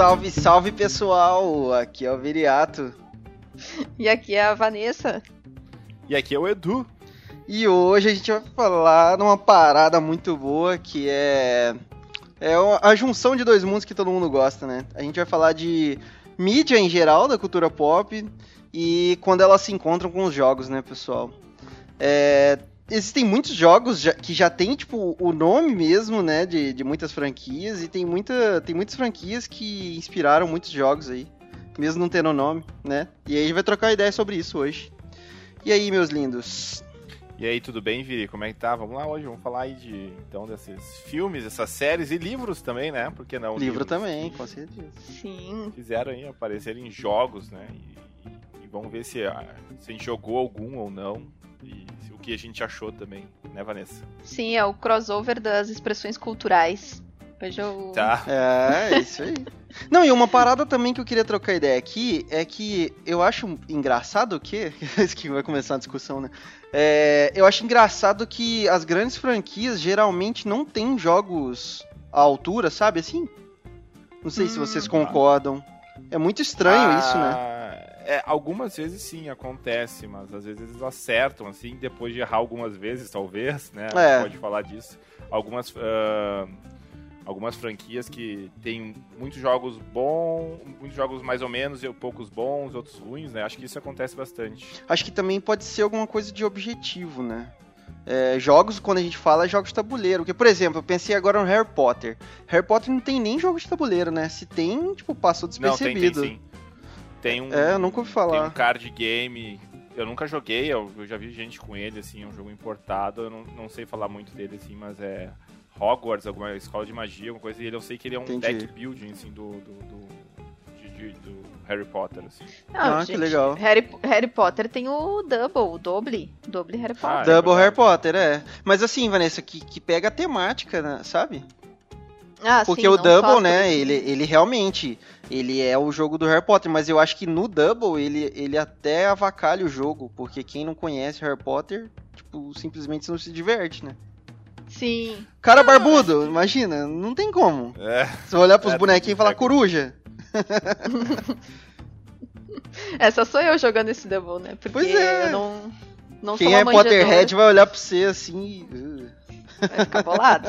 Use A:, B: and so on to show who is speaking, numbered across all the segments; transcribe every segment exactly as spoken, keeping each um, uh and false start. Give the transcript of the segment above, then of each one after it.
A: Salve, salve pessoal, aqui é o Viriato.
B: E aqui é a Vanessa.
C: E aqui é o Edu.
A: E hoje a gente vai falar de uma parada muito boa que é, é a junção de dois mundos que todo mundo gosta, né? A gente vai falar de mídia em geral, da cultura pop, e quando elas se encontram com os jogos, né, pessoal? É, existem muitos jogos já, que já tem, tipo, o nome mesmo, né, de, de muitas franquias, e tem, muita, tem muitas franquias que inspiraram muitos jogos aí, mesmo não tendo nome, né? E aí a gente vai trocar ideia sobre isso hoje. E aí, meus lindos?
C: E aí, tudo bem, Viri? Como é que tá? Vamos lá hoje, vamos falar aí de, então, desses filmes, essas séries e livros também, né? Por que não?
A: Livro
C: livros
A: também, com certeza.
B: Sim.
C: Fizeram aí aparecer em jogos, né? E, e, e vamos ver se, se a gente jogou algum ou não. E o que a gente achou também, né, Vanessa?
B: Sim, é o crossover das expressões culturais. Hoje eu...
C: Tá.
A: É, isso aí. Não, e uma parada também que eu queria trocar ideia aqui é que eu acho engraçado o quê? Isso que vai começar a discussão, né? É, eu acho engraçado que as grandes franquias geralmente não têm jogos à altura, sabe assim? Não sei hum, se vocês concordam. É muito estranho ah, isso, né?
C: É, algumas vezes sim, acontece, mas às vezes eles acertam, assim, depois de errar algumas vezes, talvez, né?
A: É.
C: Pode falar disso. Algumas... Uh... Algumas franquias que tem muitos jogos bons, muitos jogos mais ou menos, e poucos bons, outros ruins, né? Acho que isso acontece bastante.
A: Acho que também pode ser alguma coisa de objetivo, né? É, jogos, quando a gente fala, é jogos de tabuleiro. Porque, por exemplo, eu pensei agora no Harry Potter. Harry Potter não tem nem jogo de tabuleiro, né? Se tem, tipo, passou despercebido.
C: Não, tem, tem sim. Tem um,
A: é, eu nunca ouvi falar.
C: Tem um card game... Eu nunca joguei, eu, eu já vi gente com ele, assim, é um jogo importado. Eu não, não sei falar muito dele, assim, mas é... Hogwarts, alguma escola de magia, alguma coisa, e ele, eu sei que ele é um
A: Entendi.
C: deck building, assim, do, do, do, de, de, do Harry Potter, assim.
B: Não,
A: ah,
B: gente,
A: que legal.
B: Harry, Harry Potter tem o Double, o Doble, Doble Harry Potter.
C: Ah, é
A: Double
C: verdade.
A: Harry Potter, é. Mas assim, Vanessa, que, que pega a temática, né, sabe?
B: Ah,
A: Porque
B: sim,
A: o
B: não
A: Double,
B: só
A: né,
B: por-
A: ele, ele realmente, ele é o jogo do Harry Potter, mas eu acho que no Double, ele, ele até avacalha o jogo, porque quem não conhece Harry Potter, tipo, simplesmente não se diverte, né?
B: Sim.
A: Cara barbudo, imagina, não tem como.
C: É.
A: Você vai olhar pros
C: É,
A: bonequinhos e falar
C: é.
A: coruja.
B: Essa sou eu jogando esse Double, né? Porque
A: Pois é.
B: eu não, não
A: Quem
B: sou uma
A: é Potterhead
B: manjadora,
A: vai olhar pra você assim e... uh.
B: vai ficar bolado.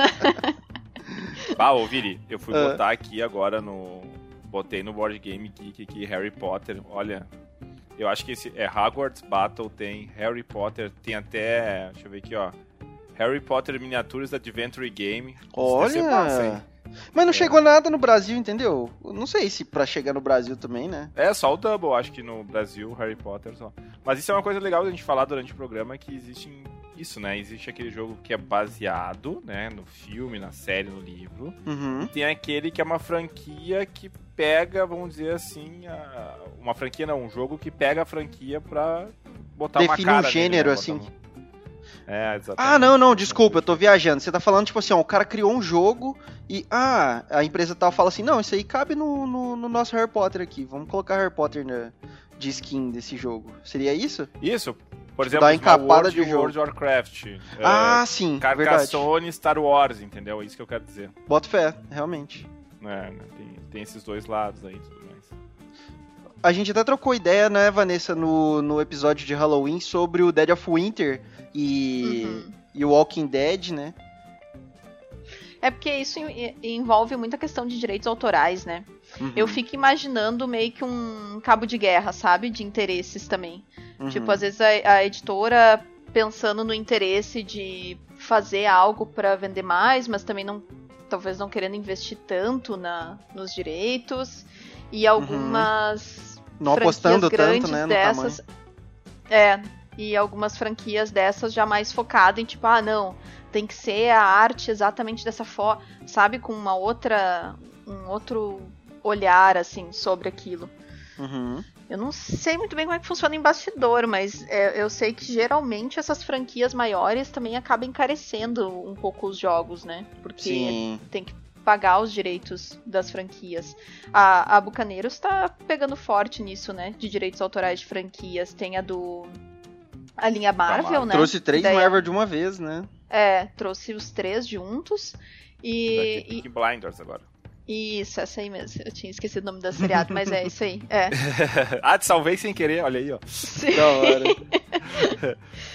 C: Ah, ô Viri, eu fui
A: Ah.
C: botar aqui agora no... Botei no Board Game Geek aqui, Harry Potter, olha... Eu acho que esse é Hogwarts Battle, tem Harry Potter, tem até... Deixa eu ver aqui, ó. Harry Potter Miniatures Adventure Game. Isso deve ser massa, hein?
A: Olha... Mas não
C: É.
A: chegou nada no Brasil, entendeu? Eu não sei se pra chegar no Brasil também, né?
C: É, só o Double, acho que no Brasil, Harry Potter só. Mas isso é uma coisa legal da gente falar durante o programa, que existe isso, né? Existe aquele jogo que é baseado, né, no filme, na série, no livro.
A: Uhum.
C: Tem aquele que é uma franquia que pega, vamos dizer assim, a... uma franquia não, um jogo que pega a franquia pra botar
A: Define
C: uma cara
A: um gênero,
C: nele, né?
A: assim.
C: Botar um- É, exatamente.
A: Ah, não, não, desculpa, eu tô viajando. Você tá falando, tipo assim, ó, o cara criou um jogo e, ah, a empresa tal fala assim, não, isso aí cabe no, no, no nosso Harry Potter aqui, vamos colocar Harry Potter na, de skin desse jogo. Seria isso?
C: Isso, por
A: Tipo,
C: exemplo,
A: dá uma
C: Small
A: encapada
C: World
A: de
C: e
A: jogo.
C: World of Warcraft.
A: Ah,
C: é,
A: sim, verdade.
C: Carcassonne, Star Wars, entendeu? É isso que eu quero dizer.
A: Boto fé, realmente.
C: É, né, tem, tem esses dois lados aí e tudo mais.
A: A gente até trocou ideia, né, Vanessa, no, no episódio de Halloween sobre o Dead of Winter e,
B: Uhum.
A: e o Walking Dead, né?
B: É porque isso en- envolve muita questão de direitos autorais, né?
A: Uhum,
B: Eu fico imaginando meio que um cabo de guerra, sabe? De interesses também.
A: uhum.
B: Tipo, às vezes a, a editora pensando no interesse de fazer algo pra vender mais, mas também não, talvez não querendo investir tanto na, nos direitos. E algumas
A: Não
B: franquias
A: apostando
B: grandes
A: tanto, né, no
B: dessas, é, e algumas franquias dessas já mais focadas em tipo, ah, não, tem que ser a arte exatamente dessa forma, sabe, com uma outra, um outro olhar, assim, sobre aquilo.
A: Uhum.
B: Eu não sei muito bem como é que funciona em bastidor, mas é, eu sei que geralmente essas franquias maiores também acabam encarecendo um pouco os jogos, né? Porque
A: Sim.
B: tem que pagar os direitos das franquias. A, a Bucaneiros tá pegando forte nisso, né? De direitos autorais de franquias. Tem a do... a linha Marvel, né?
A: Trouxe três
B: Daí-
A: Marvel de uma vez, né?
B: É, trouxe os três juntos. E,
C: Vai ter
B: e
C: Peaky Blinders agora.
B: Isso, essa aí mesmo. Eu tinha esquecido o nome da seriado, mas é isso aí. É.
C: Ah, te salvei sem querer, olha aí, ó.
B: Sim.
A: Da hora.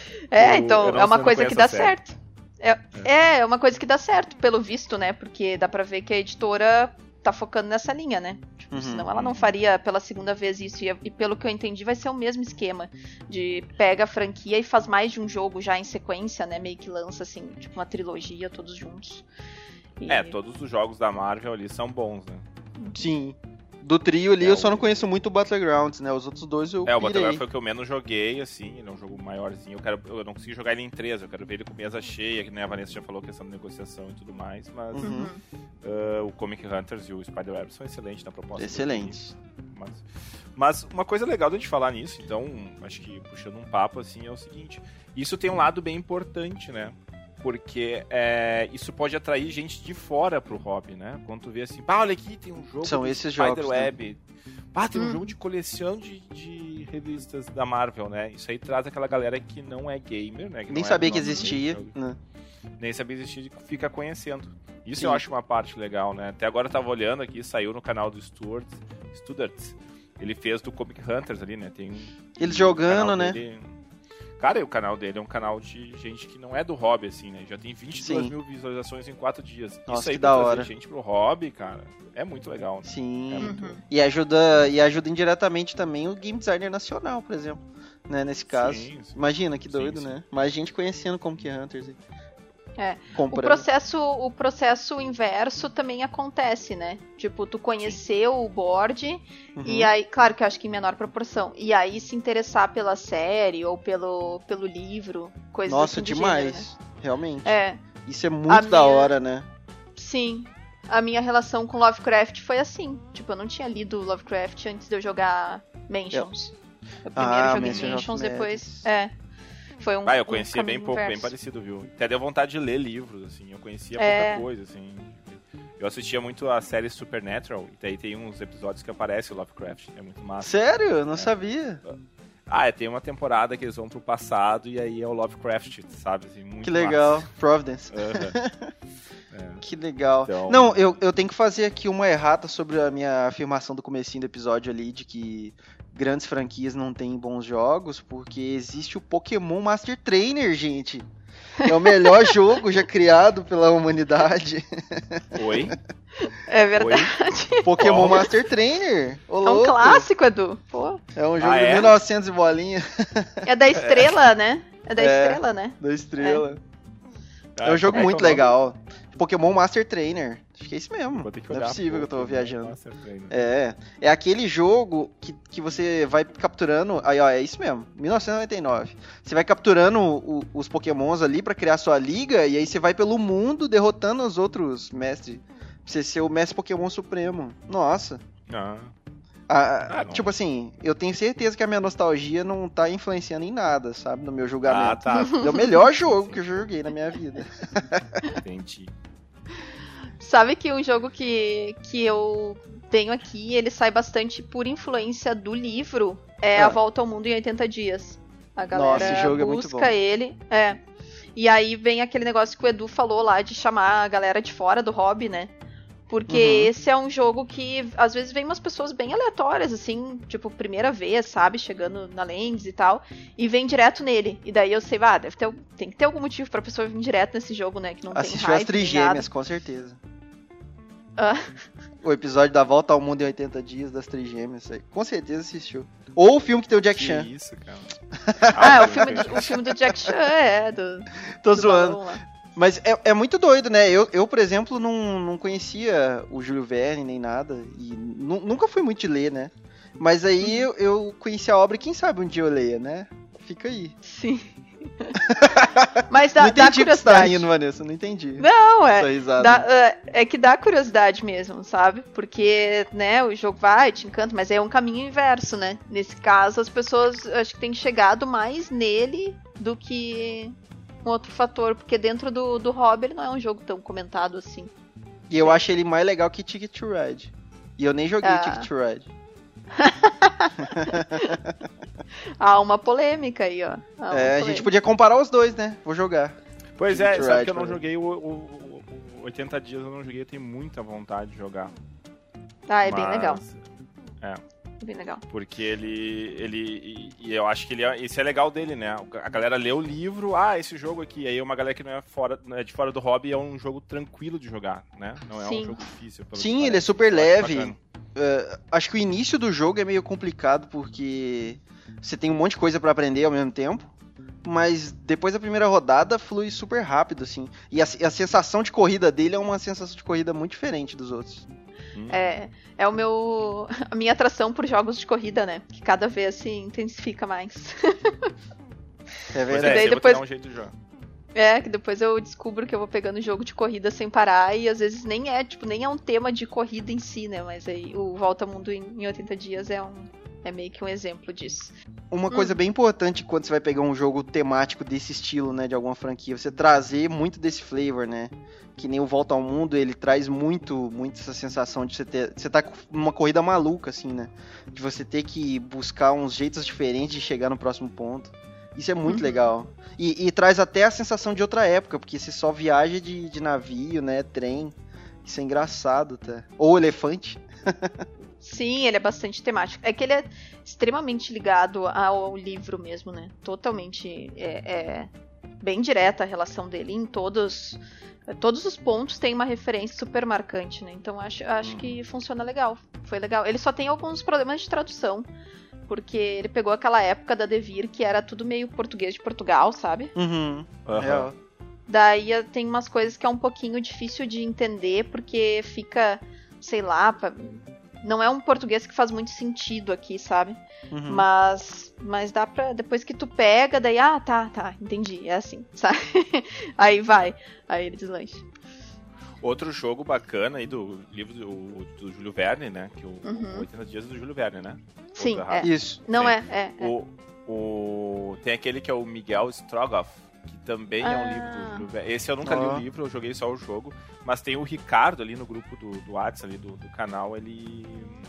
B: É,
C: Eu-
B: então
C: eu não-
B: é uma
C: eu não
B: coisa que
C: conheço
B: dá
C: a série.
B: certo. É, é, é uma coisa que dá certo, pelo visto, né? Porque dá pra ver que a editora tá focando nessa linha, né? Tipo,
A: Uhum.
B: senão ela não faria pela segunda vez isso. E, e pelo que eu entendi, vai ser o mesmo esquema. De pega a franquia e faz mais de um jogo já em sequência, né? Meio que lança, assim, tipo uma trilogia, todos juntos. E-
C: É, todos os jogos da Marvel ali são bons, né?
A: Sim. Do trio ali,
C: É,
A: eu só
C: o-
A: não conheço muito o Battlegrounds, né? Os outros dois eu
C: É, o
A: pirei.
C: Battleground foi o que eu menos joguei, assim, ele é um jogo maiorzinho. Eu, quero, eu não consigo jogar ele em três, eu quero ver ele com mesa cheia, que nem a Vanessa já falou, questão de negociação e tudo mais, mas
A: Uhum.
B: Uhum.
C: ah, o Comic Hunters e o Spider-Web são excelentes na proposta. do
A: Excelentes.
C: game. Mas, mas uma coisa legal da gente falar nisso, então, acho que puxando um papo, assim, é o seguinte, isso tem um lado bem importante, né? Porque é, isso pode atrair gente de fora pro hobby, né? Quando tu vê assim, pá, olha aqui, tem um jogo
A: São
C: do
A: esses jogos,
C: Spider-Web. Pá, tem um
B: Hum.
C: jogo de coleção de, de revistas da Marvel, né? Isso aí traz aquela galera que não é gamer, né? Que
A: Nem
C: não é
A: sabia
C: do
A: que
C: nosso
A: existia,
C: meio,
A: né?
C: nem sabia existir e fica conhecendo. Isso
A: Sim.
C: eu acho uma parte legal, né? Até agora eu tava olhando aqui, saiu no canal do Stuart, Studarts. Ele fez do Comic Hunters ali, né? Tem um,
A: Eles
C: um
A: jogando,
C: canal
A: né?
C: dele- Cara, e o canal dele é um canal de gente que não é do hobby, assim, né? Já tem vinte e duas
A: Sim.
C: mil visualizações em quatro dias.
A: Nossa,
C: Isso aí
A: que
C: pra
A: da
C: trazer
A: hora.
C: gente pro hobby, cara, é muito legal, né?
A: Sim.
C: É muito...
B: Uhum.
A: E ajuda, e ajuda indiretamente também o game designer nacional, por exemplo. Né, nesse caso.
C: Sim, sim.
A: Imagina que
C: Sim,
A: doido,
C: sim.
A: né? Mais gente conhecendo como que é Hunters. aí.
B: É. O
A: Comprando.
B: processo, o processo inverso também acontece, né? Tipo, tu conheceu o board
A: Uhum.
B: e aí, claro que eu acho que em menor proporção, e aí se interessar pela série ou pelo, pelo livro, coisas
A: Nossa,
B: assim do
A: demais.
B: gênero,
A: Realmente.
B: né? É,
A: Isso é muito
B: A
A: da
B: minha-
A: hora, né?
B: sim. A minha relação com Lovecraft foi assim. Tipo, eu não tinha lido Lovecraft antes de eu jogar Mansions. Eu primeiro
A: Ah,
B: joguei
A: Mansion of
B: Mansions, depois...
A: Madness.
B: É. Foi um
C: Ah, eu
B: um
C: conhecia bem
B: caminho
C: pouco, bem
B: inverso.
C: parecido, viu? Até deu vontade de ler livros, assim, eu conhecia
B: É.
C: pouca coisa, assim. Eu assistia muito a série Supernatural, e daí tem uns episódios que aparece o Lovecraft, é muito massa.
A: Sério? Eu não
C: É.
A: sabia.
C: Ah, é, tem uma temporada que eles vão pro passado e aí é o Lovecraft, sabe? Assim, muito
A: Que legal.
C: massa.
A: Providence.
C: Aham.
A: Que legal.
C: Então-
A: Não, eu, eu tenho que fazer aqui uma errata sobre a minha afirmação do comecinho do episódio ali, de que grandes franquias não têm bons jogos, porque existe o Pokémon Master Trainer, gente. É o melhor jogo já criado pela humanidade.
C: Oi?
B: É verdade.
A: Pokémon
C: Qual?
A: Master Trainer. Ô,
B: É um
A: louco.
B: clássico, Edu. Pô.
A: É um jogo
C: Ah,
A: de
C: é?
A: mil e novecentos e bolinha,
B: É da estrela, né? É da
A: É.
B: estrela, né?
A: da estrela.
C: Ah,
A: É um jogo
C: como
A: muito
C: que é o nome?
A: legal. Pokémon Master Trainer. Acho que é isso mesmo.
C: Vou ter que
A: Não é
C: olhar,
A: possível que eu tô
C: Pokémon
A: viajando.
C: Master Trainer.
A: É, é aquele jogo que, que você vai capturando. Aí, ó, é isso mesmo, mil novecentos e noventa e nove. Você vai capturando o- os Pokémons ali pra criar sua liga, e aí você vai pelo mundo derrotando os outros mestres. Pra você ser o mestre Pokémon supremo. Nossa.
C: Ah,
A: A-
C: Ah, não.
A: tipo assim, eu tenho certeza que a minha nostalgia não tá influenciando em nada, sabe? No meu
C: ah,
A: julgamento.
C: tá.
A: É o melhor jogo que eu já joguei na minha vida.
C: Entendi.
B: Sabe que um jogo que, que eu tenho aqui, ele sai bastante por influência do livro, é
A: Ah.
B: A Volta ao Mundo em oitenta dias. A galera
A: Nossa, esse jogo é muito
B: busca
A: bom.
B: ele. É. E aí vem aquele negócio que o Edu falou lá de chamar a galera de fora do hobby, né? Porque
A: Uhum.
B: esse é um jogo que às vezes vem umas pessoas bem aleatórias, assim, tipo, primeira vez, sabe? Chegando na Lens e tal, e vem direto nele. E daí eu sei, ah, deve ter, tem que ter algum motivo pra pessoa vir direto nesse jogo, né? Que não
A: Assistiu
B: tem
A: as
B: hype nem
A: Trigêmeas, com certeza.
B: Ah.
A: O episódio da Volta ao Mundo em oitenta dias das Trigêmeas, aí, com certeza assistiu. Ou o filme que tem o Jack
C: Que
A: Chan.
C: isso, cara.
B: Ah, é o filme, do, o filme do Jack Chan, é, do,
A: Tô
B: do
A: zoando.
B: balão lá.
A: Mas é, é muito doido, né? Eu, eu por exemplo, não, não conhecia o Júlio Verne nem nada. E nu- nunca fui muito de ler, né? Mas aí eu, eu conheci a obra e quem sabe um dia eu leia, né? Fica aí.
B: Sim. Mas dá,
A: não
B: dá
A: entendi o que você tá
B: curiosidade.
A: rindo, Vanessa. Não entendi.
B: Não,
A: Essa
B: é.
A: risada.
B: Dá, é, é que dá curiosidade mesmo, sabe? Porque, né, o jogo vai, te encanta, mas é um caminho inverso, né? Nesse caso, as pessoas acho que têm chegado mais nele do que um outro fator, porque dentro do, do hobby ele não é um jogo tão comentado assim.
A: E eu acho ele mais legal que Ticket to Ride. E eu nem joguei
B: Ah.
A: Ticket to Ride.
B: Há uma polêmica aí, ó. Há uma
A: É, a gente
B: polêmica.
A: podia comparar os dois, né? Vou jogar.
C: Pois é,
A: Ticket
C: sabe
A: Ride,
C: que eu não
A: por
C: joguei o, o, o- o oitenta dias eu não joguei, eu tenho muita vontade de jogar.
B: Ah, é
C: Mas,
B: bem legal.
C: É.
B: É bem legal.
C: Porque ele. ele e, e eu acho que ele é, isso é legal dele, né? A galera lê o livro, ah, esse jogo aqui. Aí uma galera que não é, fora, não é de fora do hobby é um jogo tranquilo de jogar, né? Não é
B: Sim.
C: um jogo difícil. Pelo
A: Sim,
C: que
A: ele é
C: parece.
A: super
C: Eu acho
A: leve.
C: bacana.
A: Uh, acho que o início do jogo é meio complicado porque você tem um monte de coisa pra aprender ao mesmo tempo. Mas depois da primeira rodada flui super rápido, assim. E a, a sensação de corrida dele é uma sensação de corrida muito diferente dos outros.
C: Hum.
B: É, é o meu, a minha atração por jogos de corrida, né? Que cada vez se intensifica mais.
A: É
C: Pois
A: verdade.
C: é,
B: daí
C: sempre
B: depois-
C: dá um jeito de jogar.
B: É, que depois eu descubro que eu vou pegando jogo de corrida sem parar e às vezes nem é, tipo, nem é um tema de corrida em si, né? Mas aí o Volta ao Mundo em, em oitenta dias é um é meio que um exemplo disso.
A: Uma coisa bem importante quando você vai pegar um jogo temático desse estilo, né, de alguma franquia, você trazer muito desse flavor, né? Que nem o Volta ao Mundo, ele traz muito, muito essa sensação de você ter, você tá com uma corrida maluca, assim, né? De você ter que buscar uns jeitos diferentes de chegar no próximo ponto. Isso é muito
B: Uhum.
A: legal. E, e traz até a sensação de outra época, porque você só viaja de, de navio, né, trem. Isso é engraçado, tá? Ou elefante.
B: Sim, ele é bastante temático. É que ele é extremamente ligado ao livro mesmo, né? Totalmente é, é bem direta a relação dele em todos todos os pontos tem uma referência super marcante, né? Então acho, acho
C: Hum.
B: que funciona legal. Foi legal. Ele só tem alguns problemas de tradução, porque ele pegou aquela época da Devir que era tudo meio português de Portugal, sabe?
A: Uhum.
C: Aham.
A: Real.
B: Daí eh, tem umas coisas que é um pouquinho difícil de entender, porque fica, sei lá, pa- não é um português que faz muito sentido aqui, sabe?
A: Uhum.
B: Mas, mas dá pra, depois que tu pega, daí, ah, tá, tá, entendi, é assim, sabe? Aí vai, aí ele deslancha.
C: Outro jogo bacana aí do livro do, do Júlio Verne, né? Que o
B: Uhum.
C: oitenta dias do Júlio Verne, né?
B: Sim,
C: Ou tô errado?
B: é.
A: Isso.
B: Não
C: Sim.
B: é, é, é.
C: O, o, tem aquele que é o Miguel Strogoff, que também é um
B: Ah.
C: livro do Júlio Verne. Esse eu nunca li
A: Ó.
C: o livro, eu joguei só o jogo. Mas tem o Ricardo ali no grupo do, do WhatsApp, ali do, do canal, ele...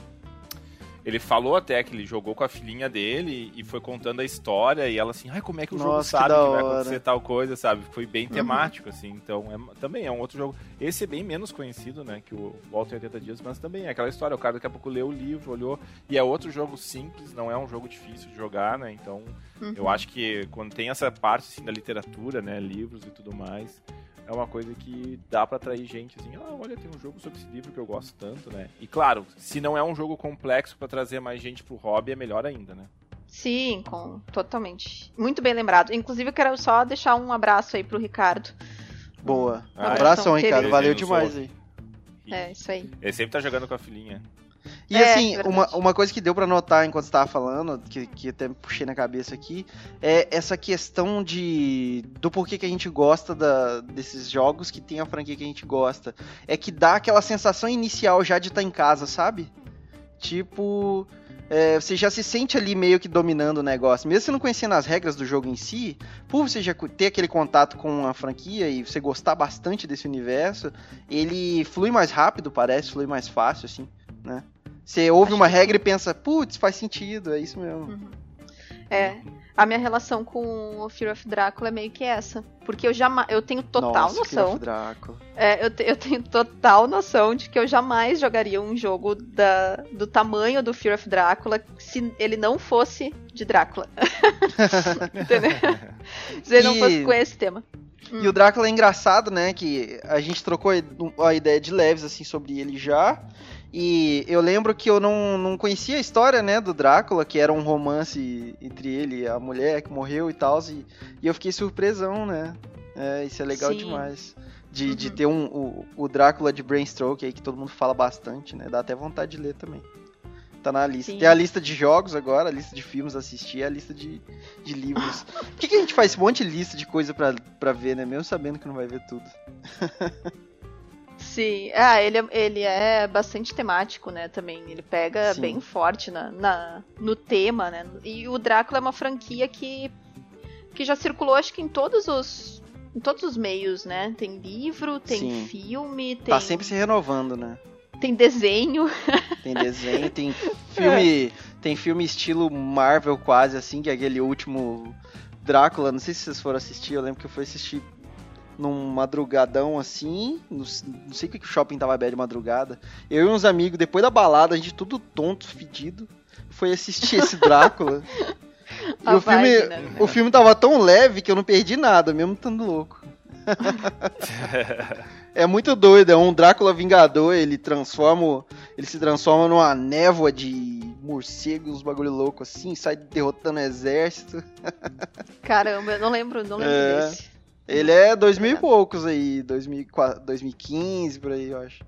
C: Ele falou até que ele jogou com a filhinha dele e foi contando a história e ela assim, ai, como é que o jogo
A: Nossa, que
C: sabe
A: da
C: que vai
A: hora.
C: acontecer tal coisa, sabe? Foi bem
B: Uhum.
C: temático, assim, então é- também é um outro jogo. Esse é bem menos conhecido, né, que o Volta em oitenta dias, mas também é aquela história, o cara daqui a pouco leu o livro, olhou, e é outro jogo simples, não é um jogo difícil de jogar, né, então
B: Uhum.
C: eu acho que quando tem essa parte, assim, da literatura, né, livros e tudo mais, é uma coisa que dá pra atrair gente, assim, ah, olha, tem um jogo sobre esse livro que eu gosto tanto, né? E claro, se não é um jogo complexo pra trazer mais gente pro hobby, é melhor ainda, né?
B: Sim, com, totalmente. Muito bem lembrado. Inclusive, eu quero só deixar um abraço aí pro Ricardo.
A: Boa.
C: Ah,
A: Abração,
B: é.
A: Ricardo.
C: Ele
A: Valeu
C: nos
A: demais
C: ouve.
A: aí.
C: E
B: É, isso aí.
C: ele sempre tá jogando com a filhinha.
A: E
B: É,
A: assim,
B: verdade.
A: uma, uma coisa que deu pra notar enquanto você tava falando, que, que até me puxei na cabeça aqui, é essa questão de do porquê que a gente gosta da, desses jogos que tem a franquia que a gente gosta. É que dá aquela sensação inicial já de estar em casa, sabe? Tipo, é, você já se sente ali meio que dominando o negócio. Mesmo você não conhecendo as regras do jogo em si, por você já ter aquele contato com a franquia e você gostar bastante desse universo, ele flui mais rápido, parece, flui mais fácil, assim, né? Você ouve
B: Acho
A: uma
B: que
A: regra e pensa, putz, faz sentido, é isso mesmo.
B: Uhum. É, a minha relação com o Fear of Drácula é meio que essa. Porque eu jamais. Eu tenho total
A: Nossa, Fear
B: noção.
A: of Drácula.
B: É, eu, te- eu tenho total noção de que eu jamais jogaria um jogo da, do tamanho do Fear of Drácula se ele não fosse de Drácula. Entendeu? Se ele não
A: E-
B: fosse com esse tema.
A: E o Drácula é engraçado, né? Que a gente trocou a ideia de leves, assim, sobre ele já. E eu lembro que eu não, não conhecia a história, né, do Drácula, que era um romance entre ele e a mulher que morreu e tal. E, e eu fiquei surpresão, né? É, isso é legal
B: Sim.
A: demais. De,
B: Uhum.
A: de ter um, o, o Drácula de Bram Stoker aí, que todo mundo fala bastante, né? Dá até vontade de ler também. Tá na lista.
B: Sim.
A: Tem a lista de jogos agora, a lista de filmes a assistir, a lista de, de livros. Por que, que a gente faz um monte de lista de coisa pra, pra ver, né? Mesmo sabendo que não vai ver tudo.
B: Sim, ah, ele, é- ele é bastante temático, né, também. Ele pega
A: Sim.
B: bem forte na, na- no tema, né? E o Drácula é uma franquia que, que já circulou, acho que em todos os em todos os meios, né? Tem livro, tem
A: Sim.
B: filme, tem,
A: Tá sempre se renovando, né?
B: tem desenho.
A: Tem desenho, tem filme. Tem filme estilo Marvel quase, assim, que é aquele último Drácula. Não sei se vocês foram assistir, eu lembro que eu fui assistir num madrugadão assim, não, não sei o que o shopping tava aberto de madrugada. Eu e uns amigos, depois da balada, a gente tudo tonto, fedido, foi assistir esse Drácula. E o filme, vibe, né? o filme tava tão leve que eu não perdi nada, mesmo estando louco. É muito doido, é um Drácula Vingador, ele transforma, ele se transforma numa névoa de morcegos, uns bagulho louco assim, sai derrotando o exército.
B: Caramba, eu não lembro, não lembro é, desse.
A: Ele é dois mil e poucos aí, dois mil e quinze, por aí, eu acho.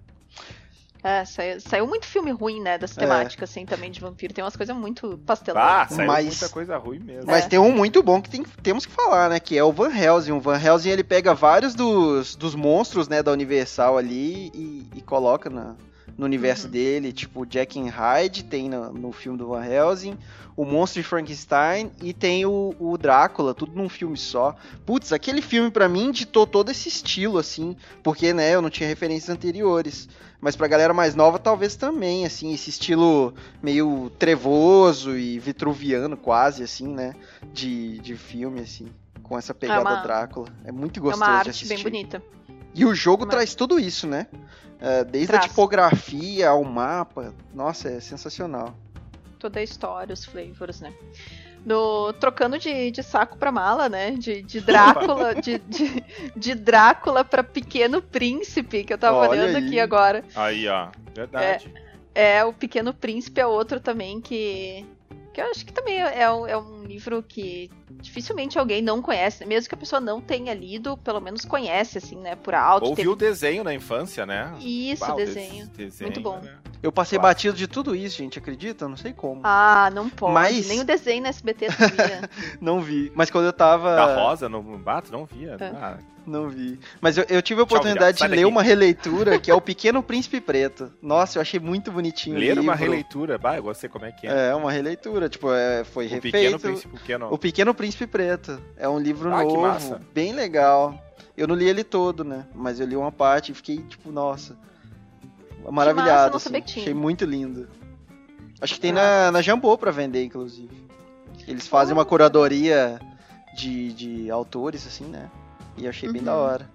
B: É, saiu, saiu muito filme ruim, né, dessa temática, é. assim, também de vampiro. Tem umas coisas muito pasteladas.
C: Ah, saiu
A: mas,
C: muita coisa ruim mesmo.
A: Mas é. tem um muito bom que tem, temos que falar, né, que é o Van Helsing. O Van Helsing, ele pega vários dos, dos monstros, né, da Universal ali e, e coloca na, no universo uhum. dele. Tipo, Jack and Hyde tem no, no filme do Van Helsing, o Monstro de Frankenstein e tem o, o Drácula, tudo num filme só. Putz, aquele filme pra mim ditou todo esse estilo, assim, porque, né, eu não tinha referências anteriores. Mas pra galera mais nova, talvez também, assim, esse estilo meio trevoso e vitruviano quase, assim, né, de, de filme, assim, com essa pegada é uma... Drácula. É muito gostoso de assistir.
B: É uma arte bem bonita.
A: E o jogo uma... traz tudo isso, né, uh, desde traz. a tipografia ao mapa, nossa, é sensacional.
B: Toda a história, os flavors, né. No, trocando de, de saco pra mala, né? De, de Drácula, de, de, de Drácula pra Pequeno Príncipe, que eu tava Olha olhando aí. aqui agora.
C: Aí, ó, verdade.
B: É, é, o Pequeno Príncipe é outro também que. Que eu acho que também é, é, um, é um livro que dificilmente alguém não conhece, mesmo que a pessoa não tenha lido, pelo menos conhece, assim, né, por alto.
C: Ou
B: teve...
C: viu o desenho na infância, né?
B: Isso, o desenho. desenho. Muito bom. Né?
A: Eu passei claro. batido de tudo isso, gente, acredita? Não sei como.
B: Ah, não pode.
A: Mas...
B: Nem o desenho na S B T tu via.
A: Não vi. Mas quando eu tava...
C: Da Rosa, no Bato, não via. É. Ah.
A: Não vi. Mas eu, eu tive a oportunidade Tchau, de ler daqui. uma releitura, que é o Pequeno Príncipe Preto. Nossa, eu achei muito bonitinho o
C: Ler
A: livro.
C: uma releitura? Bah, eu gostei como é que é.
A: É, uma releitura. Tipo, é, foi o refeito.
C: Pequeno Príncipe, pequeno...
A: O Pequeno Príncipe Preto. É um livro
C: ah,
A: novo, bem legal. Eu não li ele todo, né? Mas eu li uma parte e fiquei, tipo, nossa... maravilhado,
B: massa,
A: assim. Achei muito lindo. Acho que tem ah. na, na Jambô pra vender, inclusive. Eles fazem uma curadoria de, de autores, assim, né? E eu achei uhum. bem da hora.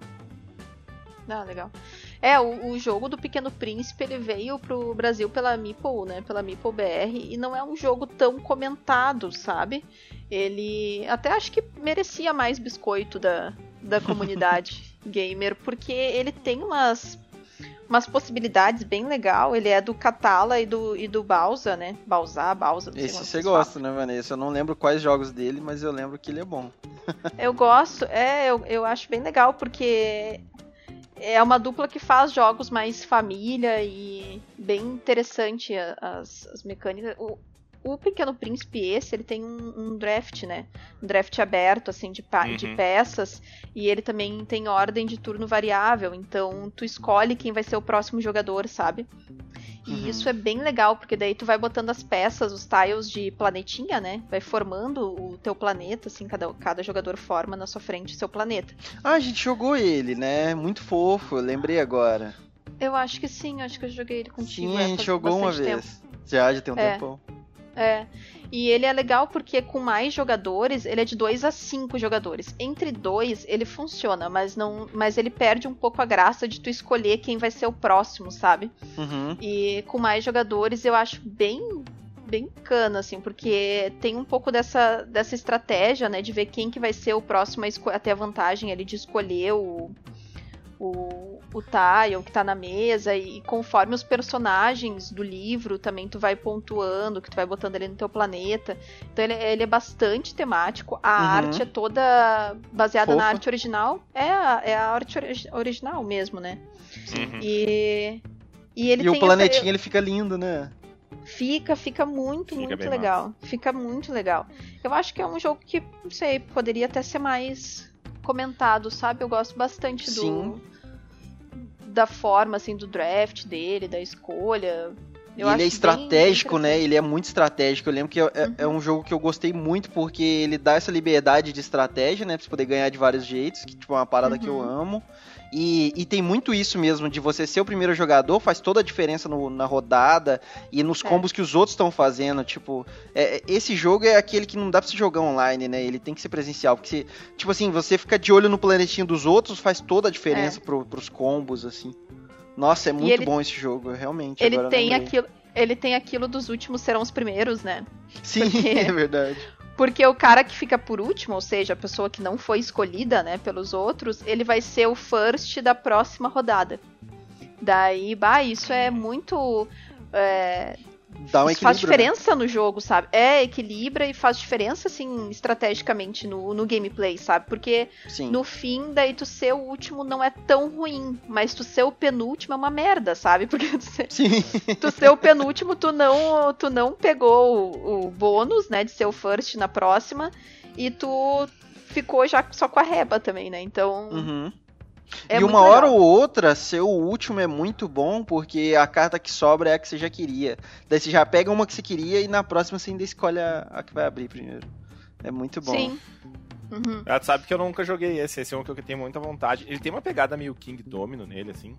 B: Ah, legal. É, o, o jogo do Pequeno Príncipe, ele veio pro Brasil pela Meeple, né? Pela Meeple B R, e não é um jogo tão comentado, sabe? Ele até acho que merecia mais biscoito da, da comunidade gamer, porque ele tem umas... umas possibilidades bem legal. Ele é do Catala e do, e do Bausa, né? Bausa, Bausa.
A: Esse você gosta, né, Vanessa? Eu não lembro quais jogos dele, mas eu lembro que ele é bom.
B: Eu gosto, é, eu, eu acho bem legal, porque é uma dupla que faz jogos mais família e bem interessante as, as mecânicas. O, o Pequeno Príncipe, esse, ele tem um, um draft, né? Um draft aberto, assim, de, pa- uhum. de peças. E ele também tem ordem de turno variável. Então, tu escolhe quem vai ser o próximo jogador, sabe? E uhum. isso é bem legal, porque daí tu vai botando as peças, os tiles de planetinha, né? Vai formando o teu planeta, assim, cada, cada jogador forma na sua frente o seu planeta.
A: Ah, a gente jogou ele, né? Muito fofo, eu lembrei agora.
B: Eu acho que sim, acho que eu joguei ele contigo.
A: Sim, a gente jogou uma vez. Tempo. Já, já tem um é. tempão.
B: É, e ele é legal porque com mais jogadores, ele é de dois a cinco jogadores. Entre dois, ele funciona, mas não, mas ele perde um pouco a graça de tu escolher quem vai ser o próximo, sabe?
A: Uhum.
B: E com mais jogadores, eu acho bem, bem cana, assim, porque tem um pouco dessa, dessa estratégia, né, de ver quem que vai ser o próximo a, esco- a ter a vantagem ali de escolher o... o, o tile que tá na mesa, e conforme os personagens do livro também tu vai pontuando, que tu vai botando ali no teu planeta. Então ele, ele é bastante temático. A uhum. arte é toda baseada Fofa. na arte original. É a, é a arte ori- original mesmo, né?
C: Uhum.
B: E, e, ele
A: e
B: tem
A: o planetinho
B: essa...
A: ele fica lindo, né?
B: Fica, fica muito, fica muito legal. Massa. Fica muito legal. Eu acho que é um jogo que, não sei, poderia até ser mais comentado, sabe? Eu gosto bastante do...
A: Sim.
B: da forma, assim, do draft dele, da escolha. Eu
A: e
B: acho
A: ele é estratégico,
B: bem
A: né? Ele é muito estratégico. Eu lembro que é, uhum. é um jogo que eu gostei muito porque ele dá essa liberdade de estratégia, né? Pra você poder ganhar de vários jeitos, que tipo, é uma parada uhum. que eu amo. E, e tem muito isso mesmo, de você ser o primeiro jogador, faz toda a diferença no, na rodada e nos é. combos que os outros estão fazendo. Tipo, é, esse jogo é aquele que não dá pra você jogar online, né? Ele tem que ser presencial. Porque, você, tipo assim, você fica de olho no planetinho dos outros, faz toda a diferença é. pro, pros combos, assim. Nossa, é muito ele, bom esse jogo, realmente.
B: Ele
A: agora
B: tem aquilo, ele tem aquilo dos últimos serão os primeiros, né?
A: Sim, porque, é verdade.
B: Porque o cara que fica por último, ou seja, a pessoa que não foi escolhida, né, pelos outros, ele vai ser o first da próxima rodada. Daí, bah, isso é muito... É...
A: Dá um
B: Isso faz diferença,
A: né?
B: no jogo, sabe? É, equilibra e faz diferença, assim, estrategicamente no, no gameplay, sabe? Porque
A: Sim.
B: no fim, daí tu ser o último não é tão ruim, mas tu ser o penúltimo é uma merda, sabe? Porque tu ser,
A: Sim.
B: tu ser o penúltimo, tu não, tu não pegou o, o bônus, né, de ser o first na próxima, e tu ficou já só com a reba também, né? Então...
A: Uhum.
B: É
A: e uma
B: legal.
A: hora ou outra, ser o último é muito bom, porque a carta que sobra é a que você já queria. Daí você já pega uma que você queria e na próxima você ainda escolhe a, a que vai abrir primeiro. É muito bom.
B: Sim. Uhum.
C: Ela sabe que eu nunca joguei esse, esse é um que eu tenho muita vontade. Ele tem uma pegada meio King Domino nele, assim?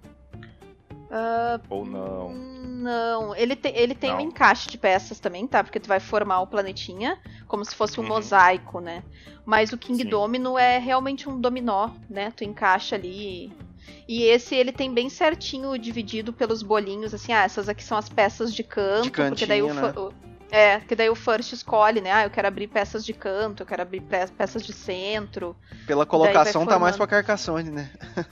B: Uh,
C: ou não?
B: Não, ele, te, ele tem
C: não.
B: um encaixe de peças também, tá? Porque tu vai formar o planetinha como se fosse um
C: uhum.
B: mosaico, né? Mas o King
C: Sim.
B: Domino é realmente um dominó, né? Tu encaixa ali. E esse ele tem bem certinho dividido pelos bolinhos, assim, ah, essas aqui são as peças de canto,
A: de cantinho,
B: porque daí o,
A: né?
B: o é, porque daí o first escolhe, né? Ah, eu quero abrir peças de canto, eu quero abrir pe- peças de centro.
A: Pela colocação tá mais pra Carcassonne, né?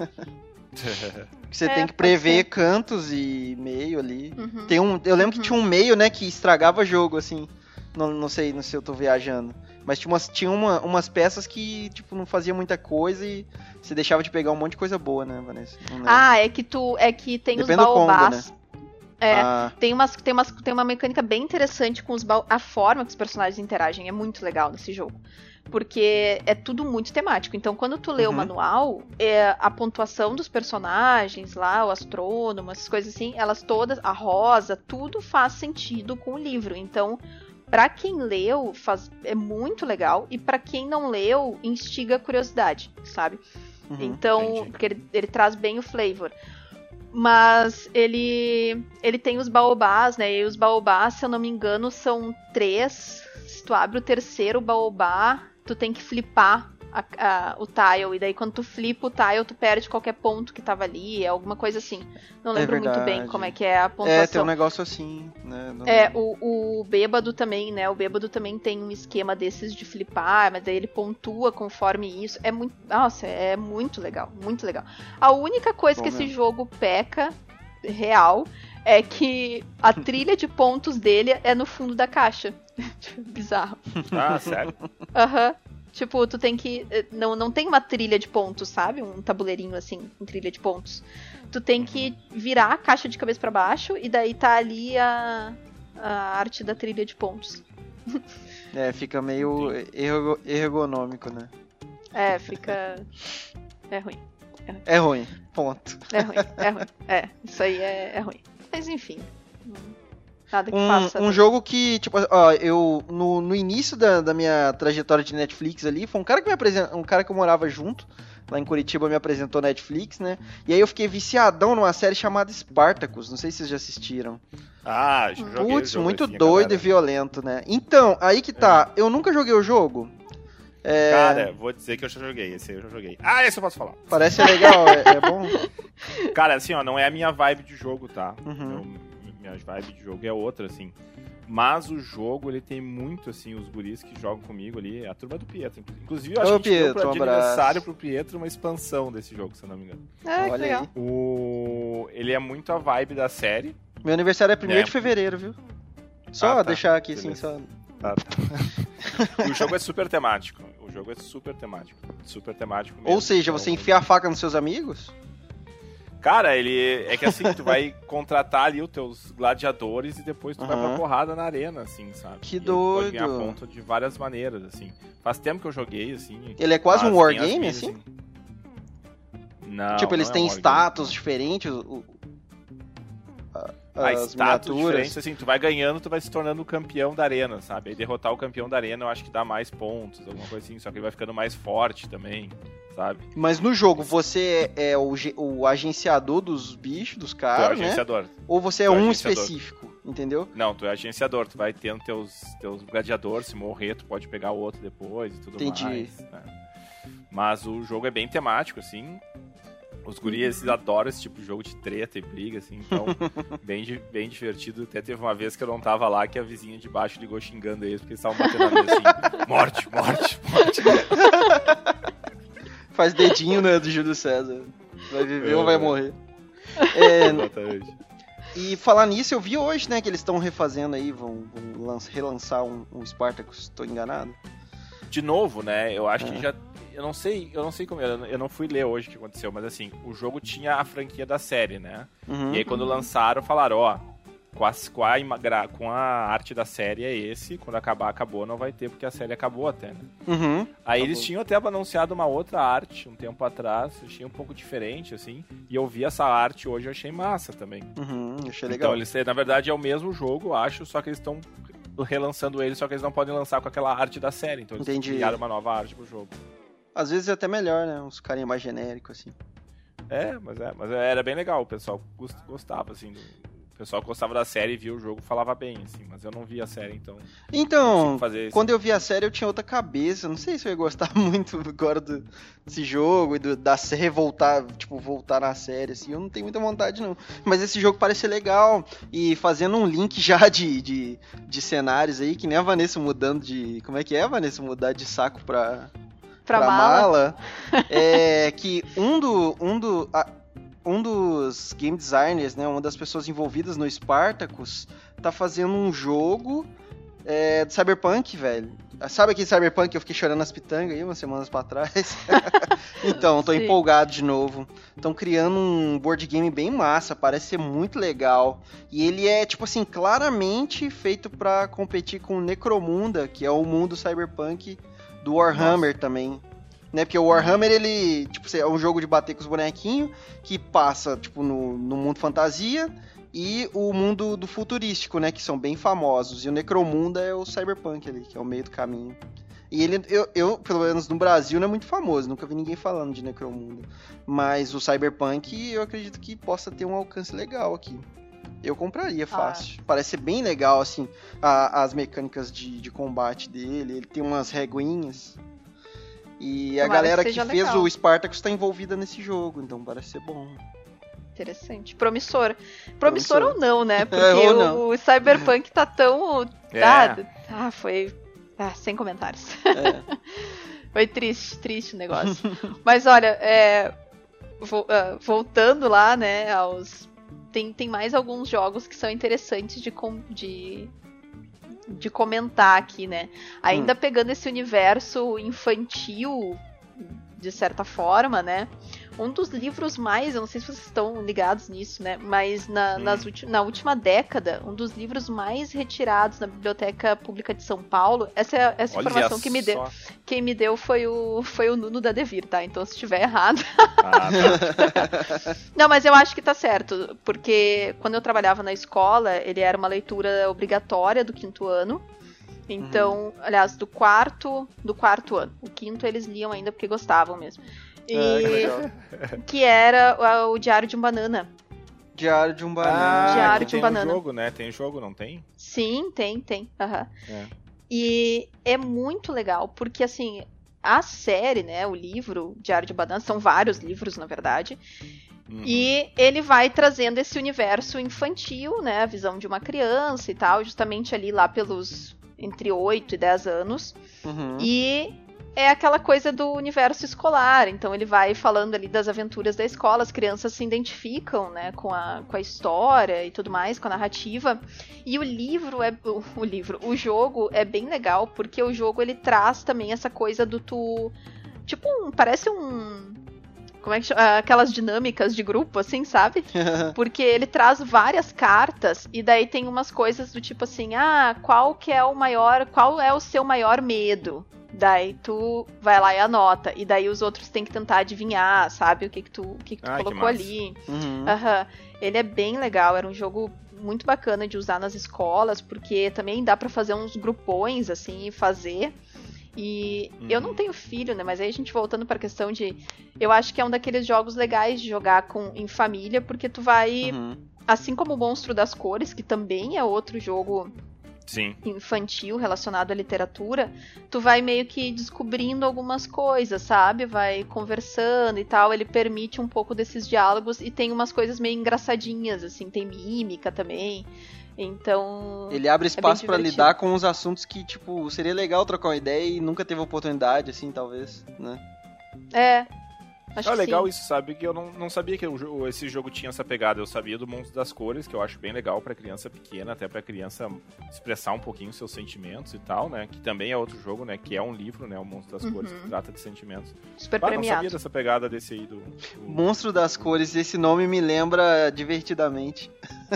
A: Você é, tem que prever cantos e meio ali.
B: Uhum.
A: Tem um, eu lembro
B: uhum.
A: que tinha um meio, né, que estragava jogo, assim. Não, não sei, não sei se eu tô viajando. Mas tinha, umas, tinha uma, umas peças que, tipo, não fazia muita coisa e você deixava de pegar um monte de coisa boa, né, Vanessa?
B: Ah, é que tu. É que tem
A: Depende
B: os baobás.
A: Do combo, né?
B: É,
A: ah.
B: tem, umas, tem, umas, tem uma mecânica bem interessante com os ba... a forma que os personagens interagem. É muito legal nesse jogo. Porque é tudo muito temático. Então, quando tu lê uhum. o manual, é, a pontuação dos personagens lá, o astrônomo, essas coisas assim, elas todas, a rosa, tudo faz sentido com o livro. Então, pra quem leu, faz, é muito legal. E pra quem não leu, instiga a curiosidade, sabe?
A: Uhum,
B: então,
A: entendi.
B: porque ele, ele traz bem o flavor. Mas ele, ele tem os baobás, né? E os baobás, se eu não me engano, são três. Se tu abre o terceiro baobá, tu tem que flipar a, a, o tile. E daí quando tu flipa o tile, tu perde qualquer ponto que tava ali. É alguma coisa assim. Não lembro
A: é
B: muito bem como é que é a pontuação.
A: É, tem um negócio assim, né? Não...
B: É, o, o bêbado também, né? O bêbado também tem um esquema desses de flipar, mas daí ele pontua conforme isso. É muito. Nossa, é muito legal, muito legal. A única coisa
A: Bom
B: que
A: mesmo.
B: esse jogo peca, real, é que a trilha de pontos dele é no fundo da caixa. Bizarro.
C: Ah, sério?
B: Aham. Uhum. Tipo, tu tem que... Não, não tem uma trilha de pontos, sabe? Um tabuleirinho assim, com trilha de pontos. Tu tem que virar a caixa de cabeça pra baixo e daí tá ali a, a arte da trilha de pontos.
A: É, fica meio ergo, ergonômico, né?
B: É, fica... É ruim.
A: É ruim, é ruim. Ponto.
B: É ruim, é ruim. É, isso aí é, é ruim. Mas enfim... Nada que
A: um,
B: faça.
A: Um jogo que, tipo, ó, eu, no, no início da, da minha trajetória de Netflix ali, foi um cara que me apresentou, um cara que eu morava junto, lá em Curitiba, me apresentou Netflix, né? E aí eu fiquei viciadão numa série chamada Spartacus, não sei se vocês já assistiram.
C: Ah, joguei
A: Putz,
C: o jogo
A: muito
C: assim,
A: doido
C: galera.
A: E violento, né? Então, aí que tá, é. eu nunca joguei o jogo. É...
C: Cara, vou dizer que eu já joguei, esse aí eu já joguei. Ah, esse eu posso falar.
A: Parece ser legal, é, é bom?
C: Cara, assim, ó, não é a minha vibe de jogo, tá?
A: Uhum.
C: Eu, minha vibe de jogo é outra, assim. Mas o jogo, ele tem muito, assim, os guris que jogam comigo ali, a turma do Pietro. Inclusive, eu acho
A: Ô,
C: que a gente
A: Pietro,
C: deu
A: um
C: de
A: abraço.
C: aniversário pro Pietro uma expansão desse jogo, se eu não me engano.
B: É, que
A: Olha
B: legal.
A: aí.
C: O... Ele é muito a vibe da série.
A: Meu aniversário é primeiro
C: É.
A: de fevereiro, viu? Só
C: Ah, tá.
A: deixar aqui, assim,
C: Beleza.
A: só...
C: Tá, tá. O jogo é super temático. O jogo é super temático. Super temático mesmo.
A: Ou seja, você enfia a faca nos seus amigos?
C: Cara, ele é que assim, tu vai contratar ali os teus gladiadores e depois tu
A: Uhum.
C: vai pra porrada na arena, assim, sabe?
A: Que
C: E tu pode
A: doido.
C: ganhar ponto de várias maneiras, assim. Faz tempo que eu joguei, assim.
A: Ele é quase
C: mas
A: um
C: tem
A: wargame,
C: as
A: assim?
C: minhas, Não,
A: tipo, eles
C: não é
A: têm
C: um
A: status
C: wargame.
A: diferentes? o-
C: a
A: as
C: status
A: miniaturas.
C: diferente, assim, tu vai ganhando, tu vai se tornando o campeão da arena, sabe? Aí derrotar o campeão da arena eu acho que dá mais pontos, alguma coisa assim, só que ele vai ficando mais forte também, sabe?
A: Mas no jogo, você é o, ge- o agenciador dos bichos, dos
C: Tu é o
A: caras, né?
C: agenciador.
A: Ou você é
C: Tu é
A: um
C: agenciador.
A: específico, entendeu?
C: Não, tu é agenciador, tu vai tendo teus, teus gladiadores, se morrer, tu pode pegar o outro depois e tudo
A: Entendi.
C: mais. Né? Mas o jogo é bem temático, assim. Os guris eles adoram esse tipo de jogo de treta e briga, assim, então, bem, di- bem divertido. Até teve uma vez que eu não tava lá, que a vizinha de baixo ligou xingando eles, porque eles estavam batendo na mesa assim, morte, morte, morte.
A: Faz dedinho, né, do Júlio César. Vai viver ou vai morrer. É,
C: Exatamente.
A: e falar nisso, eu vi hoje, né, que eles estão refazendo aí, vão, vão lan- relançar um, um Spartacus, tô enganado.
C: De novo, né, eu acho
A: É.
C: que já... Eu não sei, eu não sei como... Eu eu não fui ler hoje o que aconteceu, mas assim, o jogo tinha a franquia da série, né?
A: Uhum.
C: E aí quando lançaram, falaram, ó, com, as, com, a, ima- gra- com a arte da série é esse, quando acabar, acabou, não vai ter, porque a série acabou até, né?
A: Uhum.
C: Aí
A: Acabou.
C: eles tinham até anunciado uma outra arte um tempo atrás, eu achei um pouco diferente, assim, e eu vi essa arte hoje, eu achei massa também.
A: Uhum, achei legal.
C: Então, eles, na verdade, é o mesmo jogo, eu acho, só que eles estão relançando ele, só que eles não podem lançar com aquela arte da série, então eles
A: Entendi.
C: criaram uma nova arte pro jogo.
A: Às vezes é até melhor, né, uns carinha mais genéricos, assim.
C: É, mas, é, mas era bem legal, o pessoal gost- gostava, assim, do, o pessoal que gostava da série e via o jogo falava bem, assim, mas eu não vi a série, então...
A: Então,
C: consigo fazer
A: quando eu vi a série eu tinha outra cabeça, não sei se eu ia gostar muito agora do, desse jogo e do, da série voltar, tipo, voltar na série, assim, eu não tenho muita vontade não. Mas esse jogo parece ser legal, e fazendo um link já de, de, de cenários aí, que nem a Vanessa mudando de... Como é que é a Vanessa mudar de saco pra...
B: Pra,
A: pra
B: mala.
A: mala, é que um, do, um, do, a- um dos game designers, né, uma das pessoas envolvidas no Spartacus, tá fazendo um jogo é, de Cyberpunk, velho. Sabe aquele Cyberpunk que eu fiquei chorando nas pitangas aí umas semanas pra trás? Então, tô
B: Sim.
A: empolgado de novo. Estão criando um board game bem massa, parece ser muito legal. E ele é, tipo assim, claramente feito pra competir com o Necromunda, que é o mundo Cyberpunk do Warhammer também. Né? Porque o Warhammer, ele, tipo, é um jogo de bater com os bonequinhos, que passa, tipo, no, no mundo fantasia, e o mundo do futurístico, né? Que são bem famosos. E o Necromunda é o Cyberpunk ali, que é o meio do caminho. E ele, eu, eu, pelo menos no Brasil, não é muito famoso. Nunca vi ninguém falando de Necromunda. Mas o Cyberpunk, eu acredito que possa ter um alcance legal aqui. Eu compraria fácil. Parece ser bem legal, assim, a- as mecânicas de, de combate dele. Ele tem umas reguinhas. E a
B: Tomara
A: galera
B: que
A: que,
B: seja
A: fez
B: legal.
A: o Spartacus tá envolvida nesse jogo. Então parece ser bom.
B: Interessante. Promissor. Promissor,
A: Promissor.
B: ou não, né? Porque
A: É, ou não.
B: o Cyberpunk tá tão...
C: É.
B: Ah, ah, foi... Ah, sem comentários.
A: É.
B: Foi triste, triste o negócio. Mas olha, é, vo- ah, voltando lá, né, aos... Tem, tem mais alguns jogos que são interessantes de, com- de, de comentar aqui, né? Ainda
A: Hum.
B: pegando esse universo infantil, de certa forma, né? Um dos livros mais, eu não sei se vocês estão ligados nisso, né? Mas na,
C: Hum.
B: nas ulti- na última década, um dos livros mais retirados na Biblioteca Pública de São Paulo, essa é essa
C: Olha
B: informação que me deu.
C: só.
B: Quem me deu foi o, foi o Nuno da Devir, tá? Então se estiver errado.
C: Ah, tá.
B: Não, mas eu acho que tá certo. Porque quando eu trabalhava na escola, ele era uma leitura obrigatória do quinto ano. Então, aliás, do quarto, do quarto ano. O quinto eles liam ainda porque gostavam mesmo. E
A: Ah, que legal.
B: que era o, o Diário de um Banana.
A: Diário de um
C: Ah,
A: banana.
B: Diário
C: que
B: de um
C: tem
B: banana.
C: jogo, né? Tem jogo, não tem?
B: Sim, tem, tem. Aham.
C: É.
B: E é muito legal, porque assim, a série, né, o livro Diário de um Banana, são vários livros, na verdade,
C: Uhum.
B: e ele vai trazendo esse universo infantil, né, a visão de uma criança e tal, justamente ali lá pelos entre oito e dez anos,
A: Uhum.
B: e é aquela coisa do universo escolar, então ele vai falando ali das aventuras da escola, as crianças se identificam, né, com a, com a história e tudo mais, com a narrativa, e o livro é, o, o livro, o jogo é bem legal, porque o jogo ele traz também essa coisa do tu, tipo um, parece um, como é que chama? Aquelas dinâmicas de grupo, assim, sabe? Porque ele traz várias cartas e daí tem umas coisas do tipo assim, ah, qual que é o maior, qual é o seu maior medo? Daí tu vai lá e anota. E daí os outros têm que tentar adivinhar, sabe? O que que tu, o que que tu
C: Ai, que
B: colocou
C: massa.
B: ali.
A: Uhum.
B: Aham. Ele é bem legal. Era um jogo muito bacana de usar nas escolas, porque também dá pra fazer uns grupões, assim, e fazer. E uhum. eu não tenho filho, né? Mas aí a gente voltando pra questão de... Eu acho que é um daqueles jogos legais de jogar com, em família, porque tu vai... Uhum. Assim como o Monstro das Cores, que também é outro jogo...
C: Sim.
B: infantil relacionado à literatura, tu vai meio que descobrindo algumas coisas, sabe? Vai conversando e tal, ele permite um pouco desses diálogos e tem umas coisas meio engraçadinhas, assim, tem mímica também, então...
A: Ele abre espaço é pra lidar com os assuntos que, tipo, seria legal trocar uma ideia e nunca teve oportunidade, assim, talvez, né?
B: É... Acho
C: é legal
B: sim.
C: isso, sabe? Que eu não, não sabia que o, esse jogo tinha essa pegada. Eu sabia do Monstro das Cores, que eu acho bem legal pra criança pequena, até pra criança expressar um pouquinho seus sentimentos e tal, né? Que também é outro jogo, né? Que é um livro, né? O Monstro das uhum. Cores, que trata de sentimentos.
B: Super
C: ah,
B: premiado.
C: Não sabia dessa pegada desse aí do... do...
A: Monstro das Cores, esse nome me lembra divertidamente.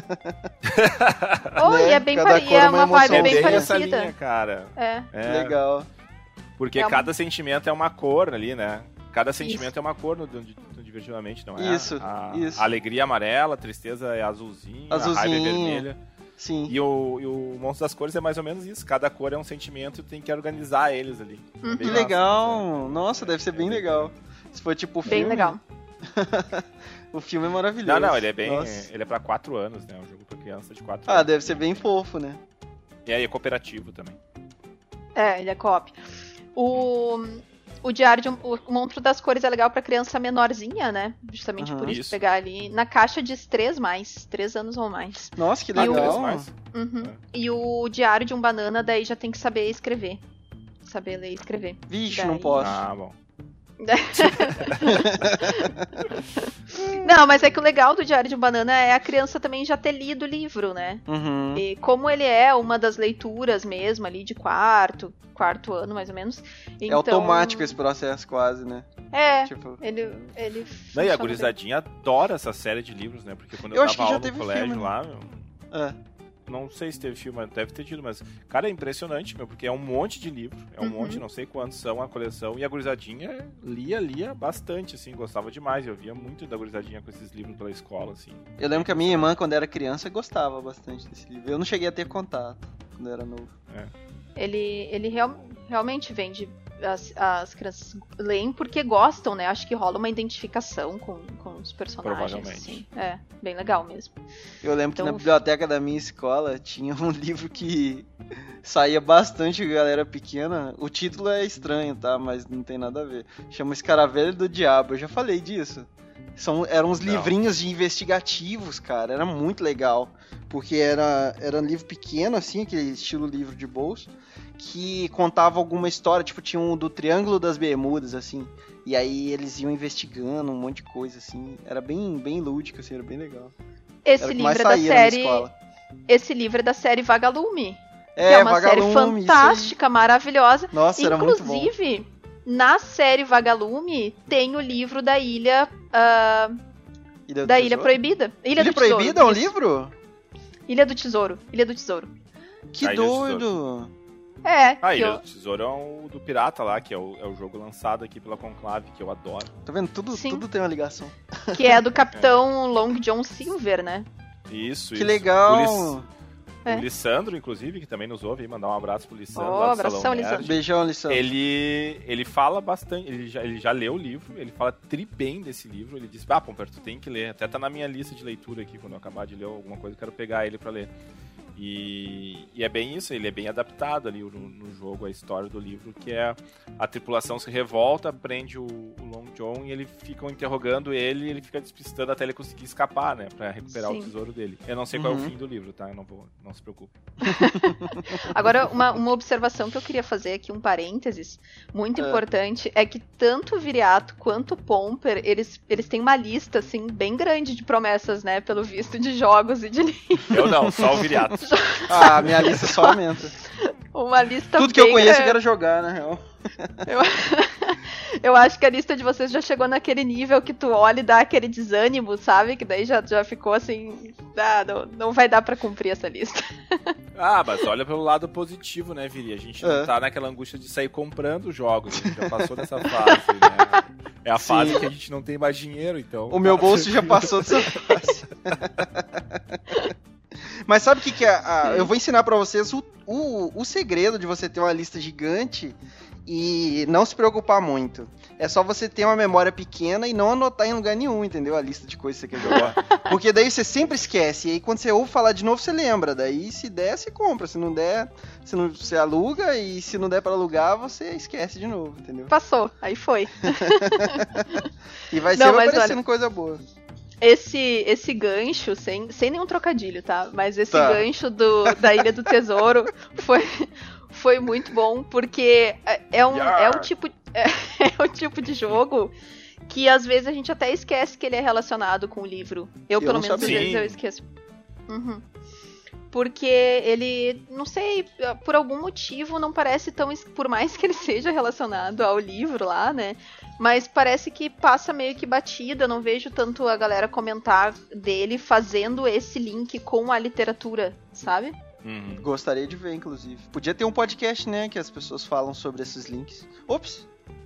B: Oh, né? E é bem parecida, é uma vibe
C: é
B: bem,
C: bem
B: parecida.
C: Essa linha, cara.
B: É.
A: é. Legal.
C: Porque
B: é
C: cada um... sentimento é uma cor ali, né? Cada sentimento isso. é uma cor no, no, no Divertidamente, não é?
A: Isso,
C: a,
A: isso.
C: A alegria é amarela, a tristeza é azulzinha,
A: azulzinha.
C: a raiva é vermelha.
A: Sim.
C: E o, e o Monstro das Cores é mais ou menos isso. Cada cor é um sentimento e tem que organizar eles ali.
B: Uhum.
C: É
A: que legal! Né? Nossa, deve ser
C: é
A: bem
C: bem
A: legal. Se for tipo
B: bem
A: filme...
B: legal.
A: O filme é maravilhoso.
C: Não, não, ele é bem...
A: Nossa.
C: Ele é pra quatro anos, né? É um jogo pra criança de quatro
A: ah,
C: anos.
A: Ah, deve ser bem fofo, né?
C: E aí é cooperativo também.
B: É, ele é co-op. O... O Diário de um, o Monstro das Cores é legal pra criança menorzinha, né? Justamente uhum. por isso, isso, pegar ali. Na caixa diz três mais, três anos ou mais.
A: Nossa, que legal.
B: O...
C: Mais.
B: Uhum. É. E o Diário de um Banana, daí já tem que saber escrever. Saber ler e escrever.
A: Vixe,
B: daí...
A: não posso.
C: Ah, bom.
B: Não, mas é que o legal do Diário de um Banana é a criança também já ter lido o livro, né?
A: Uhum.
B: E como ele é uma das leituras mesmo ali de quarto, quarto ano mais ou menos. Então...
A: É automático esse processo quase, né?
B: É,
A: tipo...
B: ele... ele
C: Não, e a gurizadinha adora essa série de livros, né? Porque quando eu,
A: eu
C: tava
A: acho que já
C: aula
A: teve
C: no colégio
A: filme,
C: lá, meu...
A: É.
C: Não sei se teve filme, deve ter tido, mas... Cara, é impressionante, meu, porque é um monte de livro. É um
B: uhum.
C: monte, não sei quantos são a coleção. E a gurizadinha lia, lia bastante, assim, gostava demais. Eu via muito da gurizadinha com esses livros pela escola, assim.
A: Eu lembro que a minha irmã, quando era criança, gostava bastante desse livro. Eu não cheguei a ter contato quando era novo.
C: É.
B: Ele, ele real, realmente vende... As, as crianças leem porque gostam, né? Acho que rola uma identificação com, com os personagens.
C: Provavelmente.
B: Assim. É, bem legal mesmo.
A: Eu lembro
B: então,
A: que na biblioteca da minha escola tinha um livro que saía bastante galera pequena. O título é estranho, tá? Mas não tem nada a ver. Chama Escaravelho do Diabo. Eu já falei disso. São, eram uns não. livrinhos de investigativos, cara. Era muito legal. Porque era, era um livro pequeno, assim, aquele estilo livro de bolso, que contava alguma história, tipo, tinha um do Triângulo das Bermudas, assim, e aí eles iam investigando um monte de coisa, assim, era bem, bem lúdico, assim, era bem legal.
B: Esse era livro é da série, esse livro é da série Vagalume,
A: é,
B: que é uma
A: Vagalume,
B: série fantástica, maravilhosa.
A: Nossa, era muito bom.
B: Inclusive, na série Vagalume, tem o livro da Ilha, uh,
A: Ilha
B: da Ilha Proibida. Ilha,
A: Ilha
B: do Tesouro,
A: Proibida é um
B: isso.
A: livro?
B: Ilha do Tesouro, Ilha do Tesouro.
A: Que ah, doido!
B: É.
C: Ah, Ilha
B: eu...
C: do Tesouro é o do Pirata lá, que é o, é o jogo lançado aqui pela Conclave, que eu adoro.
A: Tá vendo? Tudo, tudo tem uma ligação.
B: Que é do Capitão é. Long John Silver, né?
C: Isso,
A: que
C: isso.
A: legal!
C: O, Liss... é. o Lissandro, inclusive, que também nos ouve, mandar um abraço pro Lissandro.
B: Oh,
C: lá do
B: abração,
C: Salão
B: Lissandro.
C: Nerd.
A: Beijão, Lissandro.
C: Ele, ele fala bastante, ele já, ele já leu o livro, ele fala tri bem desse livro. Ele disse, ah, Pomper, tu tem que ler. Até tá na minha lista de leitura aqui, quando eu acabar de ler alguma coisa, eu quero pegar ele pra ler. E, e é bem isso, ele é bem adaptado ali no, no jogo, a história do livro, que é a tripulação se revolta, prende o, o Long John e eles ficam interrogando ele e ele fica despistando até ele conseguir escapar, né, pra recuperar Sim. o tesouro dele. Eu não sei qual uhum. é o fim do livro, tá? Eu não vou, não se preocupe.
B: Agora, uma, uma observação que eu queria fazer aqui, um parênteses, muito é. importante, é que tanto o Viriato quanto o Pomper, eles, eles têm uma lista, assim, bem grande de promessas, né, pelo visto, de jogos e de livros.
C: Eu não, só o Viriato.
A: Ah, minha lista só aumenta.
B: Uma lista
A: Tudo que eu conheço eu quero jogar, na real.
B: Eu... eu acho que a lista de vocês já chegou naquele nível que tu olha e dá aquele desânimo, sabe? Que daí já, já ficou assim, ah, não, não vai dar pra cumprir essa lista.
C: Ah, mas olha pelo lado positivo, né, Viri? A gente não é. tá naquela angústia de sair comprando jogos, a gente já passou dessa fase, né? É a Sim. fase que a gente não tem mais dinheiro, então...
A: O meu bolso já passou dessa fase. Mas sabe o que, que é? A, eu vou ensinar pra vocês o, o, o segredo de você ter uma lista gigante e não se preocupar muito. É só você ter uma memória pequena e não anotar em lugar nenhum, entendeu? A lista de coisas que você quer jogar. Porque daí você sempre esquece. E aí quando você ouve falar de novo, você lembra. Daí se der, você compra. Se não der, você, não, você aluga. E se não der pra alugar, você esquece de novo, entendeu?
B: Passou, aí foi.
A: E vai
B: Não,
A: sempre
B: mas
A: aparecendo
B: olha,
A: coisa boa.
B: Esse, esse gancho, sem, sem nenhum trocadilho, tá? Mas esse
A: Tá.
B: gancho do, da Ilha do Tesouro foi, foi muito bom, porque é- é um, é, um tipo, é, é um tipo de jogo que às vezes a gente até esquece que ele é relacionado com o livro. Eu,
A: Eu
B: pelo
A: não
B: menos, às
A: sabia.
B: vezes eu esqueço. Uhum. Porque ele, não sei, por algum motivo não parece tão... es- Por mais que ele seja relacionado ao livro lá, né? Mas parece que passa meio que batido. Eu não vejo tanto a galera comentar dele fazendo esse link com a literatura, sabe?
C: Uhum.
A: Gostaria de ver, inclusive. Podia ter um podcast, né? Que as pessoas falam sobre esses links. Ops!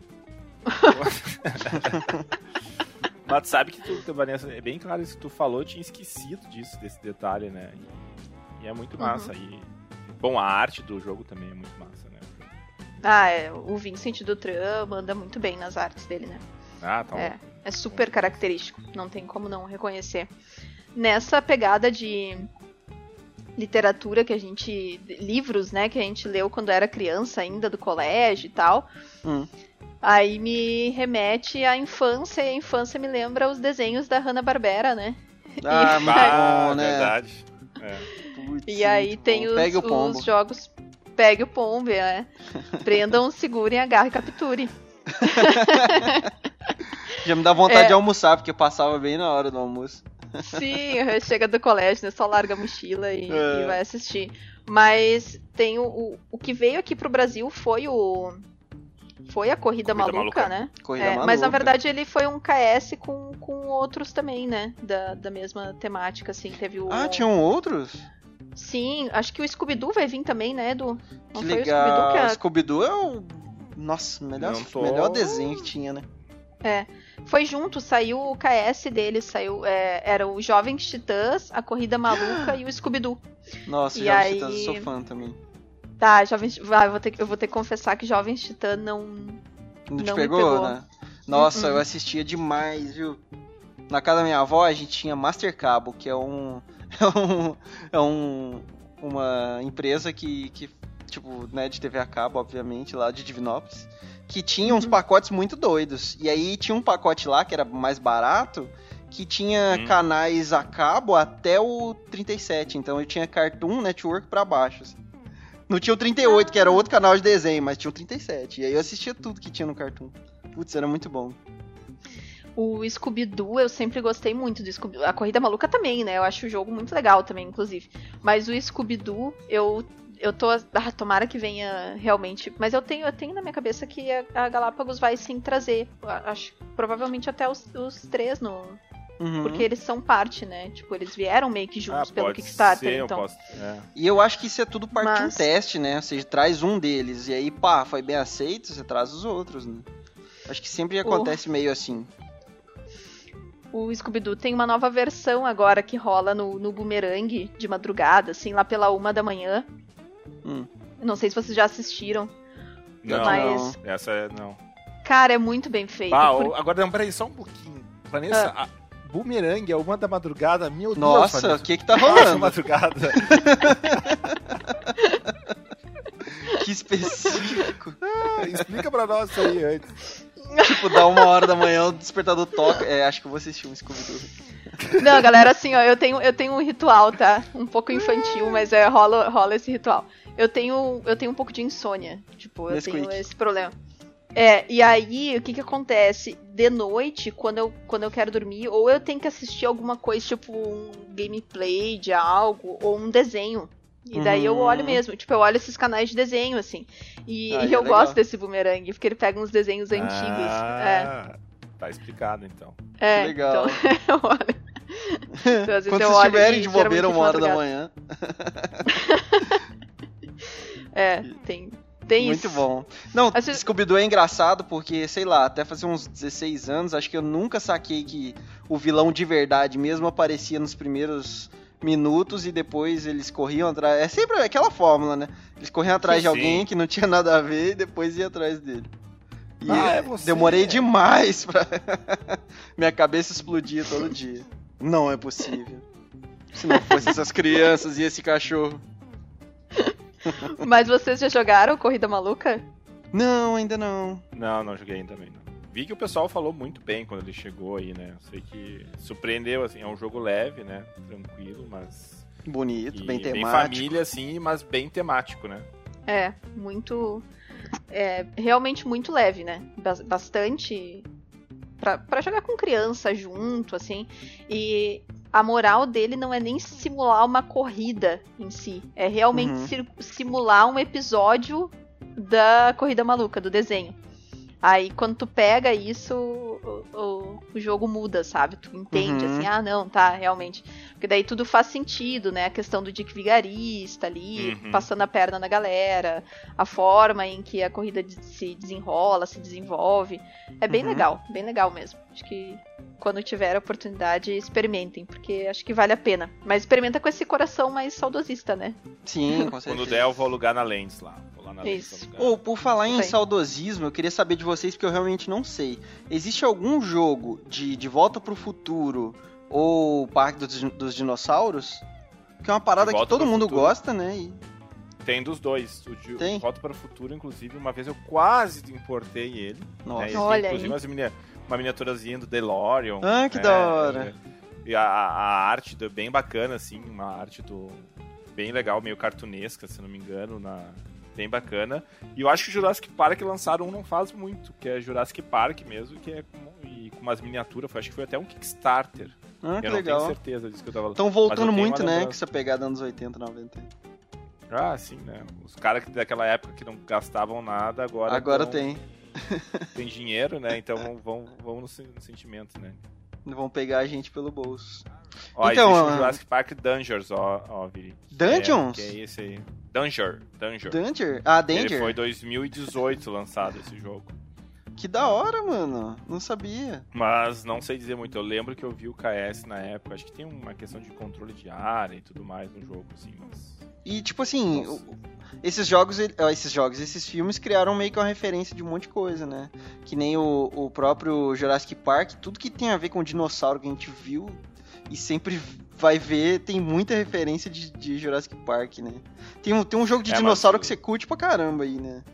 C: Mas tu sabe que tu, tu, Vanessa, é bem claro isso que tu falou, eu tinha esquecido disso, desse detalhe, né? E, e é muito massa. E, bom, a arte do jogo também é muito massa, né?
B: Ah, é, o Vincent Dutran manda muito bem nas artes dele, né?
C: Ah, tá
B: É,
C: bom.
B: é super característico, não tem como não reconhecer. Nessa pegada de literatura que a gente... livros, né, que a gente leu quando era criança ainda, do colégio e tal,
A: Hum.
B: aí me remete à infância, e a infância me lembra os desenhos da Hanna-Barbera, né?
A: Ah, muito
C: Ah,
A: bom, né?
C: verdade. É.
A: Putz,
B: E aí
A: muito
B: tem
A: bom.
B: os,
A: Pegue o pombo.
B: os jogos... Pegue o pombo, né? Prendam, segurem, agarre e capture.
A: Já me dá vontade
B: É.
A: de almoçar, porque eu passava bem na hora do almoço.
B: Sim, chega do colégio, né? Só larga a mochila e,
A: É.
B: e vai assistir. Mas tem o, o, o que veio aqui pro Brasil foi o. Foi a Corrida,
C: Corrida
B: Maluca,
C: Maluca.
B: né?
A: Corrida
B: É,
A: maluca.
B: mas na verdade ele foi um K S com, com outros também, né? Da, da mesma temática, assim. Teve o.
A: Ah, tinham outros?
B: Sim, acho que o Scooby-Doo vai vir também, né, Edu? Não
A: Que
B: foi
A: legal.
B: o Scooby-Doo que a...
A: Scooby-Doo é o... Nossa, melhor,
C: Não tô-
A: melhor desenho que tinha, né?
B: É, foi junto, saiu o K S deles, saiu, é, era o Jovens Titãs, a Corrida Maluca e o Scooby-Doo.
A: Nossa,
B: E
A: Jovens
B: aí-
A: Titãs, eu sou fã também.
B: Tá, Jovens, vai, eu, vou ter, que- eu vou ter que confessar que Jovens Titã não...
A: Não te
B: Não me
A: pegou,
B: pegou.
A: né? Nossa,
B: Uh-uh.
A: eu assistia demais, viu? Na casa da minha avó, a gente tinha Master Cabo, que é um... É um... É um uma empresa que, que, tipo, né, de T V a cabo, obviamente, lá de Divinópolis, que tinha uns
B: Uhum.
A: pacotes muito doidos. E aí tinha um pacote lá, que era mais barato, que tinha
C: Hum.
A: canais a cabo até o trinta e sete. Então eu tinha Cartoon Network pra baixo, assim. Não tinha o trinta e oito, que era outro canal de desenho, mas tinha o trinta e sete. E aí eu assistia tudo que tinha no Cartoon. Putz, era muito bom.
B: O Scooby-Doo eu sempre gostei muito do Scooby-Doo. A Corrida Maluca também, né? Eu acho o jogo muito legal também, inclusive. Mas o Scooby-Doo, eu, eu tô... Ah, tomara que venha realmente... Mas eu tenho, eu tenho na minha cabeça que a, a Galápagos vai sim trazer. Acho provavelmente até os, os três no...
A: Uhum.
B: Porque eles são parte, né? Tipo, eles vieram meio que juntos
C: Ah,
B: pelo
C: pode
B: Kickstarter,
C: ser, eu
B: então...
C: posso- é.
A: E eu acho que isso é tudo parte de um
B: Mas-
A: teste, né? Ou seja, traz um deles. E aí, pá, foi bem aceito, você traz os outros, né? Acho que sempre acontece meio assim.
B: O Scooby-Doo tem uma nova versão agora que rola no, no Boomerang de madrugada, assim, lá pela uma da manhã.
A: Hum.
B: Não sei se vocês já assistiram.
C: Não,
B: Mas-
C: essa é, não.
B: Cara, é muito bem feito.
C: Ah,
B: por-
C: o- agora não, peraí, só um pouquinho. Vanessa, a Boomerang é uma da madrugada, meu Deus,
A: Nossa, o
C: Vanessa.
A: que que tá
C: Nossa,
A: rolando?
C: madrugada.
A: Que específico.
C: Explica pra nós isso aí antes.
A: Tipo, dá uma hora da manhã, o despertador toca. É, acho que eu vou assistir um Scooby-Doo.
B: Não, galera, assim, ó, eu tenho, eu tenho um ritual, tá? Um pouco infantil, mas é, rola, rola esse ritual. Eu tenho, eu tenho um pouco de insônia. Tipo, eu
A: Nesquik.
B: tenho esse problema. É, e aí, o que que acontece? De noite, quando eu, quando eu quero dormir, ou eu tenho que assistir alguma coisa, tipo um gameplay de algo, ou um desenho. E daí eu
A: Uhum.
B: olho mesmo, tipo, eu olho esses canais de desenho, assim. E,
A: Ah,
B: e
A: é
B: eu
A: legal.
B: gosto desse Boomerang, porque ele pega uns desenhos antigos. É,
C: Ah, tá explicado então.
B: é.
A: legal.
B: Então, eu olho. Então, às vezes
A: Quando
B: eu
A: vocês
B: olho
A: estiverem
B: e
A: de bobeira
B: geralmente
A: uma hora da
B: madrugada.
A: manhã.
B: É, tem, tem
A: Muito
B: isso.
A: bom. Não,
B: Às vezes-
A: Scooby-Doo é engraçado porque, sei lá, até fazer uns dezesseis anos, acho que eu nunca saquei que o vilão de verdade mesmo aparecia nos primeiros minutos e depois eles corriam atrás. É sempre aquela fórmula, né? Eles corriam atrás
C: Sim,
A: de alguém
C: sim.
A: que não tinha nada a ver e depois ia atrás dele. E
C: Ah, é você.
A: demorei demais pra... Minha cabeça explodia todo dia. Não é possível. Se não fosse essas crianças e esse cachorro.
B: Mas vocês já jogaram Corrida Maluca?
A: Não, ainda não.
C: Não, não joguei ainda também, não. Vi que o pessoal falou muito bem quando ele chegou aí, né? Eu sei que surpreendeu, assim, é um jogo leve, né? Tranquilo, mas...
A: Bonito,
C: e
A: bem
C: bem
A: temático.
C: família, assim, mas bem temático, né?
B: É, muito... É, realmente muito leve, né? Bas- Bastante... Pra, pra jogar com criança junto, assim. E a moral dele não é nem simular uma corrida em si. É realmente
A: Uhum.
B: si- simular um episódio da Corrida Maluca, do desenho. Aí quando tu pega isso, o, o, o jogo muda, sabe? Tu entende,
A: Uhum.
B: assim, ah, não, tá, realmente. Porque daí tudo faz sentido, né? A questão do Dick Vigarista ali,
C: Uhum.
B: passando a perna na galera, a forma em que a corrida de- se desenrola, se desenvolve. É bem
A: Uhum.
B: legal, bem legal mesmo. Acho que quando tiver a oportunidade, experimentem, porque acho que vale a pena. Mas experimenta com esse coração mais saudosista, né?
A: Sim, com certeza.
C: Quando der, eu vou alugar na Lens lá. Vou lá na Lens
B: Isso.
C: alugar.
A: Ou, por falar em
B: Sim.
A: saudosismo, eu queria saber de vocês, porque eu realmente não sei. Existe algum jogo de De Volta pro Futuro ou Parque dos, dos Dinossauros? Que é uma parada
C: De
A: que
C: Volta
A: todo
C: pro
A: mundo
C: Futuro.
A: gosta, né? E...
C: Tem dos dois. O de
A: Tem?
C: Volta para o Futuro, inclusive, uma vez eu quase importei ele.
A: Nossa.
C: Né? Ele
B: Olha
C: tem, inclusive,
B: aí.
C: umas minia- uma miniaturazinha do DeLorean.
A: Ah, que
C: né?
A: da hora.
C: E a, a arte do, bem bacana, assim, uma arte do bem legal, meio cartunesca, se não me engano, na, bem bacana. E eu acho que o Jurassic Park lançaram um não faz muito, que é Jurassic Park mesmo, que é com, e com umas miniaturas, acho que foi até um Kickstarter.
A: Ah, que
C: eu não
A: legal.
C: tenho certeza disso que eu tava
A: Estão
C: Mas eu
A: voltando
C: tenho
A: muito,
C: uma
A: né?
C: lembrança.
A: Com essa pegada anos oitenta, noventa.
C: Ah, sim, né? Os caras que daquela época que não gastavam nada, agora
A: Agora
C: tão-
A: tem.
C: tem dinheiro, né? Então vão, vão, vão no, sen- no sentimento, né?
A: Vão pegar a gente pelo bolso.
C: Ó,
A: Então,
C: existe
A: ah,
C: o Jurassic Park Dangers, ó, ó, Viri.
A: Dungeons?
C: É, que é esse aí. Danger, Danger.
A: Danger? Ah,
C: Ele
A: Danger?
C: foi dois mil e dezoito lançado esse jogo.
A: Que da hora, mano. Não sabia.
C: Mas não sei dizer muito. Eu lembro que eu vi o K S na época. Acho que tem uma questão de controle de área e tudo mais no jogo, assim, mas...
A: E, tipo assim,
C: Nossa.
A: o- esses jogos, ele- ó, esses jogos, esses filmes criaram meio que uma referência de um monte de coisa, né? Que nem o, o próprio Jurassic Park, tudo que tem a ver com dinossauro que a gente viu e sempre vai ver, tem muita referência de, de Jurassic Park, né? Tem um, tem um jogo de
C: É, mas-
A: dinossauro que você curte pra caramba aí, né?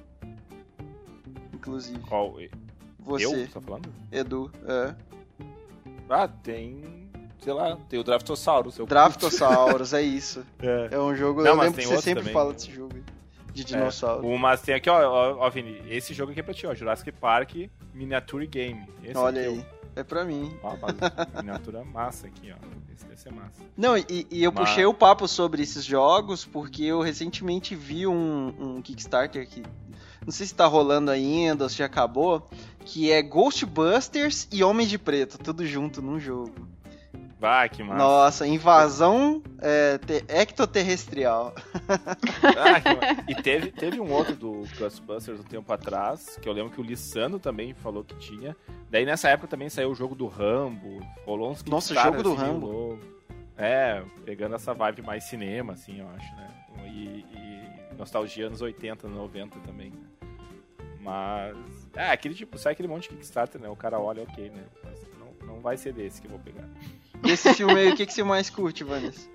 A: Inclusive.
C: Qual?
A: Você,
C: Eu? Você tá falando?
A: Edu. É.
C: Ah, tem... Sei lá, tem o Draftosaurus. eu
A: Draftosaurus, é isso.
C: curto. É.
A: É um jogo,
C: Não,
A: eu
C: mas
A: lembro que
C: tem
A: você
C: outro
A: sempre
C: também.
A: fala desse jogo aí, de dinossauro.
C: É, o, mas tem aqui, ó, ó, ó, Vini, esse jogo aqui é pra ti, ó, Jurassic Park Miniature Game. Esse
A: Olha
C: aqui,
A: aí, é pra mim.
C: Ó, ó, miniatura massa aqui, ó. Esse deve ser massa.
A: Não, e, e eu
C: Mas-
A: puxei o papo sobre esses jogos porque eu recentemente vi um, um Kickstarter que não sei se tá rolando ainda ou se já acabou, que é Ghostbusters e Homens de Preto, tudo junto num jogo.
C: Vai, que massa.
A: Nossa, invasão é, te- ectoterrestrial.
C: Ah, que ma- e teve, teve um outro do Ghostbusters um tempo atrás, que eu lembro que o Lissano também falou que tinha. Daí nessa época também saiu o jogo do Rambo, rolou uns
A: Nossa,
C: Kickstarter,
A: jogo do
C: assim, meio
A: Rambo.
C: louco. É, pegando essa vibe mais cinema, assim, eu acho, né? E, e nostalgia anos oitenta, noventa também, né? Mas, é, aquele tipo, sai aquele monte de Kickstarter, né? O cara olha, ok, né? Mas não, não vai ser desse que eu vou pegar.
A: E esse filme aí, o que, que você mais curte, Vanessa?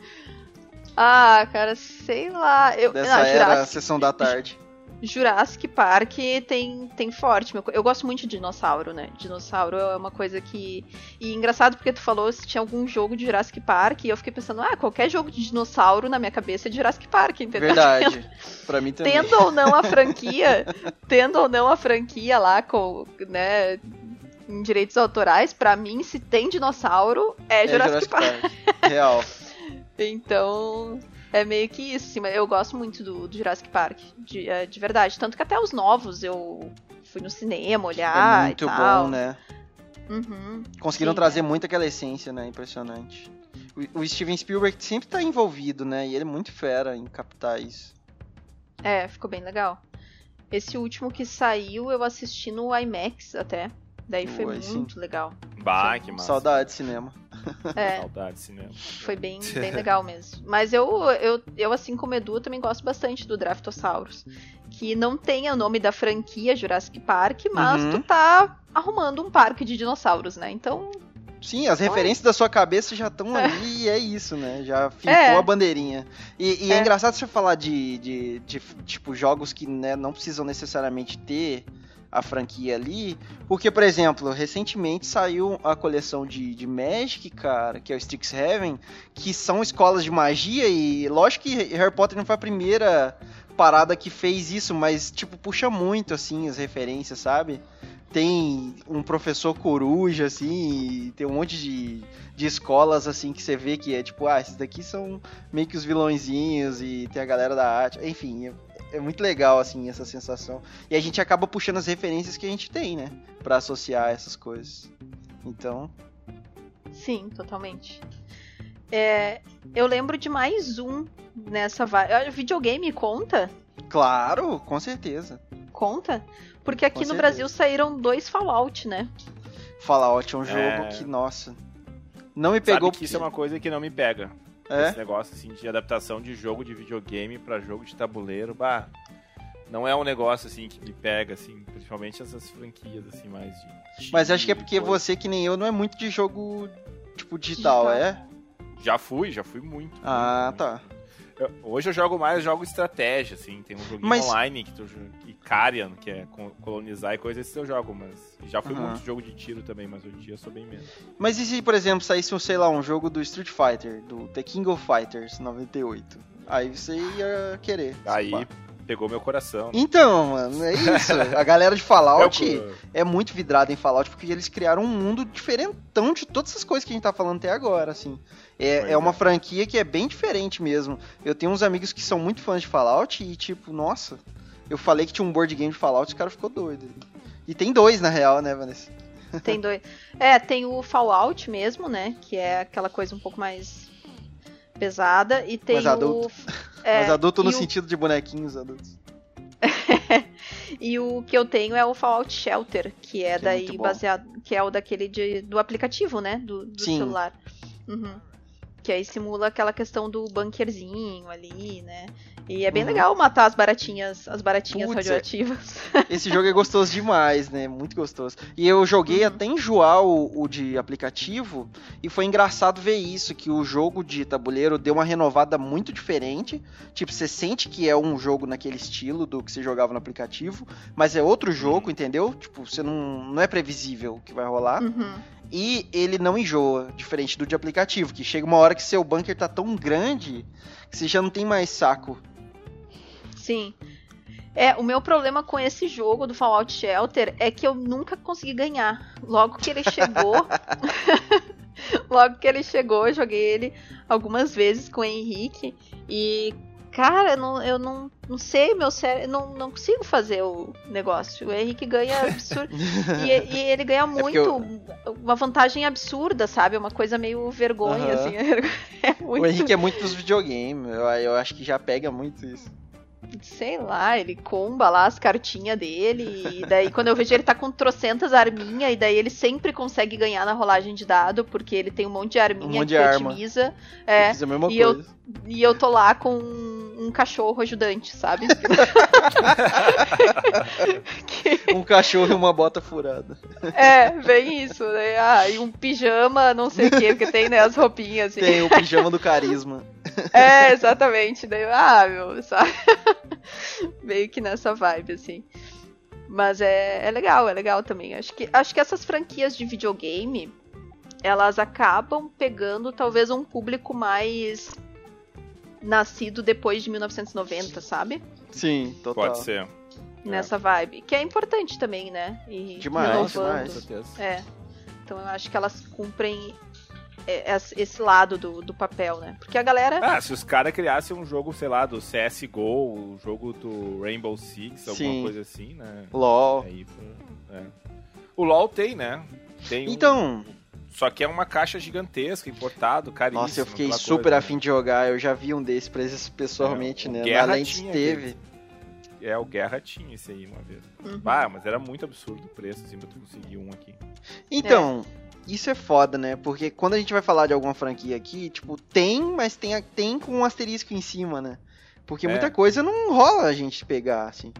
B: Ah, cara, sei lá. Eu,
A: Dessa
B: ah,
A: era
B: Jurassic,
A: Sessão da Tarde.
B: Jurassic Park tem, tem forte. meu- Eu gosto muito de dinossauro, né? Dinossauro é uma coisa que. E engraçado porque tu falou se tinha algum jogo de Jurassic Park, e eu fiquei pensando, ah, qualquer jogo de dinossauro na minha cabeça é de Jurassic Park, entendeu?
A: Verdade. Pra mim também.
B: Tendo ou não a franquia, tendo ou não a franquia lá com, né, em direitos autorais, pra mim, se tem dinossauro, é,
A: É
B: Jurassic, Park.
A: Real.
B: Então, é meio que isso, assim, mas eu gosto muito do, do Jurassic Park, de, é, de verdade. Tanto que até os novos eu fui no cinema olhar
A: é muito
B: e tal.
A: bom, né?
B: Uhum.
A: Conseguiram
B: Sim,
A: trazer
B: é.
A: muito aquela essência, né? Impressionante. O, o Steven Spielberg sempre tá envolvido, né? E ele é muito fera em captar isso.
B: É, ficou bem legal. Esse último que saiu eu assisti no IMAX até. Daí foi
A: Boa,
B: muito
A: sim.
B: legal.
C: Bah, que massa.
A: Saudade de cinema.
B: É,
C: Saudade de cinema.
B: foi bem, bem legal mesmo. Mas eu, eu, eu, assim como Edu, também gosto bastante do Draftosaurus. Que não tem o nome da franquia Jurassic Park, mas
A: Uhum.
B: tu tá arrumando um parque de dinossauros, né? Então,
A: Sim, as referências da sua cabeça já estão ali e é isso, né? Já fincou
B: É.
A: a bandeirinha. E, e é.
B: É.
A: engraçado você falar de, de, de, tipo, jogos que, né, não precisam necessariamente ter a franquia ali, porque, por exemplo, recentemente saiu a coleção de, de Magic, cara, que é o Strixhaven, que são escolas de magia, e lógico que Harry Potter não foi a primeira parada que fez isso, mas, tipo, puxa muito, assim, as referências, sabe? Tem um professor coruja, assim, e tem um monte de, de escolas, assim, que você vê que é, tipo, ah, esses daqui são meio que os vilõezinhos, e tem a galera da arte, enfim, é, é muito legal, assim, essa sensação. E a gente acaba puxando as referências que a gente tem, né, pra associar essas coisas. Então...
B: sim, totalmente. É, eu lembro de mais um nessa vibe. Videogame conta?
A: Claro, com certeza.
B: Conta? Porque aqui
A: Com
B: no
A: certeza.
B: Brasil saíram dois Fallout, né?
A: Fallout é um jogo
C: É.
A: que, nossa, não me pegou...
C: Sabe que isso é uma coisa que não me pega.
A: É?
C: Esse negócio assim de adaptação de jogo de videogame pra jogo de tabuleiro, bah, não é um negócio assim que me pega, assim, principalmente essas franquias assim mais de...
A: Mas acho que é porque
C: coisa.
A: você, que nem eu, não é muito de jogo, tipo, digital,
B: Digital.
A: é?
C: Já fui, já fui muito.
A: Ah,
C: muito,
A: tá.
C: muito. Eu- hoje eu jogo mais jogo estratégia, assim, tem um joguinho
A: Mas-
C: online que tu e Carian, que é co- colonizar e coisas, esse eu jogo, mas já fui
A: Aham.
C: muito jogo de tiro também, mas hoje em dia eu sou bem menos.
A: Mas e se, por exemplo, saísse, um, sei lá, um jogo do Street Fighter, do The King of Fighters noventa e oito? Aí você ia querer.
C: Aí
A: Pá.
C: pegou meu coração.
A: Então, mano, é isso. A galera de Fallout
C: Eu-
A: é muito vidrada em Fallout, porque eles criaram um mundo diferentão de todas essas coisas que a gente tá falando até agora, assim. É,
C: Pois
A: é uma
C: é.
A: franquia que é bem diferente mesmo. Eu tenho uns amigos que são muito fãs de Fallout e, tipo, nossa, eu falei que tinha um board game de Fallout e o cara ficou doido. E tem dois, na real, né, Vanessa?
B: Tem dois. É, tem o Fallout mesmo, né? Que é aquela coisa um pouco mais pesada. E tem
A: Mais
B: o.
A: adulto.
B: É,
A: Mas adulto no
B: e o-
A: sentido de bonequinhos adultos.
B: E o que eu tenho é o Fallout Shelter, que é
A: Que é
B: daí
A: muito bom.
B: baseado. Que é o daquele de, do aplicativo, né? Do, do
A: Sim.
B: celular. Uhum. Que aí simula aquela questão do bunkerzinho ali, né? E é bem
A: Uhum.
B: legal matar as baratinhas, as baratinhas
A: Putz,
B: radioativas.
A: Esse jogo é gostoso demais, né? Muito gostoso. E eu joguei
B: Uhum.
A: até enjoar o, o de aplicativo, e foi engraçado ver isso, que o jogo de tabuleiro deu uma renovada muito diferente. Tipo, você sente que é um jogo naquele estilo do que você jogava no aplicativo, mas é outro jogo, entendeu? Tipo, você não, não é previsível o que vai rolar.
B: Uhum.
A: E ele não enjoa, diferente do de aplicativo, que chega uma hora que seu bunker tá tão grande que você já não tem mais saco.
B: Sim. É, o meu problema com esse jogo do Fallout Shelter é que eu nunca consegui ganhar. Logo que ele chegou. Logo que ele chegou, eu joguei ele algumas vezes com o Henrique. E, cara, não, eu não, não sei, meu cérebro. Não, não consigo fazer o negócio. O Henrique ganha absurdo. e, e ele ganha muito.
A: porque eu-
B: Uma vantagem absurda, sabe? Uma coisa meio vergonha,
A: Aham.
B: assim. É muito.
A: O Henrique é muito dos videogames, eu, eu acho que já pega muito isso.
B: Sei lá, ele comba lá as cartinhas dele, e daí quando eu vejo ele tá com trocentas arminhas, e daí ele sempre consegue ganhar na rolagem de dado, porque ele tem um monte de arminha
A: Um monte
B: que
A: de arma.
B: otimiza,
A: Eu
B: é,
A: fiz a mesma
B: e eu-
A: coisa.
B: e eu tô lá com um cachorro ajudante, sabe? Que-
A: Um cachorro e uma bota furada.
B: é, bem isso, né? Ah, e um pijama, não sei o que, porque tem, né, as roupinhas, assim.
A: Tem o pijama do carisma.
B: É, exatamente. Daí, ah, meu, sabe? Meio que nessa vibe, assim. Mas é, é legal, é legal também. Acho que, acho que essas franquias de videogame, elas acabam pegando talvez um público mais nascido depois de mil novecentos e noventa, sabe?
A: Sim, total.
C: Pode ser.
B: Nessa vibe. Que é importante também, né? E
A: Demais,
B: renovando.
A: demais.
C: Com certeza.
B: É. Então eu acho que elas cumprem é, es- esse lado do, do papel, né? Porque a galera.
C: Ah, se os caras criassem um jogo, sei lá, do C S G O, o jogo do Rainbow Six, alguma
A: Sim.
C: coisa assim, né?
A: LOL.
C: Aí, pô, é. O LoL tem, né? Tem um-
A: Então,
C: Só que é uma caixa gigantesca, importado, caríssimo.
A: nossa, eu fiquei
C: aquela
A: super
C: coisa,
A: afim de jogar. Eu já vi um desses preços pessoalmente,
C: É, o
A: né?
C: Guerra
A: Na Lentes
C: tinha
A: teve.
C: é, o Guerra tinha esse aí uma vez.
B: Uhum.
C: Ah, mas era muito absurdo o preço, assim, pra tu conseguir um aqui.
A: Então, é. isso é foda, né? Porque quando a gente vai falar de alguma franquia aqui, tipo, tem, mas tem, tem com um asterisco em cima, né? Porque
C: É.
A: muita coisa não rola a gente pegar, assim.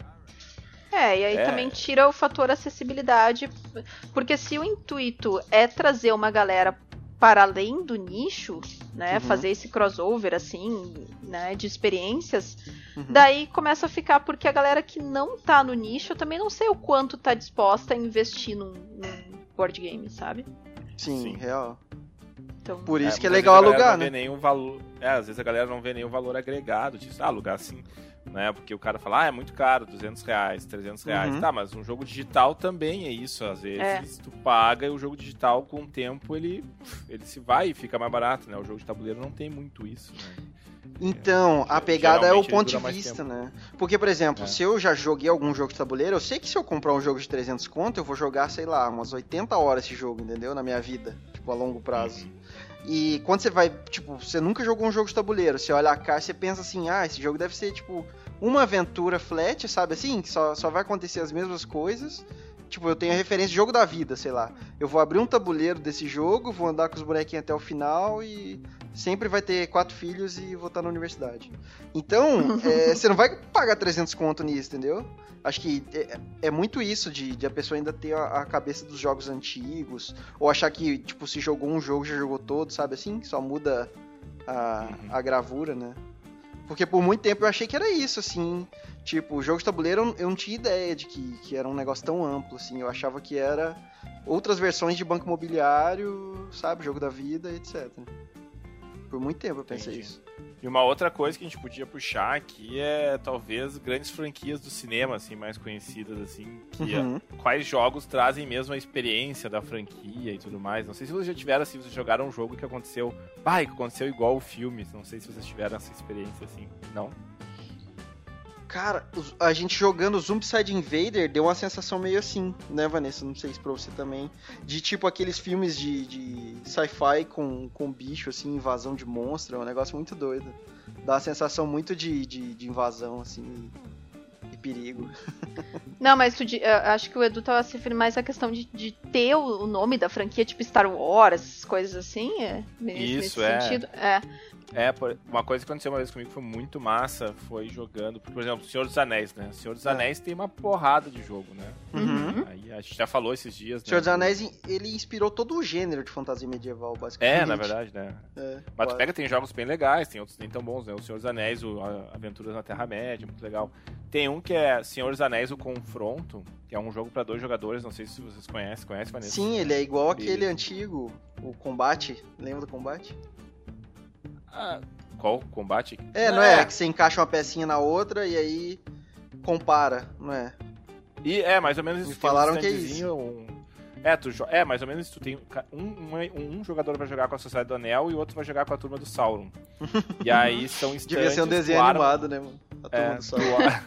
B: É, e aí
C: É.
B: também tira o fator acessibilidade, porque se o intuito é trazer uma galera para além do nicho, né,
A: Uhum.
B: fazer esse crossover, assim, né, de experiências,
A: Uhum.
B: daí começa a ficar, porque a galera que não tá no nicho, eu também não sei o quanto tá disposta a investir num, num board game, sabe?
A: Sim,
C: Sim.
A: real.
B: Então,
A: Por isso
C: É,
A: que é
C: muitas
A: legal
C: vezes a galera
A: alugar,
C: não
A: né?
C: vê nenhum valor, é, às vezes a galera não vê nenhum valor agregado disso. Ah, alugar assim, né? Porque o cara fala, ah, é muito caro, duzentos reais, trezentos reais.
A: Uhum.
C: Tá, mas um jogo digital também é isso. Às vezes
B: É.
C: tu paga e o jogo digital, com o tempo, ele, ele se vai e fica mais barato, né? O jogo de tabuleiro não tem muito isso, né?
A: Então, a
C: É,
A: pegada é o
C: geralmente
A: ponto
C: ele
A: de
C: dura mais
A: vista,
C: tempo.
A: né? Porque, por exemplo,
C: É.
A: se eu já joguei algum jogo de tabuleiro, eu sei que se eu comprar um jogo de trezentos conto, eu vou jogar, sei lá, umas oitenta horas esse jogo, entendeu? Na minha vida, tipo, a longo prazo.
C: Uhum.
A: E quando você vai, tipo, você nunca jogou um jogo de tabuleiro, você olha a caixa e pensa assim, ah, esse jogo deve ser, tipo, uma aventura flat, sabe assim? Que só, só vai acontecer as mesmas coisas. Tipo, eu tenho a referência de jogo da vida, sei lá. Eu vou abrir um tabuleiro desse jogo, vou andar com os bonequinhos até o final e sempre vai ter quatro filhos e vou estar na universidade. Então, é, você não vai pagar trezentos conto nisso, entendeu? Acho que é, é muito isso de, de a pessoa ainda ter a, a cabeça dos jogos antigos, ou achar que, tipo, se jogou um jogo, já jogou todo, sabe assim? Só muda a,
C: Uhum.
A: a gravura, né? Porque por muito tempo eu achei que era isso, assim. Tipo, o jogo de tabuleiro eu- eu não tinha ideia de que, que era um negócio tão amplo, assim. Eu achava que era outras versões de banco imobiliário, sabe? Jogo da vida, etcétera. Por muito tempo eu pensei
C: Entendi.
A: isso.
C: E uma outra coisa que a gente podia puxar aqui é talvez grandes franquias do cinema, assim, mais conhecidas, assim, que
A: Uhum.
C: é, quais jogos trazem mesmo a experiência da franquia e tudo mais. Não sei se vocês já tiveram, se vocês jogaram um jogo que aconteceu, ah, que aconteceu igual o filme, não sei se vocês tiveram essa experiência, assim, não?
A: Cara, os- a gente jogando Zombicide Invader deu uma sensação meio assim, né, Vanessa? Não sei se pra você também. De tipo aqueles filmes de, de sci-fi com, com bicho, assim, invasão de monstro. É um negócio muito doido. Dá uma sensação muito de, de, de invasão, assim, e, e perigo.
B: não, mas tu, di- eu acho que o Edu tava se referindo mais à questão de, de ter o, o nome da franquia, tipo Star Wars, essas coisas assim, é, nesse,
C: Isso,
B: nesse
C: é.
B: sentido. É.
C: É, por- uma coisa que aconteceu uma vez comigo que foi muito massa, foi jogando, por exemplo, Senhor dos Anéis, né? Senhor dos
A: É.
C: Anéis tem uma porrada de jogo, né?
B: Uhum.
C: Aí a gente já falou esses dias, né?
A: Senhor dos Anéis, ele inspirou todo o gênero de fantasia medieval, basicamente.
C: É, na verdade, né?
A: É,
C: Mas tu
A: claro.
C: pega, tem jogos bem legais, tem outros nem tão bons, né? O Senhor dos Anéis, o a- Aventuras na Terra-média, muito legal. Tem um que é Senhor dos Anéis, o Confronto, que é um jogo pra dois jogadores, não sei se vocês conhecem, conhece, Vanessa?
A: Sim, ele é igual aquele
C: Ele-
A: antigo, o Combate. Lembra do Combate?
C: Ah, qual combate?
A: É, não é? Que você encaixa uma pecinha na outra e aí compara, não é?
C: E é, mais ou menos isso.
A: Me
C: tem
A: falaram
C: um
A: que é
C: standzinho, um- É, tu jo- é, mais ou menos isso. Tu tem um, um, um jogador vai jogar com a Sociedade do Anel e o outro vai jogar com a Turma do Sauron. E aí são stands.
A: Devia ser um desenho
C: tu arma-
A: animado, né, mano? A turma
C: É,
A: do sol.
C: tu ar-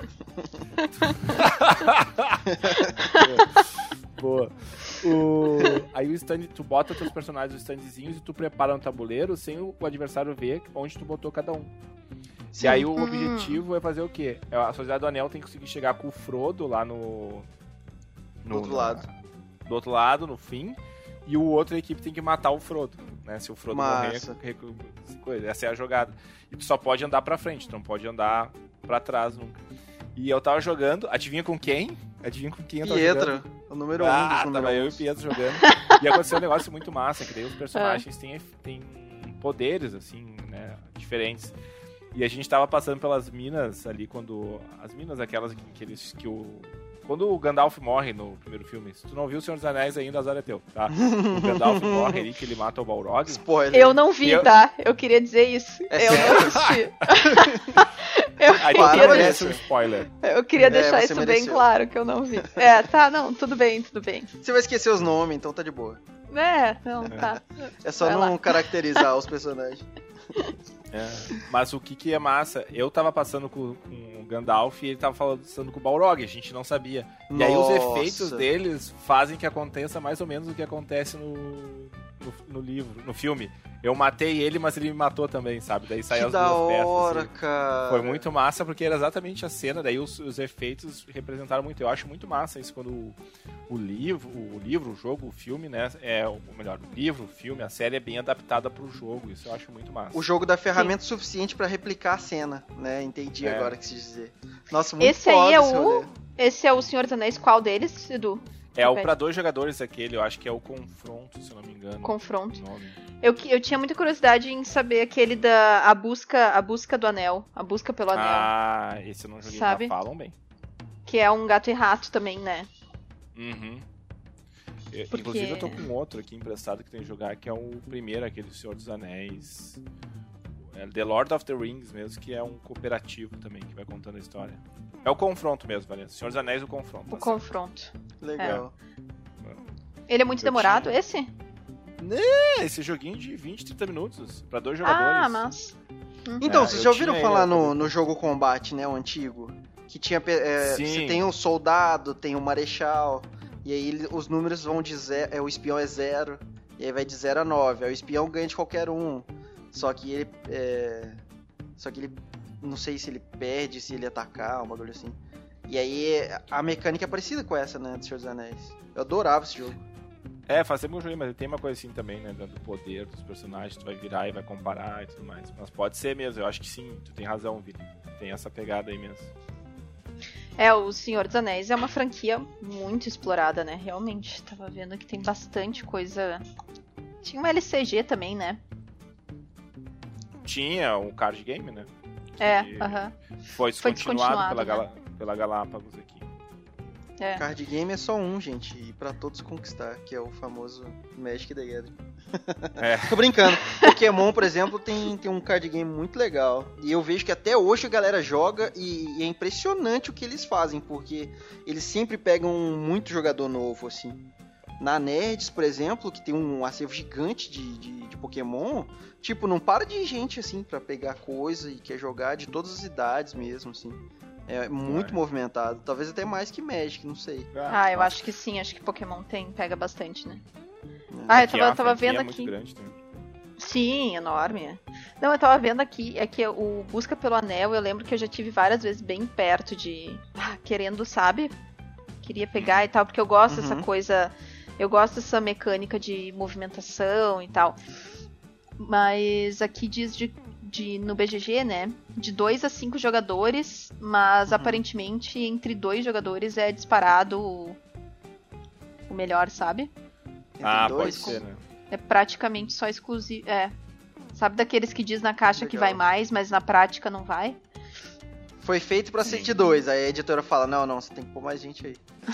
C: Boa. O... Aí o stand, tu bota teus personagens nos standzinhos e tu prepara um tabuleiro sem o adversário ver onde tu botou cada um.
A: Sim.
C: E aí o
B: Hum.
C: objetivo é fazer o quê? A Sociedade do Anel tem que conseguir chegar com o Frodo lá no...
A: Do outro
C: na-
A: lado.
C: Do outro lado, no fim. E o outro a equipe tem que matar o Frodo, né? Se o Frodo
A: Massa.
C: morrer, recu- coisa. Essa é a jogada. E tu só pode andar pra frente, tu não pode andar pra trás nunca. E eu tava jogando, adivinha com quem? Adivinha com quem eu tava
A: Pietro,
C: jogando?
A: o número um
C: Ah,
A: dos
C: tava
A: números
C: eu e
A: uns.
C: o Pietro jogando. E aconteceu um negócio muito massa, que daí os personagens têm, têm poderes, assim, né, diferentes. E a gente tava passando pelas minas ali, quando... As minas aquelas que, que eles... Que o, quando o Gandalf morre no primeiro filme, se tu não viu o Senhor dos Anéis ainda, azar é teu, tá? O Gandalf morre ali, que ele mata o Balrog.
A: Spoiler.
B: Eu não vi,
C: Eu-
B: tá? Eu queria dizer isso.
A: É
B: eu
A: sério?
B: não assisti. eu,
C: Aí
A: Claro,
C: tu
B: queria,
A: Vanessa.
C: merece um spoiler.
B: eu queria
A: É,
B: deixar
A: você
B: isso bem
A: mereceu.
B: claro, que eu não vi. É, tá, não, tudo bem, tudo bem.
A: Você vai esquecer os nomes, então tá de boa.
B: É, não, tá.
A: É só
B: Vai
A: não
B: lá.
A: caracterizar os personagens.
C: É, mas o que que é massa? Eu tava passando com, com o Gandalf e ele tava falando com o Balrog, a gente não sabia. E aí os
A: Nossa.
C: efeitos deles fazem que aconteça mais ou menos o que acontece no, no, no livro, no filme. Eu matei ele, mas ele me matou também, sabe? Daí saiu as
A: Que da
C: duas peças.
A: hora,
C: assim.
A: cara.
C: Foi muito massa, porque era exatamente a cena, daí os, os efeitos representaram muito. Eu acho muito massa isso quando o, o livro, o livro, o jogo, o filme, né? É, ou melhor, o livro, o filme, a série é bem adaptada pro jogo. Isso eu acho muito massa.
A: O jogo dá ferramenta Sim. suficiente pra replicar a cena, né? Entendi
C: É.
A: agora o que se dizer. Nossa, muito
B: Esse aí
A: foda
B: é
A: esse
B: o.
A: rolê.
B: Esse é o Senhor dos Anéis, qual deles, Edu?
C: É o
B: Ok.
C: pra dois jogadores aquele, eu acho que é o Confronto, se eu não me engano.
B: Confronto.
C: o nome.
B: Eu, que- eu tinha muita curiosidade em saber aquele da a busca, a busca do anel, a busca pelo anel,
C: Ah, esse eu não joguei,
B: Sabe?
C: mas falam bem.
B: que é um gato e rato também, né?
C: Uhum. Eu-
B: Porque-
C: Inclusive eu tô com outro aqui emprestado que tem que jogar, que é o primeiro, aquele Senhor dos Anéis. É The Lord of the Rings mesmo, que é um cooperativo também, que vai contando a história. É o Confronto mesmo, Vanessa. Senhor dos Anéis, o Confronto.
B: O
C: tá certo.
B: confronto.
A: Legal.
B: Ele é muito
C: Eu
B: demorado,
C: tinha-
B: esse?
C: É, esse joguinho de vinte, trinta minutos, pra dois jogadores.
B: Ah, mas.
A: Então,
C: É,
A: vocês
C: eu
A: já ouviram
C: tinha
A: falar
C: ele,
A: no,
C: eu-
A: no jogo Combate, né? O antigo? Que tinha. pe- é,
C: Sim.
A: você tem o soldado, tem o marechal. E aí ele- os números vão de zero. É, o espião é zero. E aí vai de zero a nove. Aí o espião ganha de qualquer um. Só que ele. É, só que ele. Não sei se ele perde, se ele atacar, um bagulho assim. E aí a mecânica é parecida com essa, né? Do Senhor dos Anéis. Eu adorava esse jogo.
C: É, faz tempo que eu joguei, mas ele tem uma coisa assim também, né? Do poder dos personagens, tu vai virar e vai comparar e tudo mais. Mas pode ser mesmo, eu acho que sim, tu tem razão, Vini. Tem essa pegada aí mesmo.
B: É, o Senhor dos Anéis é uma franquia muito explorada, né? Realmente. Tava vendo que tem bastante coisa. Tinha uma L C G também, né?
C: Tinha o card game, né?
B: É,
C: Que
B: aham.
C: Foi
B: Foi
C: descontinuado,
B: descontinuado,
C: pela,
B: né?
C: Gala- pela Galápagos aqui.
B: É.
A: Card game é só um, gente. E pra todos conquistar, que é o famoso Magic the Gathering.
C: É.
A: Tô brincando. Pokémon, por exemplo, tem, tem um card game muito legal. E eu vejo que até hoje a galera joga e, e é impressionante o que eles fazem, porque eles sempre pegam muito jogador novo, assim. Na Nerds, por exemplo, que tem um acervo gigante de, de, de Pokémon, tipo, não para de gente, assim, pra pegar coisa e quer jogar de todas as idades mesmo, assim. É muito
C: É.
A: movimentado. Talvez até mais que Magic, não sei.
B: Ah, eu
C: mas
B: acho que sim, acho que Pokémon tem, pega bastante, né?
A: É.
B: Ah, eu
C: aqui
B: tava,
C: a
B: tava
C: franquia
B: vendo
C: é muito
B: aqui.
C: grande, né?
B: Sim, enorme. Não, eu tava vendo aqui, é que o Busca pelo Anel, eu lembro que eu já tive várias vezes bem perto de. Ah, querendo, sabe? Queria pegar e tal, porque eu gosto dessa
A: Uhum.
B: coisa. Eu gosto dessa mecânica de movimentação e tal. Mas aqui diz de, de no B G G, né? De dois a cinco jogadores, mas
A: Uhum.
B: aparentemente entre dois jogadores é disparado o, o melhor, sabe?
A: Entre
C: Ah,
A: dois,
C: pode ser, né?
B: É praticamente só exclusivo. É. Sabe daqueles que diz na caixa que
A: Legal.
B: vai mais, mas na prática não vai?
A: Foi feito pra ser de dois. Aí a editora fala, não, não, você tem que pôr mais gente aí.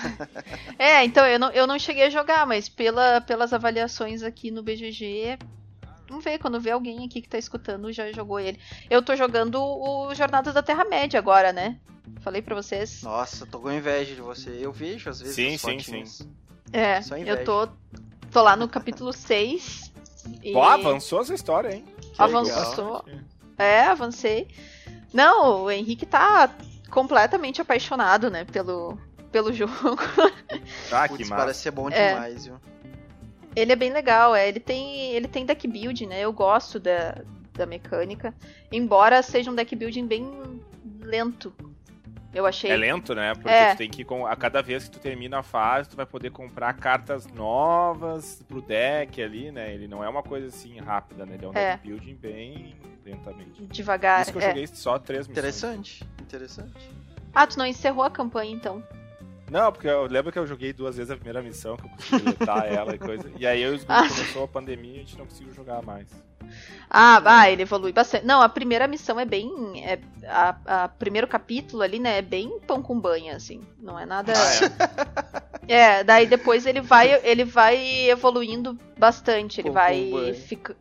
B: É, então eu não, eu não cheguei a jogar, mas pela, pelas avaliações aqui no B G G. Vamos ver, quando vê alguém aqui que tá escutando já jogou ele. Eu tô jogando o Jornadas da Terra-média agora, né? Falei pra vocês.
A: Nossa, tô com inveja de você. Eu vejo às vezes
C: Sim,
A: as
C: sim,
A: fotinhas.
B: É,
A: Só inveja.
B: eu tô, tô lá no capítulo seis. E
C: Pô, avançou essa história, hein?
A: Que
B: avançou.
A: legal.
B: É, avancei. Não, o Henrique tá completamente apaixonado, né, pelo, pelo jogo.
C: Ah, que
A: Putz,
C: massa.
A: parece ser bom
B: É.
A: demais, viu?
B: Ele é bem legal, é. Ele tem, ele tem deck build, né? Eu gosto da, da mecânica. Embora seja um deck building bem lento. Eu achei.
C: É lento, né? Porque
B: É.
C: tu tem que, com- a cada vez que tu termina a fase, tu vai poder comprar cartas novas pro deck ali, né? Ele não é uma coisa assim rápida, né? Ele é um
B: É.
C: deck building bem lentamente.
B: Devagar.
C: Isso que eu
B: é.
C: joguei só três missões.
A: Interessante, interessante.
B: Ah, tu não encerrou a campanha, então.
C: Não, porque eu lembro que eu joguei duas vezes a primeira missão, que eu consegui letar ela e coisa. E aí eu,
B: Ah.
C: começou a pandemia e a gente não conseguiu jogar mais.
B: Ah, vai, ele evolui bastante. Não, a primeira missão é bem. É, a, a primeiro capítulo ali, né? É bem pão com banha, assim. Não é nada.
C: Ah, é?
B: É, daí depois ele vai, ele vai evoluindo bastante, ele
A: Pão com
B: vai
A: banho.
B: fica...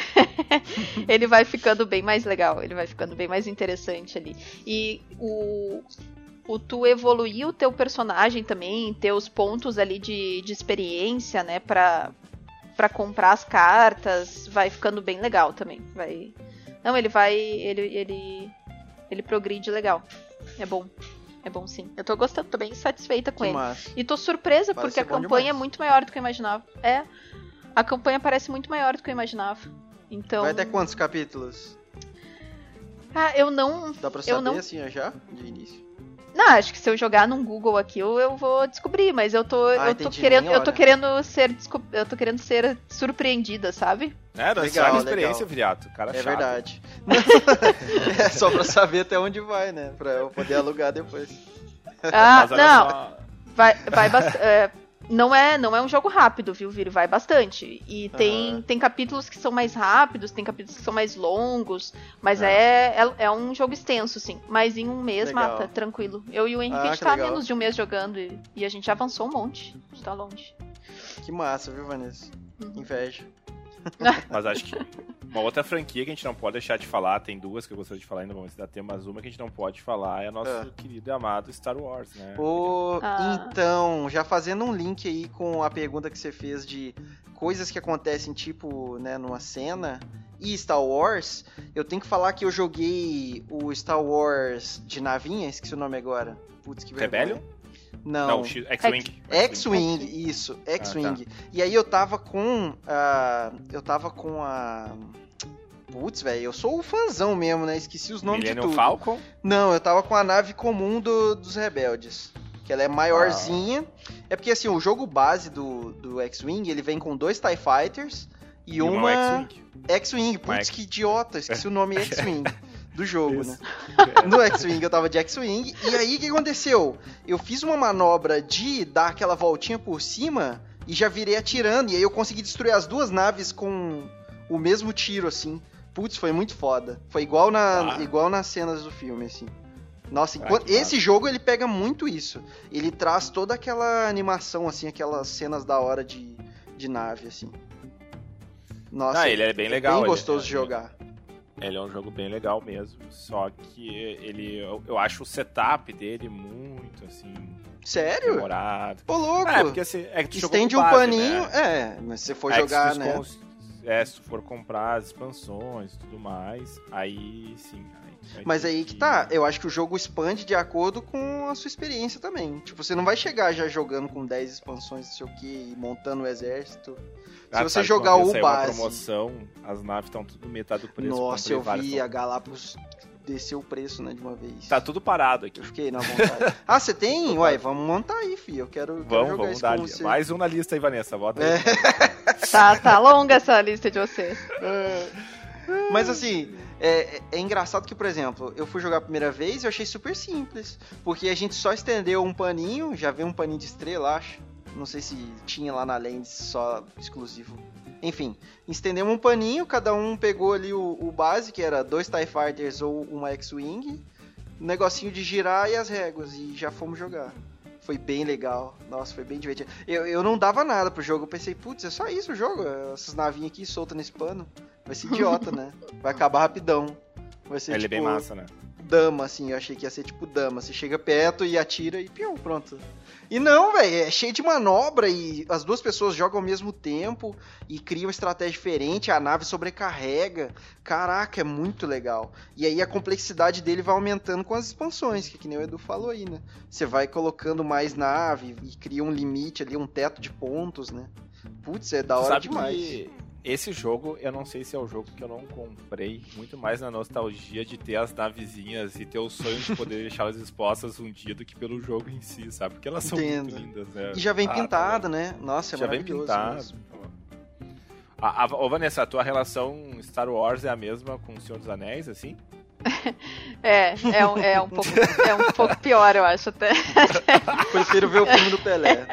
B: ele vai ficando bem mais legal, ele vai ficando bem mais interessante ali. E o, o tu evoluir o teu personagem também, ter os pontos ali de, de experiência, né, pra, pra comprar as cartas, vai ficando bem legal também. Vai... Não, ele vai, ele, ele, ele progride legal. É bom. É bom sim. Eu tô gostando, tô bem satisfeita com
A: Que
B: ele.
A: massa.
B: E tô surpresa,
A: Parece
B: porque a
A: ser bom
B: campanha
A: demais.
B: é muito maior do que eu imaginava. É. A campanha parece muito maior do que eu imaginava. Então...
A: Vai até quantos capítulos?
B: Ah, eu não...
A: Dá pra
B: eu
A: saber
B: não...
A: assim já? De início?
B: Não, acho que se eu jogar num Google aqui, eu, eu vou descobrir, mas eu tô,
A: Ah,
B: eu tô
A: entendi,
B: querendo,
A: nem
B: eu tô
A: olha.
B: querendo ser, desco- eu tô querendo ser surpreendida, sabe?
C: É, não
A: Legal,
C: estraga a experiência,
A: legal.
C: Viriato. Cara
A: É
C: chato.
A: verdade. É só pra saber até onde vai, né? Pra eu poder alugar depois.
B: Ah,
C: Mas olha
B: não,
C: só,
B: vai, vai bast- é, não é, não é um jogo rápido, viu, Viro? Vai bastante. E tem,
A: Aham.
B: tem capítulos que são mais rápidos, tem capítulos que são mais longos, mas
C: Ah.
B: é, é, é um jogo extenso, sim. Mas em um mês
A: Legal.
B: mata, tranquilo. Eu e o Henrique,
A: Ah,
B: a gente
A: que
B: tá há
A: legal.
B: menos de um mês jogando e, e a gente já avançou um monte. A gente tá longe.
A: Que massa, viu, Vanessa? Inveja.
C: mas acho que uma outra franquia que a gente não pode deixar de falar, tem duas que eu gostaria de falar ainda, vamos dar tempo, mas uma que a gente não pode falar é nosso
A: Ah.
C: querido e amado Star Wars, né?
A: Ô,
B: Ah.
A: Então, já fazendo um link aí com a pergunta que você fez de coisas que acontecem, tipo, né, numa cena, e Star Wars, eu tenho que falar que eu joguei o Star Wars de navinha, esqueci o nome agora. Putz, que vergonha.
C: Rebellion?
A: Não.
C: Não, X- X-Wing.
A: X-Wing, isso, X-Wing. E aí eu tava com a... Eu tava com a... Putz, velho, eu sou o fãzão mesmo, né? Esqueci os nomes de
C: Millennium
A: tudo.
C: Falcon?
A: Não, eu tava com a nave comum do- dos rebeldes. Que ela é maiorzinha. É porque, assim, o jogo base do, do X-Wing, ele vem com dois TIE Fighters e,
C: E uma
A: uma...
C: X-Wing.
A: X-Wing.
C: Uma
A: Putz,
C: X-
A: que idiota, esqueci o nome X-Wing do jogo,
C: Isso.
A: né? No X-Wing eu tava de X-Wing. E aí, o que aconteceu? Eu fiz uma manobra de dar aquela voltinha por cima e já virei atirando. E aí eu consegui destruir as duas naves com o mesmo tiro, assim. Putz, foi muito foda. Foi igual, na,
C: Ah.
A: igual nas cenas do filme, assim. Nossa,
C: Ah,
A: enquanto-
C: que
A: esse
C: massa.
A: jogo ele pega muito isso. Ele traz toda aquela animação, assim, aquelas cenas da hora de, de nave, assim. Nossa,
C: Ah, ele é bem legal,
A: bem
C: ele-
A: gostoso de
C: ele-
A: jogar.
C: Ele é um jogo bem legal mesmo, só que ele, eu, eu acho o setup dele muito, assim,
A: Sério?
C: demorado.
A: Ô, louco!
C: É, porque assim, é que tu jogou
A: Estende
C: com
A: um
C: base,
A: paninho,
C: né?
A: é, mas se você for
C: É que
A: jogar,
C: se tu
A: né?
C: cons- É, se tu for comprar as expansões e tudo mais, aí sim. Aí vai
A: Mas
C: ter
A: aí que tá, eu acho que o jogo expande de acordo com a sua experiência também. Tipo, você não vai chegar já jogando com dez expansões, não sei o que, e montando o exército. Se
C: Ah,
A: você
C: sabe que
A: jogar
C: uma vez
A: o
C: saiu uma
A: base.
C: promoção, as naves estão tudo metade do preço.
A: Nossa, eu
C: comprei várias,
A: vi a
C: tão-
A: Galápagos descer o preço, né, de uma vez.
C: Tá tudo parado aqui.
A: Eu fiquei na vontade. Ah, você tem? Uai, vamos montar aí, filho. Eu quero, quero
C: Vamos,
A: jogar
C: vamos
A: isso
C: dar
A: com
C: ali.
A: você.
C: Mais um na lista aí, Vanessa. Bota aí.
A: É.
B: Tá, tá longa essa lista de vocês.
A: Mas assim, é, é engraçado que, por exemplo, eu fui jogar a primeira vez e eu achei super simples. Porque a gente só estendeu um paninho, já veio um paninho de estrela, acho. Não sei se tinha lá na Lens só exclusivo. Enfim, estendemos um paninho, cada um pegou ali o, o base, que era dois TIE Fighters ou uma X-Wing, um negocinho de girar e as réguas, e já fomos jogar. Foi bem legal, nossa, foi bem divertido. Eu, eu não dava nada pro jogo, eu pensei, putz, é só isso o jogo, essas navinhas aqui soltas nesse pano, vai ser idiota, né? Vai acabar rapidão. Vai ser
C: Ele é
A: tipo
C: bem massa, né?
A: dama, assim, eu achei que ia ser tipo dama. Você chega perto e atira e piu, pronto. E não, velho, é cheio de manobra e as duas pessoas jogam ao mesmo tempo e criam estratégia diferente, a nave sobrecarrega. Caraca, é muito legal. E aí a complexidade dele vai aumentando com as expansões, que, que nem o Edu falou aí, né? Você vai colocando mais nave e cria um limite ali, um teto de pontos, né? Putz, é da
C: Tu
A: hora
C: sabe
A: demais.
C: que esse jogo, eu não sei se é o jogo que eu não comprei, muito mais na nostalgia de ter as navezinhas e ter o sonho de poder deixá-las expostas um dia do que pelo jogo em si, sabe? Porque elas são
A: Entendo.
C: muito lindas, né?
A: E já vem
C: Ah,
A: pintada, né? Nossa, é
C: já vem
A: maravilhoso
C: pintado.
A: mesmo.
C: A, a, ô Vanessa, a tua relação Star Wars é a mesma com o Senhor dos Anéis, assim?
B: É, é um, é um, pouco, é um pouco pior, eu acho até.
A: Prefiro ver o filme do Pelé.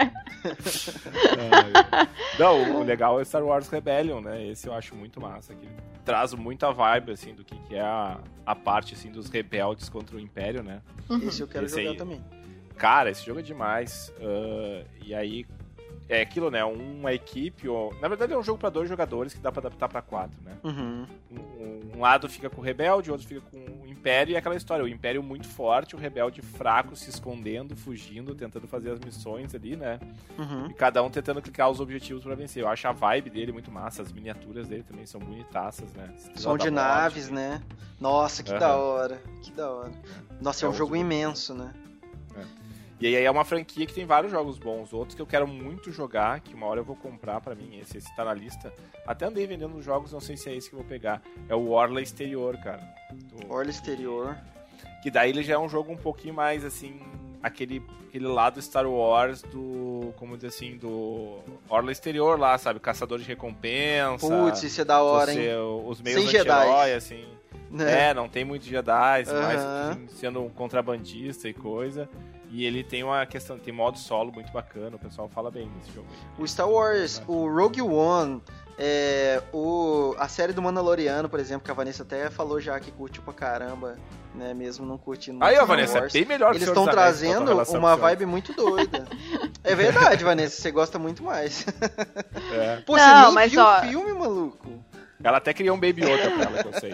C: Não, o legal é Star Wars Rebellion, né? Esse eu acho muito massa. Que traz muita vibe, assim, do que, que é a, a parte, assim, dos rebeldes contra o Império, né?
A: Esse eu quero
C: Esse
A: jogar
C: aí.
A: também.
C: Cara, esse jogo é demais. Uh, e aí, é aquilo, né? Uma equipe, ou... na verdade é um jogo pra dois jogadores que dá pra adaptar pra quatro, né?
A: Uhum.
C: Um, um lado fica com o rebelde, o outro fica com o Império, e é aquela história, o Império muito forte, o rebelde fraco, se escondendo, fugindo, tentando fazer as missões ali, né?
A: Uhum.
C: E cada um tentando clicar os objetivos pra vencer. Eu acho a vibe dele muito massa, as miniaturas dele também são bonitaças, né?
A: Som de
C: da morte.
A: naves, né? Nossa, que
C: Aham.
A: da hora. Que da hora. Nossa, é,
C: É
A: um
C: um
A: jogo
C: jogo-
A: imenso, né?
C: E aí é uma franquia que tem vários jogos bons. Outros que eu quero muito jogar, que uma hora eu vou comprar pra mim. Esse, esse tá na lista. Até andei vendendo os jogos, não sei se é esse que eu vou pegar. É o Orla Exterior, cara. Do...
A: Orla Exterior.
C: Que daí ele já é um jogo um pouquinho mais, assim... Aquele, aquele lado Star Wars do... Como dizer assim, do... Orla Exterior lá, sabe? Caçador de recompensa.
A: Putz, isso é da hora,
C: você,
A: hein?
C: Os meios
A: Sem
C: anti-herói, assim...
A: É.
C: É, não tem muito Jedi,
A: Uhum.
C: mais assim, sendo um contrabandista e coisa. E ele tem uma questão, tem modo solo muito bacana, o pessoal fala bem desse jogo.
A: O Star Wars, o Rogue One, é, o, a série do Mandaloriano, por exemplo, que a Vanessa até falou já que curtiu pra caramba, né, mesmo não curtindo
C: Aí,
A: Star
C: ó, Vanessa,
A: Wars.
C: é bem melhor que
A: Eles
C: Senhor
A: estão
C: dos Anéis,
A: trazendo
C: relação
A: uma
C: com
A: vibe muito doida. É verdade, Vanessa, você gosta muito mais.
C: É.
A: Pô,
B: Não,
A: você nem
B: mas,
A: viu
B: ó,
A: o filme, maluco?
C: Ela até criou um Baby Yoda pra ela, que eu sei.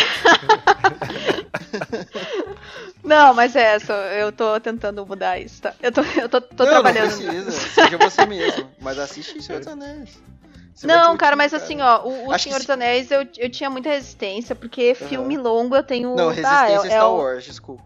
B: Não, mas é, só, eu tô tentando mudar isso, tá? Eu tô, eu tô, tô
A: não,
B: trabalhando.
A: Não precisa, seja você mesmo. Mas assiste Senhor dos Anéis. Você vai
B: Não,
A: curtir,
B: cara, mas assim, ó, o, o
A: Acho
B: Senhor
A: que
B: dos
A: se-
B: Anéis eu, eu tinha muita resistência, porque
A: Aham.
B: filme longo eu tenho.
A: Não,
B: tá,
A: Resistência
B: é,
A: Star
B: é o-
A: Wars, desculpa.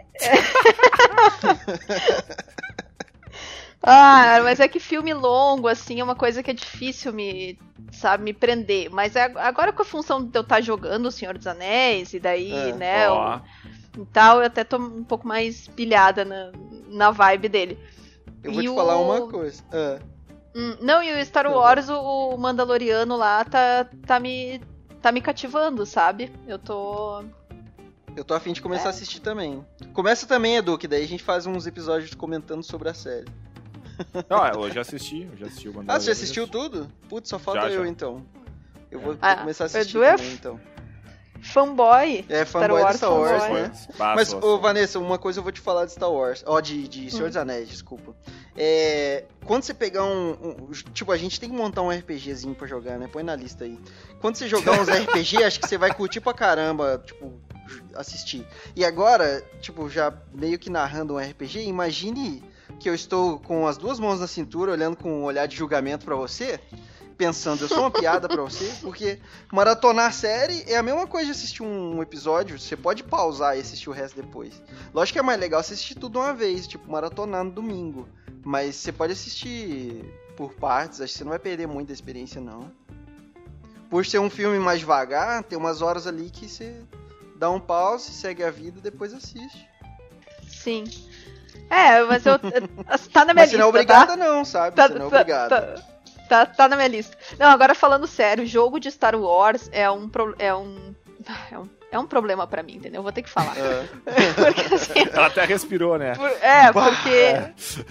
B: Ah, mas é que filme longo, assim, é uma coisa que é difícil me, sabe, me prender. Mas é- agora com a função de eu estar jogando o Senhor dos Anéis, e daí,
A: É.
B: né,
C: Ó.
B: o- e tal, eu até tô um pouco mais pilhada na, na vibe dele.
A: Eu vou
B: E
A: te
B: o-
A: falar uma coisa. Ah,
B: Hum, não, e o Star
A: Tá
B: Wars, o, o Mandaloriano lá, tá, tá, me, tá me cativando, sabe? Eu tô...
A: eu tô afim de começar
B: É.
A: a assistir também. Começa também, Edu, que daí a gente faz uns episódios comentando sobre a série.
C: Não, eu já assisti, eu já assisti o Mandaloriano.
A: Ah, você já assistiu tudo? Putz, só falta
C: Já,
A: eu
C: já.
A: então. Eu vou, vou
B: Ah,
A: começar a assistir
B: Edu é
A: também, então.
B: Fanboy.
A: É,
B: Star
A: fanboy
B: Wars,
A: de Star Wars,
B: fanboy.
A: né?
C: Bah,
A: Mas,
C: sou,
A: ô,
C: sou.
A: Vanessa, uma coisa eu vou te falar de Star Wars. Ó, de, de Senhor
B: Hum.
A: dos Anéis, desculpa. É, quando você pegar um, um- Tipo, a gente tem que montar um RPGzinho pra jogar, né? Põe na lista aí. Quando você jogar uns R P G, acho que você vai curtir pra caramba, tipo, assistir. E agora, tipo, já meio que narrando um R P G, imagine que eu estou com as duas mãos na cintura, olhando com um olhar de julgamento pra você, pensando, eu sou uma piada pra você, porque maratonar a série é a mesma coisa de assistir um episódio, você pode pausar e assistir o resto depois. Lógico que é mais legal você assistir tudo uma vez, tipo, maratonar no domingo, mas você pode assistir por partes, acho que você não vai perder muita experiência, não. Por ser um filme mais devagar, tem umas horas ali que você dá um pause, segue a vida e depois assiste.
B: Sim. É, mas eu... tá na minha
A: Mas você
B: lista,
A: não é obrigada
B: tá?
A: não, sabe?
B: Tá,
A: Você não é
B: tá,
A: obrigada.
B: tá, tá, tá na minha lista. Não, agora falando sério, jogo de Star Wars é um... pro- É um... É um, é um problema pra mim, entendeu? Eu vou ter que falar.
A: É.
B: Porque, assim,
C: Ela até respirou, né?
B: por- é,
A: Bah,
B: porque...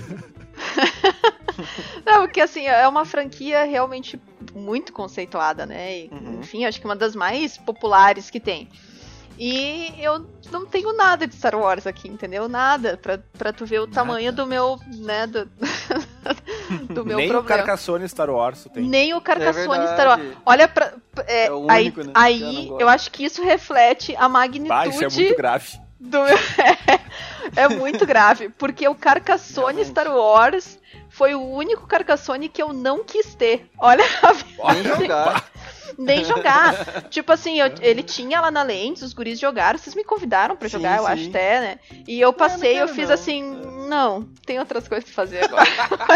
B: Não, porque assim, é uma franquia realmente muito conceituada, né? E,
A: Uhum.
B: Enfim, acho que uma das mais populares que tem. E eu não tenho nada de Star Wars aqui, entendeu? Nada, pra, pra tu ver o
C: Nada.
B: tamanho do meu, né, do, do meu
C: Nem o
B: problema.
C: Carcassonne Star Wars tu tem.
B: Nem o Carcassonne
A: É
B: Star Wars.
A: verdade.
B: Olha pra... É,
A: É o
B: aí,
A: único, né, que eu
B: aí
A: não gosto.
B: eu acho que isso reflete a
C: Bah, isso é
B: magnitude
C: muito grave.
B: do meu... É muito grave, porque o Carcassonne
A: Realmente.
B: Star Wars foi o único Carcassonne que eu não quis ter. Olha a
A: Nem jogar.
B: nem jogar. Tipo assim, eu- ele tinha lá na Lentes, os guris jogaram, vocês me convidaram pra
A: Sim,
B: jogar, eu
A: sim.
B: acho até, né? E eu passei,
A: não
B: eu
A: quero
B: fiz
A: não.
B: assim, não, tem outras coisas pra fazer agora.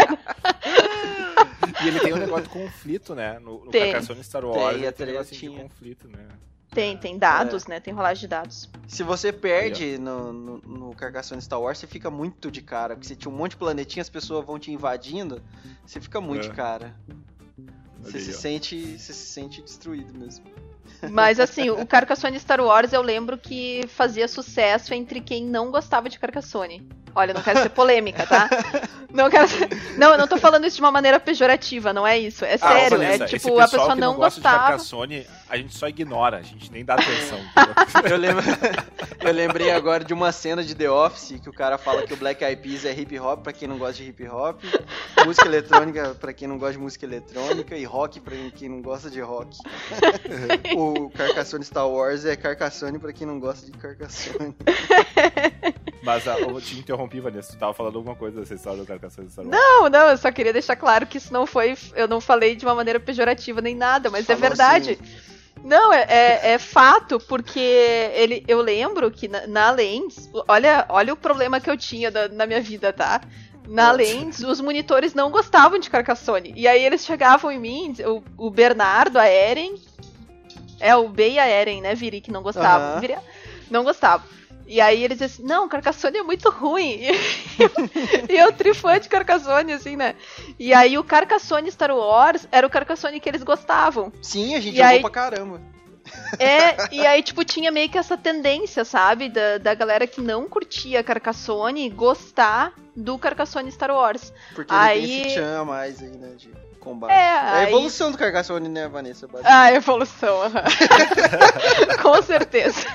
C: E ele tem um negócio de conflito, né? No, no
B: Tem.
C: Carcassonne Star Wars
A: Tem,
C: ele
A: a
C: tem um negocinho de
A: tretinha.
C: conflito, né?
B: Tem, tem dados, né? Tem rolagem de dados.
A: Se você perde no, no, no Carcassonne Star Wars, você fica muito de cara. Porque você tinha um monte de planetinha, as pessoas vão te invadindo, você fica muito
C: É.
A: de cara. Você
C: Olha
A: se
C: aí, ó.
A: sente, você se sente destruído mesmo.
B: Mas assim, o Carcassonne Star Wars eu lembro que fazia sucesso entre quem não gostava de Carcassonne. Olha, não quero ser polêmica, tá? Não quero ser... Não, eu não tô falando isso de uma maneira pejorativa, não é isso. É
C: Ah,
B: sério,
C: Vanessa,
B: é
C: esse
B: tipo, a
C: pessoal
B: pessoa
C: que
B: não
C: gosta de
B: gostava.
C: Carcassonne, a gente só ignora, a gente nem dá atenção. entendeu?
A: Eu, lembro, eu lembrei agora de uma cena de The Office que o cara fala que o Black Eyed Peas é hip hop pra quem não gosta de hip hop, música eletrônica pra quem não gosta de música eletrônica e rock pra quem não gosta de rock. O Carcassonne Star Wars é Carcassonne pra quem não gosta de Carcassonne.
C: Mas ah, eu te interrompi, Vanessa, tu tava falando alguma coisa dessa história do Carcassonne Star Wars.
B: Não, não, eu só queria deixar claro que isso não foi. Eu não falei de uma maneira pejorativa nem nada, mas é
A: Falou
B: verdade.
A: assim.
B: Não, é, é, é fato, porque ele, eu lembro que na, na Lens, olha, olha o problema que eu tinha da, na minha vida, tá? Na Lens, os monitores não gostavam de Carcassonne. E aí eles chegavam em mim, o, o Bernardo, a Eren, é o B e a Eren, né, Viri, que não gostavam.
A: Uhum.
B: Viri, não gostavam. E aí eles diziam assim, não, Carcassonne é muito ruim. E eu, trifã de Carcassonne, assim, né? E aí o Carcassonne Star Wars era o Carcassonne que eles gostavam.
A: Sim, a gente
B: E
A: jogou
B: aí-
A: pra caramba.
B: É, e aí, tipo, tinha meio que essa tendência, sabe? Da, da galera que não curtia Carcassonne gostar do Carcassonne Star Wars.
A: Porque
B: Aí-
A: ele tem esse tchan a mais aí, né, de combate.
B: É,
A: É a
B: aí-
A: evolução do Carcassonne, né, Vanessa? basicamente.
B: Ah, evolução, aham. Com certeza.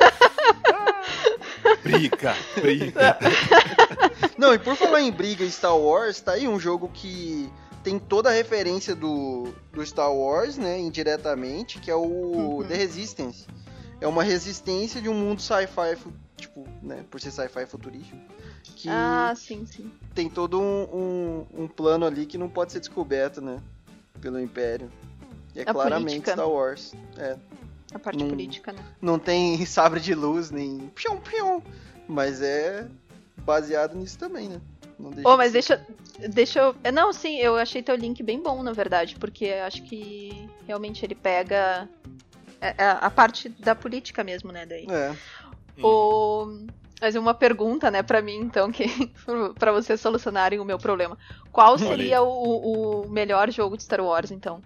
C: Briga, briga.
A: Não, e por falar em briga e Star Wars, tá aí um jogo que tem toda a referência do, do Star Wars, né, indiretamente, que é o
B: Uhum.
A: The Resistance. É uma resistência de um mundo sci-fi, fu- tipo, né, por ser sci-fi futurístico, que
B: Ah, sim, sim.
A: tem todo um, um, um plano ali que não pode ser descoberto, né, pelo Império. E é
B: A
A: claramente
B: política.
A: Star Wars. É.
B: A parte
A: Num-
B: política, né?
A: Não tem sabre de luz, nem pião, pião, mas é baseado nisso também, né? Não deixa
B: Ô,
A: de
B: mas
A: ser.
B: deixa, deixa eu... é, Não, sim, eu achei teu link bem bom, na verdade, porque acho que realmente ele pega a, a- a parte da política mesmo, né, daí.
A: É.
B: O... Mas uma pergunta, né, pra mim, então, que pra vocês solucionarem o meu problema. Qual seria o, o melhor jogo de Star Wars, então?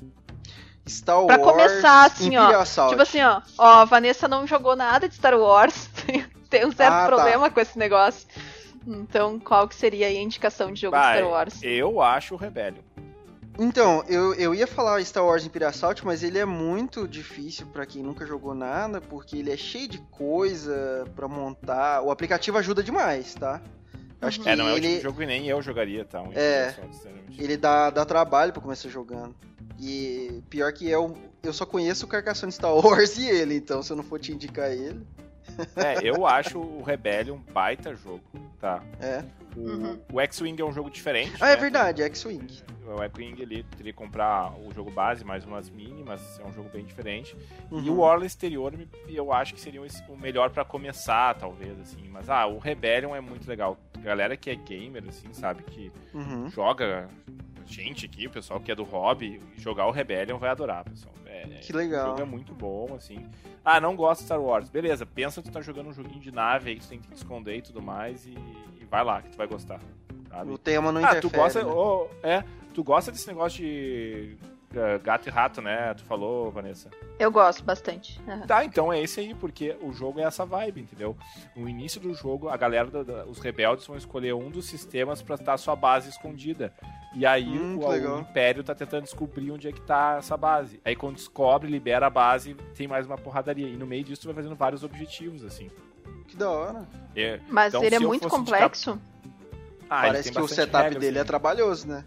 A: Star
B: Pra
A: Wars.
B: começar, assim, ó,
A: Imperial Assault.
B: Tipo assim, ó, ó, a Vanessa não jogou nada de Star Wars, tem um certo
A: Ah, tá.
B: problema com esse negócio. Então, qual que seria aí a indicação de jogo
C: Vai,
B: de Star Wars?
C: eu acho o Rebellion.
A: Então, eu, eu ia falar Star Wars Imperial Assault, mas ele é muito difícil pra quem nunca jogou nada, porque ele é cheio de coisa pra montar. O aplicativo ajuda demais, tá? Eu acho que
C: É, não é o tipo
A: ele,
C: de jogo que nem eu jogaria, tá? Um
A: É.
C: Imperial Assault, sinceramente.
A: ele dá, dá trabalho pra começar jogando. E pior que eu, eu só conheço o Carcassonne Star Wars e ele, então se eu não for te indicar ele,
C: É, eu acho o Rebellion um baita jogo, tá?
A: é.
C: O,
B: Uhum.
C: o X-Wing é um jogo diferente.
A: Ah, é
C: né?
A: verdade, X-Wing.
C: O X-Wing ele teria que comprar o jogo base, mais umas mínimas, é um jogo bem diferente. E
A: Uhum.
C: o Orla Exterior eu acho que seria o melhor pra começar, talvez, assim. Mas, ah, o Rebellion é muito legal. Galera que é gamer, assim, sabe, que
A: Uhum.
C: joga... Gente aqui, o pessoal que é do hobby, jogar o Rebellion vai adorar, pessoal. É,
A: Que legal.
C: O jogo é muito bom, assim. Ah, não gosta de Star Wars. Beleza, pensa que tu tá jogando um joguinho de nave aí que tu tem que te esconder e tudo mais e, e vai lá, que tu vai gostar. Sabe?
A: O tema não
C: Ah,
A: interfere.
C: tu gosta,
A: né?
C: ô, é, tu gosta desse negócio de uh, gato e rato, né? Tu falou, Vanessa.
B: Eu gosto bastante. Aham.
C: Tá, então é esse aí, porque o jogo é essa vibe, entendeu? No início do jogo, a galera, da- da- os rebeldes vão escolher um dos sistemas pra estar a sua base escondida. E aí
A: Hum,
C: o,
A: que
C: o
A: legal.
C: Império tá tentando descobrir onde é que tá essa base. Aí quando descobre, libera a base, tem mais uma porradaria. E no meio disso tu vai fazendo vários objetivos, assim.
A: Que da hora.
C: É,
B: Mas
C: então,
B: ele é
C: se eu
B: muito
C: fosse indicar-
B: complexo.
C: Ah, ele
A: Parece
C: tem
A: que o
C: bastante
A: setup
C: regras,
A: dele é
C: assim.
A: trabalhoso, né?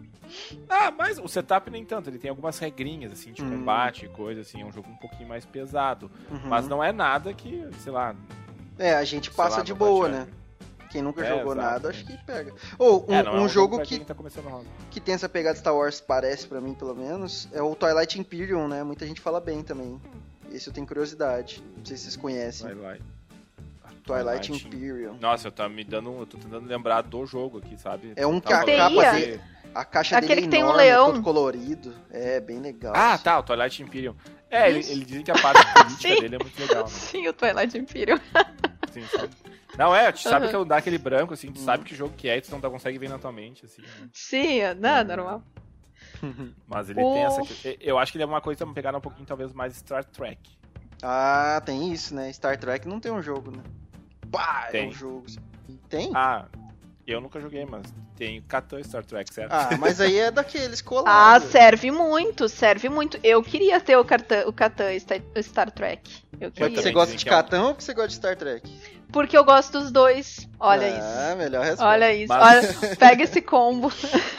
C: Ah, mas o setup nem tanto, ele tem algumas regrinhas, assim, de
A: Hum.
C: combate e coisa, assim, é um jogo um pouquinho mais pesado.
A: Uhum.
C: Mas não é nada que, sei lá...
A: É, a gente
C: sei
A: passa
C: lá,
A: de
C: não
A: boa,
C: bate
A: né? Quem nunca
C: É,
A: jogou
C: exato,
A: nada,
C: né?
A: acho que pega. Ou um,
C: É, não é
A: um jogo
C: pra
A: que,
C: quem tá começando a...
A: que tem essa pegada Star Wars, parece pra mim, pelo menos, é o Twilight Imperium, né? Muita gente fala bem também. Esse eu tenho curiosidade. Não sei se vocês conhecem.
C: Twilight.
A: Twilight Imperium.
C: Nossa, eu tô me dando, eu tô tentando lembrar do jogo aqui, sabe?
A: É um que
C: Tava
A: a
B: Teia.
A: capa
C: falando
A: dele,
C: de-
A: a caixa
B: Aquele
A: dele é
B: que tem um
A: enorme,
B: leão.
A: todo colorido. É, bem legal.
C: Ah,
A: assim.
C: tá, o Twilight Imperium. É, ele, ele dizem que a parte política
B: Sim.
C: dele é muito legal, né?
B: Sim, o Twilight Imperium.
C: Sim, sabe? Não, é, tu sabe
B: Uhum.
C: que dá aquele branco, assim, tu
A: Uhum.
C: sabe que jogo que é e tu não tá- consegue ver na tua mente, assim, né?
B: Sim, não, normal.
C: Mas ele
B: O-
C: tem essa... Eu acho que ele é uma coisa pra pegar um pouquinho, talvez, mais Star Trek.
A: Ah, tem isso, né? Star Trek não tem um jogo, né? Pá, é
C: Tem.
A: um jogo. Tem?
C: Ah, eu nunca joguei, mas tem Catan Star Trek, certo?
A: Ah, mas aí é daqueles
B: Ah,
A: colados.
B: serve muito, serve muito. Eu queria ter o Catan, o Catan Star, Star Trek. Eu
A: Mas
B: queria.
A: você
C: também
A: gosta
C: dizem
A: de
C: que é um-
A: Catan ou que você gosta de Star Trek?
B: Porque eu gosto dos dois. Olha isso.
A: Ah, melhor resposta.
B: Olha isso.
C: Mas-
B: Olha, pega esse combo.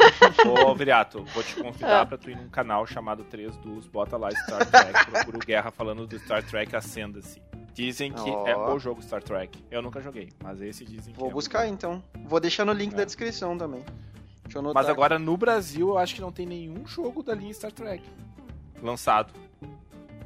C: Ô, Viriato, vou te convidar
B: Ah.
C: pra tu ir num canal chamado três Dus, bota lá Star Trek, procura o Guerra falando do Star Trek Ascenda-se. Dizem que
A: Ó.
C: é o jogo Star Trek. Eu nunca joguei, mas esse dizem que
A: Vou
C: é.
A: buscar então. Vou deixar no link
C: É.
A: da descrição também. Deixa eu anotar.
C: Mas agora no Brasil eu acho que não tem nenhum jogo da linha Star Trek lançado.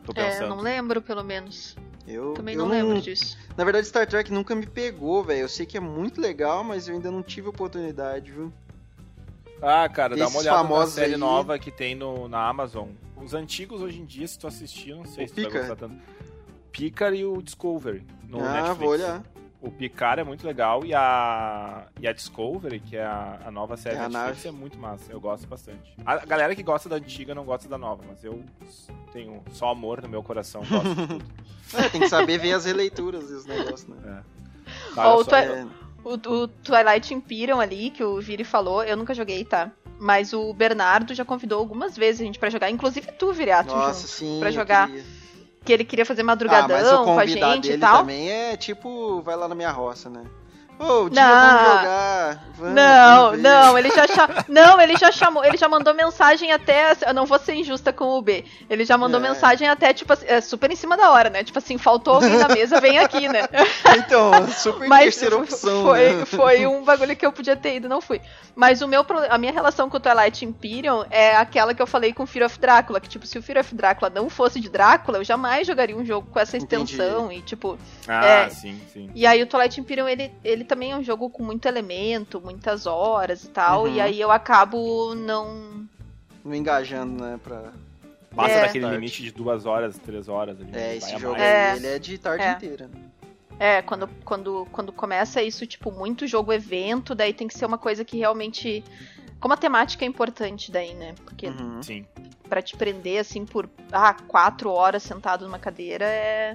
C: Tô
B: É,
C: pensando.
B: eu não lembro, pelo menos.
A: Eu
B: Também
A: eu
B: não lembro disso.
A: Na verdade, Star Trek nunca me pegou, velho. Eu sei que é muito legal, mas eu ainda não tive oportunidade, viu?
C: Ah, cara, dá
A: Esses
C: uma olhada na
A: famosos
C: série
A: aí-
C: nova que tem no, na Amazon. Os antigos, hoje em dia, se tu assistir, eu não sei
A: O
C: se tu vai
A: Picard?
C: gostar tanto. Picard e o Discovery no
A: ah,
C: Netflix.
A: vou olhar.
C: O Picard é muito legal e a, e a Discovery, que é a, a nova série
A: É a
C: da Netflix,
A: nave.
C: é muito massa. Eu gosto bastante. A galera que gosta da antiga não gosta da nova, mas eu tenho só amor no meu coração, gosto de tudo.
A: É, tem que saber ver as releituras e os negócios, né?
C: É. Tá,
B: Ou
C: eu
B: tu
C: só-
B: é-
A: É,
B: O, o Twilight Imperium ali, que o Viri falou, eu nunca joguei, tá? Mas o Bernardo já convidou algumas vezes a gente pra jogar, inclusive tu, Viriato,
A: nossa,
B: junto.
A: sim.
B: pra
A: eu
B: jogar.
A: queria.
B: Que ele queria fazer
A: Ah, mas
B: madrugadão
A: o
B: com a
A: convidar
B: gente
A: dele
B: e tal.
A: também é tipo, vai lá na minha roça, né? Ô, o dia
B: Não.
A: vamos jogar. Vamos,
B: Não,
A: vamos ver.
B: não, ele já chamou. Não, ele já chamou, ele já mandou mensagem até. Eu não vou ser injusta com o B. Ele já mandou
A: É.
B: mensagem até, tipo assim, é, super em cima da hora, né? Tipo assim, faltou alguém na mesa, vem aqui, né?
A: Então, super
B: Mas
A: terceira opção,
B: foi,
A: né?
B: foi um bagulho que eu podia ter ido, não fui. Mas o meu, pro- a minha relação com o Twilight Imperium é aquela que eu falei com o Fear of Drácula, que tipo, se o Fear of Drácula não fosse de Drácula, eu jamais jogaria um jogo com essa
A: Entendi.
B: extensão e tipo...
C: Ah,
B: É.
C: sim, sim.
B: E aí o Twilight Imperium, ele, ele também é um jogo com muito elemento, muitas horas e tal,
A: Uhum.
B: e aí eu acabo não...
A: Não engajando, né? Pra...
C: Passa
B: É.
C: daquele
A: Tarde.
C: limite de duas horas, três horas. Ali,
A: É,
C: vai
A: esse
C: a
A: jogo
C: mais.
B: É.
A: aí, ele é de tarde
B: É.
A: inteira. Né?
B: É, quando, quando, quando começa isso, tipo, muito jogo-evento, daí tem que ser uma coisa que realmente... Como a temática é importante daí, né? Porque
A: Uhum.
C: Sim.
B: pra te prender, assim, por ah, quatro horas sentado numa cadeira é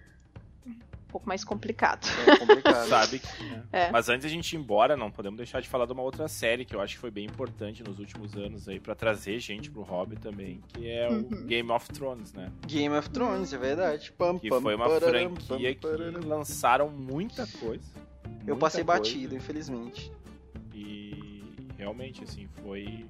B: um pouco mais complicado.
A: É complicado.
C: Sabe? que- né?
B: É.
C: Mas antes de a gente ir embora, não podemos deixar de falar de uma outra série que eu acho que foi bem importante nos últimos anos aí pra trazer gente pro hobby também, que é o
B: Uhum.
C: Game of Thrones, né?
A: Game of Thrones, é verdade. Pam,
C: Que
A: pam,
C: foi uma
A: pararam,
C: franquia
A: pam, pararam.
C: que lançaram muita coisa.
A: Eu
C: muita
A: passei
C: coisa,
A: batido, infelizmente.
C: E realmente, assim, foi.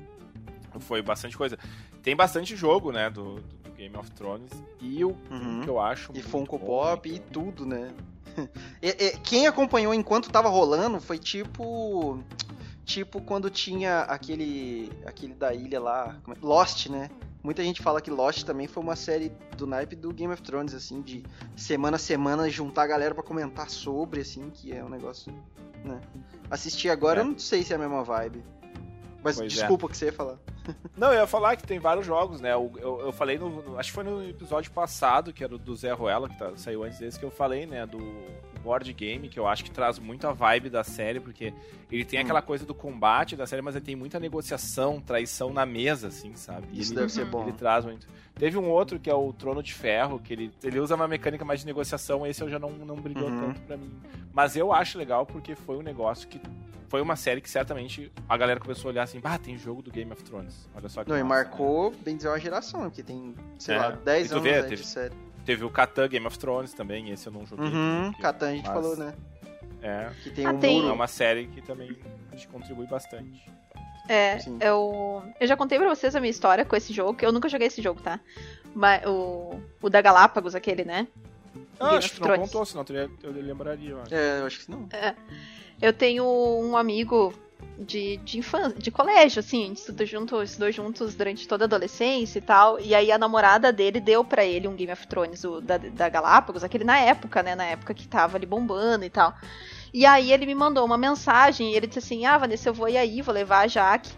C: Foi bastante coisa. Tem bastante jogo, né, do, do Game of Thrones. E o
A: Uhum.
C: que eu acho.
A: E
C: muito
A: Funko
C: bom,
A: Pop
C: né,
A: e
C: cara?
A: tudo, né? E- e- Quem acompanhou enquanto tava rolando foi tipo. Tipo quando tinha aquele. aquele da ilha lá. como é? Lost, né? Muita gente fala que Lost também foi uma série do naipe do Game of Thrones, assim, de semana a semana juntar a galera pra comentar sobre, assim, que é um negócio. Né? Assistir agora
C: É.
A: eu não sei se é a mesma vibe. Mas
C: Pois é.
A: desculpa o que você ia falar.
C: Não, eu ia falar que tem vários jogos, né? Eu, eu, eu falei no, no- Acho que foi no episódio passado, que era o do Zé Ruela, que tá- saiu antes desse, que eu falei, né? Do board game, que eu acho que traz muito a vibe da série, porque ele tem
A: Hum.
C: aquela coisa do combate da série, mas ele tem muita negociação, traição na mesa, assim, sabe? E
A: Isso
C: ele,
A: deve ser
B: Uhum.
A: bom.
C: ele traz muito. Teve um outro que é o Trono de Ferro, que ele, ele usa uma mecânica mais de negociação, esse eu já não, não brilhou
A: Uhum.
C: tanto pra mim. Mas eu acho legal porque foi um negócio que. Foi uma série que certamente a galera começou a olhar assim, ah, tem jogo do Game of Thrones. Olha só que
A: Não, e
C: massa, né?
A: marcou, bem dizer, uma geração, porque tem, sei
C: É.
A: lá, dez
C: E tu
A: anos
C: vê,
A: né,
C: teve-
A: de série.
C: Teve o Catan Game of Thrones também, esse eu não joguei.
A: Uhum,
C: porque-
A: Catan a gente
C: mas,
A: falou, né?
C: É,
A: Que tem
B: Ah,
A: um
B: tem-
C: é
A: muro.
C: uma série que também acho que contribui bastante.
B: É,
A: Sim.
B: eu, eu já contei pra vocês a minha história com esse jogo, que eu nunca joguei esse jogo, tá? Mas o, o da Galápagos, aquele, né?
C: Ah,
B: Game
C: acho
B: of
C: que não
B: Thrones.
C: contou, senão eu, teria- eu lembraria, eu acho.
A: É, eu acho que não.
B: Eu tenho um amigo de, de infância, de colégio, assim, a gente estudou, junto, estudou juntos durante toda a adolescência e tal, e aí a namorada dele deu pra ele um Game of Thrones o, da, da Galápagos, aquele na época, né, na época que tava ali bombando e tal. E aí ele me mandou uma mensagem e ele disse assim, ah, Vanessa, eu vou ir aí, vou levar a Jaque,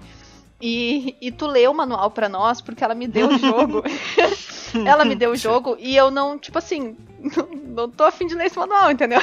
B: e, e tu lê o manual pra nós, porque ela me deu o jogo. Ela me deu o jogo e eu não, tipo assim, não, não tô afim de ler esse manual, entendeu?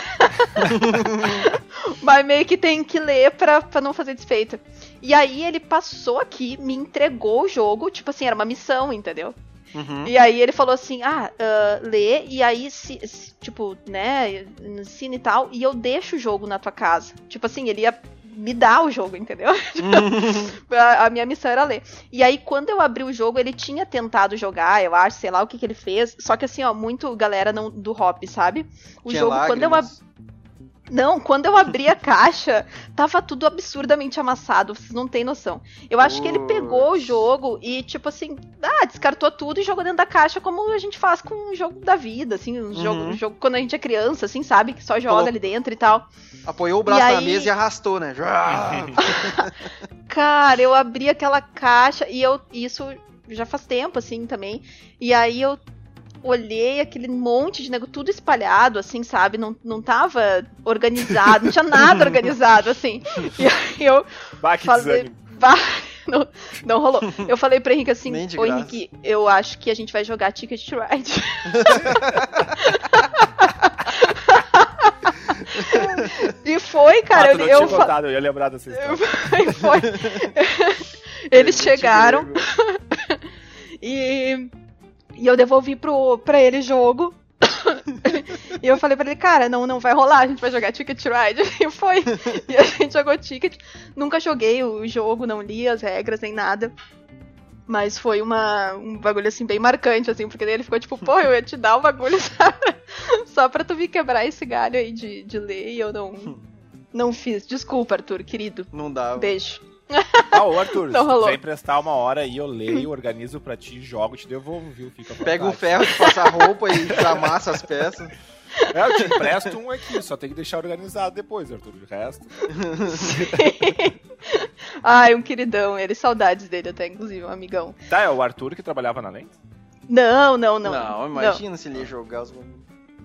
B: Mas meio que tem que ler pra, pra não fazer desfeito. E aí ele passou aqui, me entregou o jogo, tipo assim, era uma missão, entendeu?
A: Uhum.
B: E aí ele falou assim, ah, ah, lê, e aí, se, se, tipo, né, ensina e tal, e eu deixo o jogo na tua casa. Tipo assim, ele ia me dar o jogo, entendeu? a, a minha missão era ler. E aí, quando eu abri o jogo, ele tinha tentado jogar, eu acho, sei lá o que, que ele fez. Só que assim, ó, muito galera não, do hobby, sabe? O
A: Tinha
B: jogo, quando eu abri.
A: lágrimas.
B: Não, quando eu abri a caixa, tava tudo absurdamente amassado, vocês não têm noção. Eu acho que ele pegou o
A: Puts.
B: jogo e, tipo assim, ah, descartou tudo e jogou dentro da caixa como a gente faz com um jogo da vida, assim, um
A: Uhum.
B: jogo, um jogo quando a gente é criança, assim, sabe? Que só joga
A: Colocou-
B: ali dentro e tal.
A: Apoiou o braço
B: E
A: na
B: aí-
A: mesa e arrastou, né? Já.
B: Cara, eu abri aquela caixa e eu. Isso já faz tempo, assim, também. E aí eu olhei aquele monte de nego, tudo espalhado, assim, sabe? Não, não tava organizado, não tinha nada organizado, assim. E aí eu
C: bah, que
B: falei... Bah, não, não rolou. Eu falei pro Henrique assim, ô Henrique, eu acho que a gente vai jogar Ticket to Ride. E foi, cara.
C: Ah, tu não
B: eu,
C: tinha
B: eu,
C: contado, eu ia lembrar dessa história.
B: E foi. Eles chegaram e, e eu devolvi pro, pra ele o jogo. E eu falei pra ele, cara, não, não vai rolar, a gente vai jogar Ticket to Ride. E foi. E a gente jogou Ticket. Nunca joguei o jogo, não li as regras nem nada. Mas foi uma, um bagulho, assim, bem marcante, assim, porque daí ele ficou tipo, pô, eu ia te dar o bagulho só pra, só pra tu vir quebrar esse galho aí de, de ler e eu não, não fiz. Desculpa, Arthur, querido.
A: Não dá.
B: Beijo.
C: Ah, ô Arthur,
B: não
C: se
B: rolou.
C: quiser emprestar uma hora aí, eu leio, organizo pra ti, jogo, te devolvo, viu? Fica à
A: Pega o
C: vontade.
A: ferro de passar roupa e amassa as peças.
C: É, eu te empresto um aqui, só tem que deixar organizado depois, Arthur. O resto.
B: Ai, um queridão, ele, saudades dele até, inclusive, um amigão.
C: Tá, é o Arthur que trabalhava na Lens?
B: Não, não, não.
A: Não, imagina não. se ele ia jogar os bagulhos.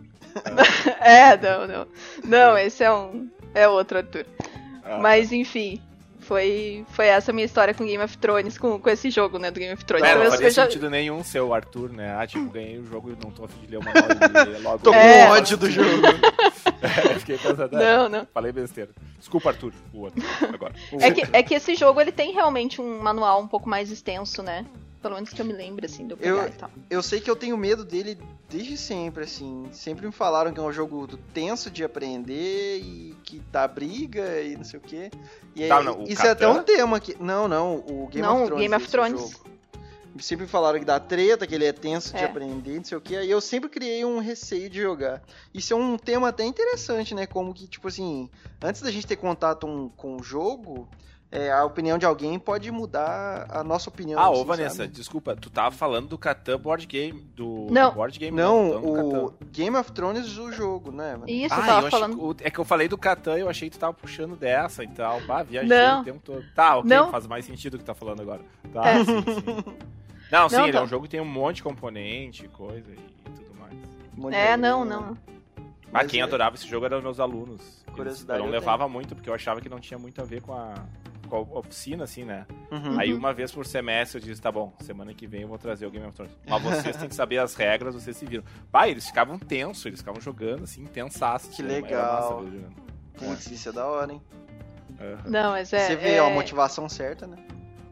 B: É, não, não. Não, esse é um. É outro Arthur.
C: Ah,
B: Mas, enfim. Foi, foi essa minha história com Game of Thrones, com, com esse jogo, né, do Game of Thrones.
C: É,
B: Então,
C: não
B: eu-
C: fazia
B: eu já-
C: sentido nenhum ser o Arthur, né? Ah, tipo, ganhei o jogo e não tô a fim de ler uma hora e logo...
A: Tô com
B: É.
A: ódio do jogo.
C: É, fiquei pensando,
B: Não, não.
C: falei besteira. Desculpa, Arthur, o outro, agora.
B: É que, é que esse jogo, ele tem realmente um manual um pouco mais extenso, né? Pelo menos que eu me lembre, assim, de eu pegar
A: Eu-
B: e tal.
A: Eu sei que eu tenho medo dele desde sempre, assim. Sempre me falaram que é um jogo tenso de aprender e que dá briga e não sei o quê. E
C: Tá,
A: aí,
C: não, o
A: isso é até
C: Catan?
A: um tema aqui. Não, não, o Game
B: Não,
A: of
B: o
A: Thrones.
B: Game of
A: esse
B: Thrones.
A: jogo. Sempre me falaram que dá treta, que ele é tenso de
B: É.
A: aprender, não sei o quê. Aí eu sempre criei um receio de jogar. Isso é um tema até interessante, né? Como que, tipo assim, antes da gente ter contato um- com o jogo, é, a opinião de alguém pode mudar a nossa opinião.
C: Ah,
A: assim,
C: ô Vanessa,
A: sabe?
C: desculpa, tu tava falando do Catan Board Game, do,
B: Não.
C: do Board Game,
A: Não,
C: não do
A: o
C: Catan.
A: Game of Thrones, o jogo, né? mano?
B: Isso, eu
C: Ah,
B: tava
C: eu
B: falando.
C: achei, que- é que eu falei do Catan e eu achei que tu tava puxando dessa e tal. Bah, viajei
B: Não.
C: o tempo todo. Tá, ok,
B: Não.
C: faz mais sentido o que tu tá falando agora. Tá,
B: É.
C: sim, sim. Não, sim,
B: Não,
C: ele é
B: tá.
C: um jogo que tem um monte de componente, coisa e, e tudo mais.
A: Um monte de
B: É,
A: jogo,
B: não,
A: né?
B: não.
C: Ah,
A: Mas
C: quem
A: é-
C: adorava esse jogo eram os meus alunos. Eles-
A: Curiosidade
C: eu não
A: eu
C: levava muito, porque eu achava que não tinha muito a ver com a, com a oficina, assim, né?
A: Uhum.
C: Aí uma vez por semestre eu disse, tá bom, semana que vem eu vou trazer o Game of Thrones. Mas vocês têm que saber as regras, vocês se viram. Bah, eles ficavam tensos, eles ficavam jogando, assim, tensaços.
A: Que
C: né? Era
A: legal.
C: massa ver jogando.
A: Putz, isso é da hora, hein?
C: Aham.
B: Não, mas é.
A: Você vê
B: é...
A: ó, a motivação certa, né?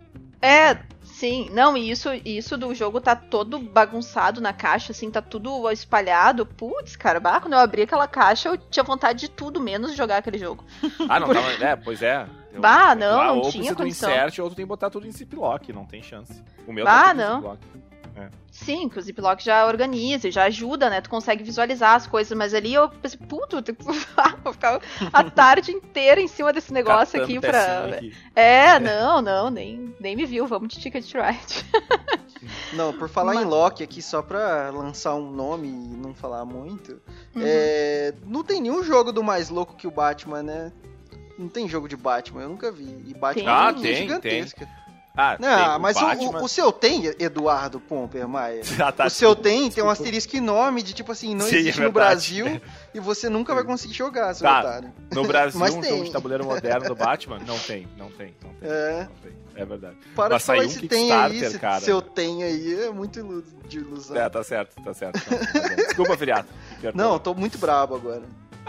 B: É, sim. Não, e isso, isso do jogo tá todo bagunçado na caixa, assim, tá tudo espalhado. Putz, cara, bah, quando eu abri aquela caixa, eu tinha vontade de tudo, menos jogar aquele jogo.
C: Ah, não tava... É, pois é. Eu-
B: Bah, não,
C: lá,
B: não
C: ou
B: tinha
C: precisa do
B: condição.
C: insert, ou tu tem que botar tudo em ziplock, não tem chance. O meu
B: Bah,
C: tá tudo em
B: não.
C: ziplock.
B: Sim, que o Ziploc já organiza e já ajuda, né? Tu consegue visualizar as coisas, mas ali eu pensei, puto, eu tenho que- vou ficar a tarde inteira em cima desse negócio
C: Catando
B: aqui
C: pecinha
B: pra.
C: aqui.
B: É, não, não, nem, nem me viu, vamos de Ticket to Ride.
A: Não, por falar
B: Mas-
A: em Loki aqui, só pra lançar um nome e não falar muito,
B: Uhum.
A: é, não tem nenhum jogo do mais louco que o Batman, né? Não tem jogo de Batman, eu nunca vi. E Batman
B: Tem.
A: é
C: Ah,
A: uma
C: tem,
A: gigantesca.
C: Ah, tem
A: Não,
C: o
A: mas o-
C: Batman.
A: o, o seu tem, Eduardo Pomper Maia?
C: Ah, tá,
A: o seu
C: desculpa,
A: tem, tem um
C: desculpa.
A: asterisco enorme de tipo assim, não
C: Sim, é
A: existe no
C: verdade.
A: Brasil e você nunca vai conseguir jogar, seu
C: Tá.
A: otário.
C: No Brasil,
A: Mas
C: um
A: tem.
C: jogo de tabuleiro moderno do Batman? Não tem, não tem, não tem.
A: É.
C: Não tem. É verdade.
A: Para
C: Mas
A: de falar
C: saiu um
A: esse tem aí,
C: Kickstarter,
A: esse
C: cara.
A: seu tem aí, é muito ilu- de ilusão.
C: É, tá certo, tá certo. Não, tá bom. Desculpa, feriado. Perdão.
A: Não, eu tô muito brabo agora.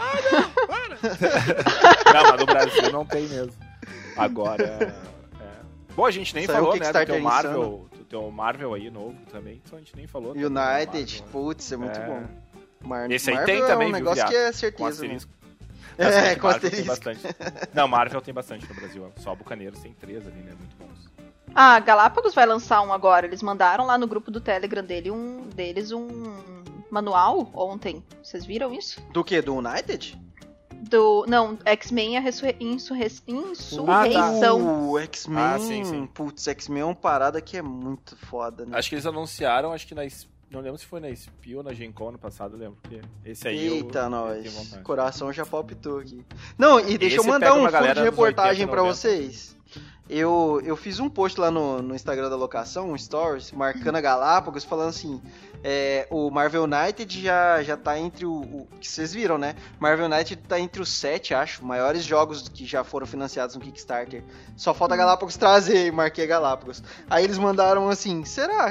C: Não, mas no Brasil não tem mesmo. Agora. É... Bom, a gente nem
A: Saiu
C: falou,
A: o
C: né? Do
A: Kickstarter
C: teu Marvel.
A: insano.
C: Do teu Marvel aí novo também. Então a gente nem falou. também do
A: United,
C: Marvel.
A: putz, é muito
C: É.
A: bom. Mar
C: Esse aí
A: Marvel
C: tem
A: é
C: também,
A: um
C: viu,
A: negócio
C: viado?
A: que é
C: Com
A: certeza. né?
C: asterisco.
A: É,
C: Bastante,
A: com
C: Marvel tem
A: asterisco.
C: bastante. Não, Marvel tem bastante no Brasil. Só Bucaneiros tem três ali, né? Muito bons.
B: Ah, Galápagos vai lançar um agora. Eles mandaram lá no grupo do Telegram dele um, deles um manual ontem. Vocês viram isso?
A: Do que? Do United?
B: Do. Não, X-Men a ressurre... insurre... insurreição.
A: O X-Men.
C: Ah, sim, sim.
A: Putz, X-Men é uma parada que é muito foda, né?
C: Acho que eles anunciaram, acho que na. Es- Não lembro se foi na S P ou na Gen Con ano passado, eu lembro. Porque esse aí. eu-
A: Eita,
C: eu
A: nós.
C: tenho vontade.
A: Coração já palpitou aqui. Não, e deixa eu
C: Esse
A: mandar
C: pega
A: um
C: uma
A: fundo de
C: galera dos
A: reportagem
C: oitenta,
A: pra
C: noventa.
A: vocês. Eu, eu fiz um post lá no, no Instagram da locação, um stories, marcando a Galápagos, falando assim, é, o Marvel United já, já tá entre o, o... que vocês viram, né? Marvel United tá entre os sete, acho, maiores jogos que já foram financiados no Kickstarter. Só falta a Galápagos trazer, e marquei a Galápagos. Aí eles mandaram assim, será?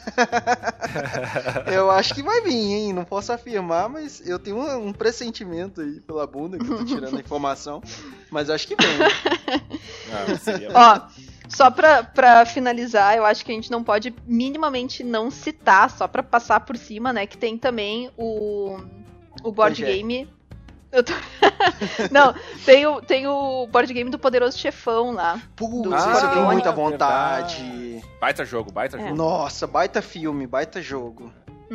A: Eu acho que vai vir, hein? Não posso afirmar, mas eu tenho um, um pressentimento aí pela bunda, que eu tô tirando a informação. Mas eu acho que vem.
C: Ah, seria...
B: Ó, só pra, pra finalizar, eu acho que a gente não pode minimamente não citar, só pra passar por cima, né, que tem também o, o board
A: Pois é.
B: game... Eu tô... não, tem o, tem o board game do Poderoso Chefão lá.
A: Putz,
B: Do
A: isso eu tenho
B: Sonic.
A: muita vontade.
C: Baita jogo, baita
B: É.
C: jogo.
A: Nossa, baita filme, baita jogo.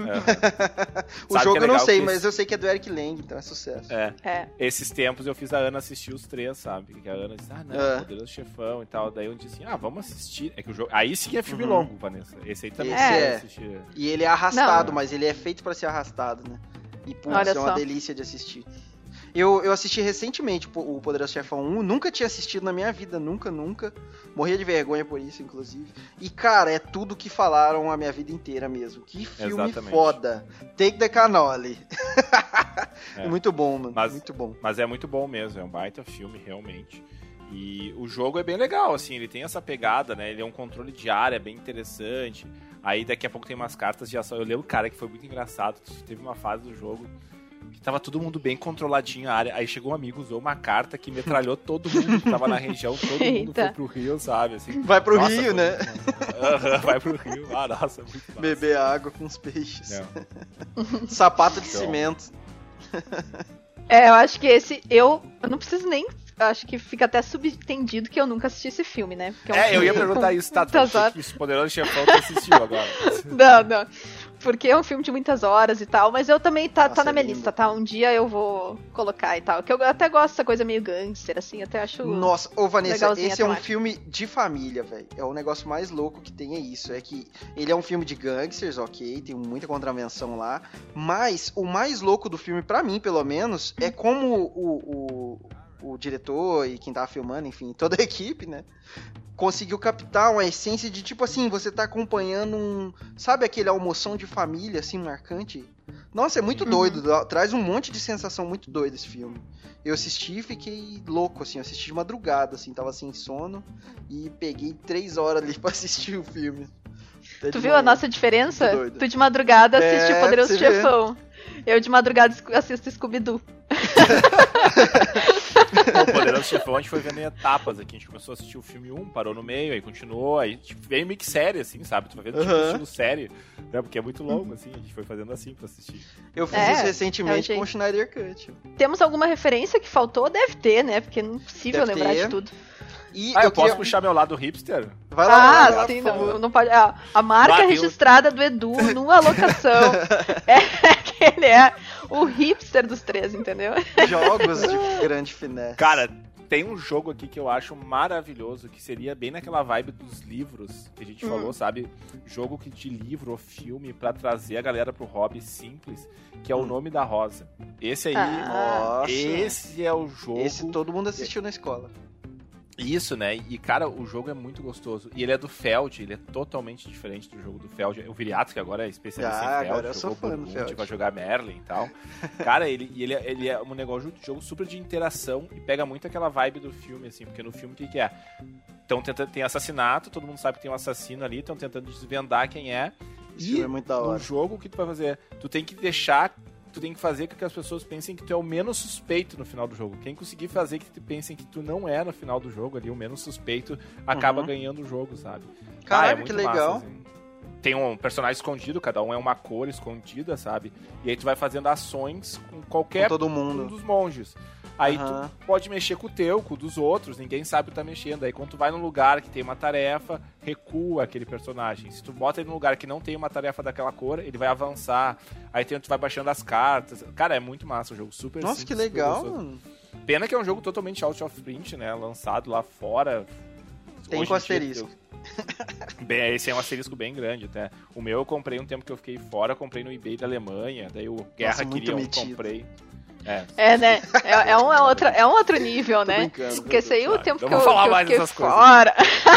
C: É.
A: O
C: Sabe
A: jogo
C: que é
A: eu não
C: legal
A: sei,
C: que
A: mas
C: esse-
A: eu sei que é do Eric Lang, então é sucesso.
C: É.
B: É.
C: Esses tempos eu fiz a Ana assistir os três, sabe? Que a Ana disse, ah, não,
A: É.
C: Poderoso Chefão e tal. Daí eu disse, ah, vamos assistir. É que o jogo... Aí sim é filme
A: Uhum.
C: longo, Vanessa. Esse aí também
A: Esse
C: você
A: é.
C: assistir.
A: E ele é arrastado,
C: Não.
A: mas ele é feito pra ser arrastado, né? E putz,
B: Olha
A: é uma
B: só.
A: delícia de assistir. Eu, eu assisti recentemente o Poderoso Chefão um, nunca tinha assistido na minha vida, nunca, nunca. Morria de vergonha por isso, inclusive. E, cara, é tudo que falaram a minha vida inteira mesmo. Que filme
C: Exatamente.
A: foda. Take the cannoli.
C: É.
A: Muito bom, mano.
C: Mas-
A: Muito bom.
C: Mas é muito bom mesmo, é um baita filme, realmente. E o jogo é bem legal, assim, ele tem essa pegada, né? Ele é um controle de área bem interessante. Aí daqui a pouco tem umas cartas de ação. Eu lembro, cara, que foi muito engraçado. Teve uma fase do jogo que tava todo mundo bem controladinho a área. Aí chegou um amigo, usou uma carta que metralhou todo mundo que tava na região. Todo mundo
B: Eita.
C: foi pro rio, sabe? Assim,
A: Vai pro
C: nossa,
A: Rio,
C: foi
A: né?
C: muito- Aham, vai pro rio. Ah, nossa, muito massa.
A: Beber água com os peixes.
C: É.
A: Sapato de
C: Então.
A: cimento.
B: É, eu acho que esse. Eu, eu não preciso nem. Acho que fica até subentendido que eu nunca assisti esse filme, né? Porque
C: É,
B: um
C: eu ia
B: filme
C: perguntar
B: com
C: isso, tá? Tu
B: muitas
C: achou
B: horas.
C: que esse Poderoso Chefão tu assistiu agora?
B: Não, não. Porque é um filme de muitas horas e tal, mas eu também tá,
A: Nossa,
B: tá na minha
A: é lindo.
B: lista, tá? Um dia eu vou colocar e tal. Que eu até gosto dessa coisa meio gangster, assim, até acho.
A: Nossa, ô Vanessa,
B: legalzinha
A: esse é um
B: temática.
A: filme de família, velho. É o negócio mais louco que tem é isso. É que ele é um filme de gangsters, ok, tem muita contravenção lá. Mas o mais louco do filme, pra mim, pelo menos, é como o, o, o diretor e quem tava filmando, enfim, toda a equipe, né? Conseguiu captar uma essência de tipo assim, você tá acompanhando um. Sabe aquele almoção de família, assim, marcante? Nossa, é muito
B: Uhum.
A: doido. dá- Traz um monte de sensação muito doida esse filme. Eu assisti e fiquei louco, assim. Eu assisti de madrugada, assim, tava sem sono. E peguei três horas ali pra assistir o filme. Até
B: Tu
A: de
B: viu a
A: manhã.
B: nossa diferença?
A: Muito doido.
B: Tu de madrugada assiste
A: É,
B: o Poderoso
A: você vê.
B: Chefão. Eu de madrugada escu- assisto Scooby-Doo.
C: O Poderoso Chefão a gente foi vendo em etapas aqui. A gente começou a assistir o filme um, parou no meio, aí continuou, aí tipo, veio meio que série, assim, sabe? Tu vai vendo tipo,
A: Aham.
C: estilo série, né? Porque é muito longo, assim, a gente foi fazendo assim pra assistir.
A: Eu fiz
B: É,
A: isso
B: é o
A: recentemente
B: jeito.
A: com o Schneider Cut.
B: Temos alguma referência que faltou? Deve ter, né? Porque não é possível
A: Deve
B: lembrar
A: ter.
B: de tudo.
A: E
C: Ah, eu,
A: eu
C: posso
A: queria...
C: puxar meu lado hipster?
A: Vai lá, vai
B: Ah,
A: lá,
B: sim,
A: por favor.
B: não, não pode. A, a marca
C: Lá tem o-
B: registrada do Edu numa locação é que ele é o hipster dos três, entendeu?
A: Jogos de grande finesse.
C: Cara, tem um jogo aqui que eu acho maravilhoso, que seria bem naquela vibe dos livros que a gente
B: Hum.
C: falou, sabe? Jogo que de livro ou filme pra trazer a galera pro hobby simples, que é o
A: Hum.
C: Nome da Rosa. Esse aí,
B: Ah.
A: Nossa.
C: esse é o jogo...
A: Esse todo mundo assistiu na escola.
C: Isso, né? E, cara, o jogo é muito gostoso. E ele é do Feld, ele é totalmente diferente do jogo do Feld. O Viriato, que agora é especialista
A: Ah,
C: em Feld,
A: agora eu sou
C: jogou
A: fã do
C: Burgundy,
A: Feld.
C: vai jogar Merlin e tal. Cara, ele, ele, é, ele é um negócio de jogo super de interação e pega muito aquela vibe do filme, assim, porque no filme o que, que é? Então tentando, tem assassinato, todo mundo sabe que tem um assassino ali, estão tentando desvendar quem é.
A: Esse
C: E
A: filme é muito da
C: no
A: hora.
C: jogo, o que tu vai fazer? Tu tem que deixar, tu tem que fazer com que as pessoas pensem que tu é o menos suspeito no final do jogo. Quem conseguir fazer que tu pensem que tu não é no final do jogo ali, o menos suspeito, acaba
A: Uhum.
C: ganhando o jogo, sabe?
A: Caralho,
C: Ah, é muito
A: que legal.
C: massa, assim. Tem um personagem escondido, cada um é uma cor escondida, sabe? E aí tu vai fazendo ações com qualquer
A: Com todo
C: um
A: mundo.
C: dos monges. Aí
A: Aham.
C: tu pode mexer com o teu, com o dos outros, ninguém sabe o que tá mexendo. Aí quando tu vai num lugar que tem uma tarefa, recua aquele personagem. Se tu bota ele num lugar que não tem uma tarefa daquela cor, ele vai avançar. Aí tem, tu vai baixando as cartas. Cara, é muito massa o jogo, super
A: Nossa, que
C: simples, super
A: legal,
C: gostoso.
A: mano.
C: Pena que é um jogo totalmente out of print, né? Lançado lá fora.
A: Tem
C: Hoje
A: com
C: em dia,
A: asterisco.
C: eu- Bem, esse é um asterisco bem grande até. O meu eu comprei um tempo que eu fiquei fora, comprei no eBay da Alemanha, daí o Guerra
A: muito
C: queria um,
A: metido.
C: comprei. É,
B: É, né? É, é, um, é, outra, é um outro nível, né?
A: brincando,
B: Porque esse aí o
C: Claro,
B: tempo
C: não
B: que eu,
C: vou falar
B: que eu
C: mais
B: fiquei
C: dessas coisas.
B: fora.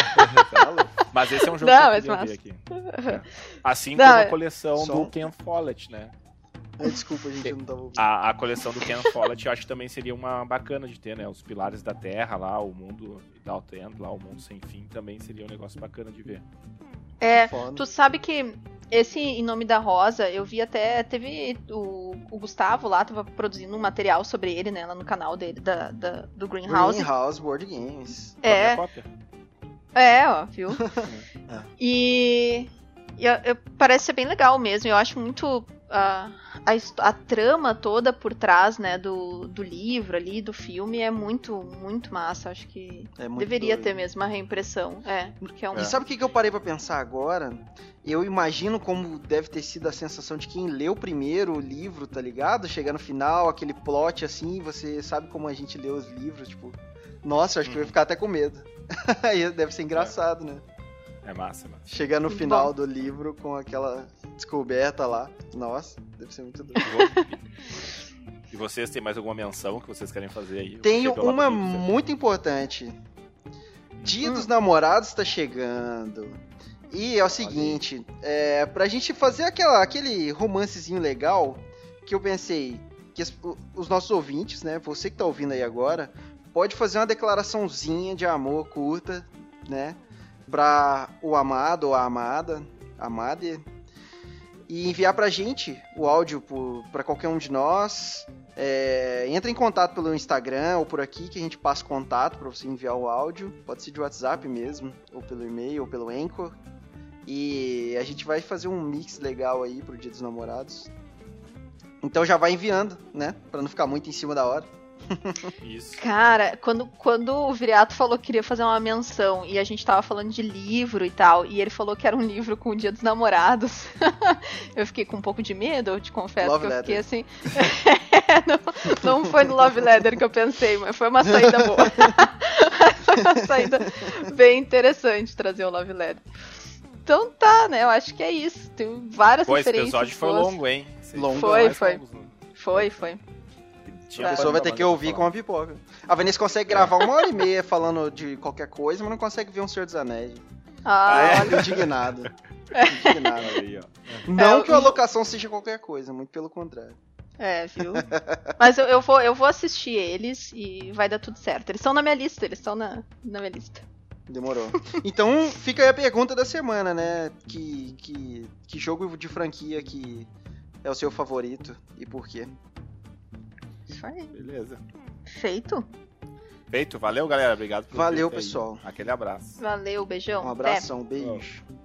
C: Mas esse é um jogo
B: Não,
C: que eu
B: mas
C: queria
B: massa.
C: ver aqui. É. Assim
B: Não,
C: como a
B: é-
C: coleção
A: Só
C: do
A: um-
C: Ken Follett, né?
A: Ai, desculpa, gente, eu não tava ouvindo.
C: A, a coleção do Ken Follett eu acho que também seria uma bacana de ter, né? Os Pilares da Terra lá, o mundo da Outend, lá, o mundo sem fim, também seria um negócio bacana de ver.
B: É,
A: Foda.
B: tu sabe que esse Em Nome da Rosa, eu vi até, teve o, o Gustavo lá, tava produzindo um material sobre ele, né, lá no canal dele, da, da- do Greenhouse.
A: Greenhouse Board Games.
B: É,
C: Cópia?
B: é, ó, viu?
A: É.
B: E, e eu- eu- parece ser bem legal mesmo, eu acho muito ah, a, his- a trama toda por trás, né, do, do livro ali, do filme, é muito, muito massa, acho que
A: É muito
B: deveria
A: doido.
B: ter mesmo uma reimpressão, é, porque é um...
A: E sabe o que que eu parei pra pensar agora? Eu imagino como deve ter sido a sensação de quem leu primeiro o livro, tá ligado? Chegar no final, aquele plot assim, você sabe como a gente lê os livros, tipo... Nossa, eu acho que eu ia ficar até com medo. Aí deve ser engraçado, né?
C: É massa, mano.
A: Chegar no
B: Muito
A: final
B: bom.
A: do livro com aquela descoberta lá. Nossa, deve ser muito doido.
C: E vocês têm mais alguma menção que vocês querem fazer aí?
A: Tenho
C: Eu sei pela
A: uma
C: Patrícia.
A: muito importante. Dia
B: Hum.
A: dos Namorados tá chegando. E é o seguinte, é, pra gente fazer aquela, aquele romancezinho legal, que eu pensei que as- o- os nossos ouvintes, né, você que tá ouvindo aí agora, pode fazer uma declaraçãozinha de amor curta, né, pra o amado ou a amada, amada, e enviar pra gente o áudio por, pra qualquer um de nós. É, entra em contato pelo Instagram ou por aqui que a gente passa contato pra você enviar o áudio. Pode ser de WhatsApp mesmo, ou pelo e-mail, ou pelo Anchor. E a gente vai fazer um mix legal aí pro Dia dos Namorados. Então já vai enviando, né? Pra não ficar muito em cima da hora.
C: Isso.
B: Cara, quando, quando o Viriato falou que queria fazer uma menção e a gente tava falando de livro e tal, e ele falou que era um livro com o Dia dos Namorados, eu fiquei com um pouco de medo, eu te confesso,
A: Love
B: que eu fiquei
A: Letter.
B: assim... não, não foi no Love Letter que eu pensei, mas foi uma saída boa. Foi uma saída bem interessante trazer o Love Letter. Então tá, né, eu acho que é isso. Tem várias
C: Pô, esse
B: referências.
C: episódio foi
B: boas.
C: longo, hein? Esse
A: Longo.
B: Foi,
C: mais
B: foi.
C: longos, né?
B: Foi, foi.
C: Tinha
A: A pessoa
C: coisa
A: vai ter
C: pra
A: que
C: mais
A: ouvir
C: pra
A: com a pipoca. A Vanessa consegue gravar uma hora e meia falando de qualquer coisa, mas não consegue ver um Senhor dos Anéis.
B: Ah,
C: Ah, é?
B: olha.
A: Indignado. Indignado.
C: falar. Aí, ó.
A: Não
B: É,
A: que a
B: o-
A: locação seja qualquer coisa, muito pelo contrário.
B: É, viu? Mas eu, eu, vou, eu vou assistir eles e vai dar tudo certo. Eles estão na minha lista, eles estão na, na minha lista.
A: Demorou. Então fica aí a pergunta da semana, né? Que, que, que jogo de franquia que é o seu favorito e por quê?
B: Isso aí.
C: Beleza.
B: Feito.
C: Feito. Valeu, galera. Obrigado por
A: Valeu,
C: ter aí.
A: pessoal.
C: Aquele abraço.
B: Valeu, beijão.
A: Um abração, um beijo.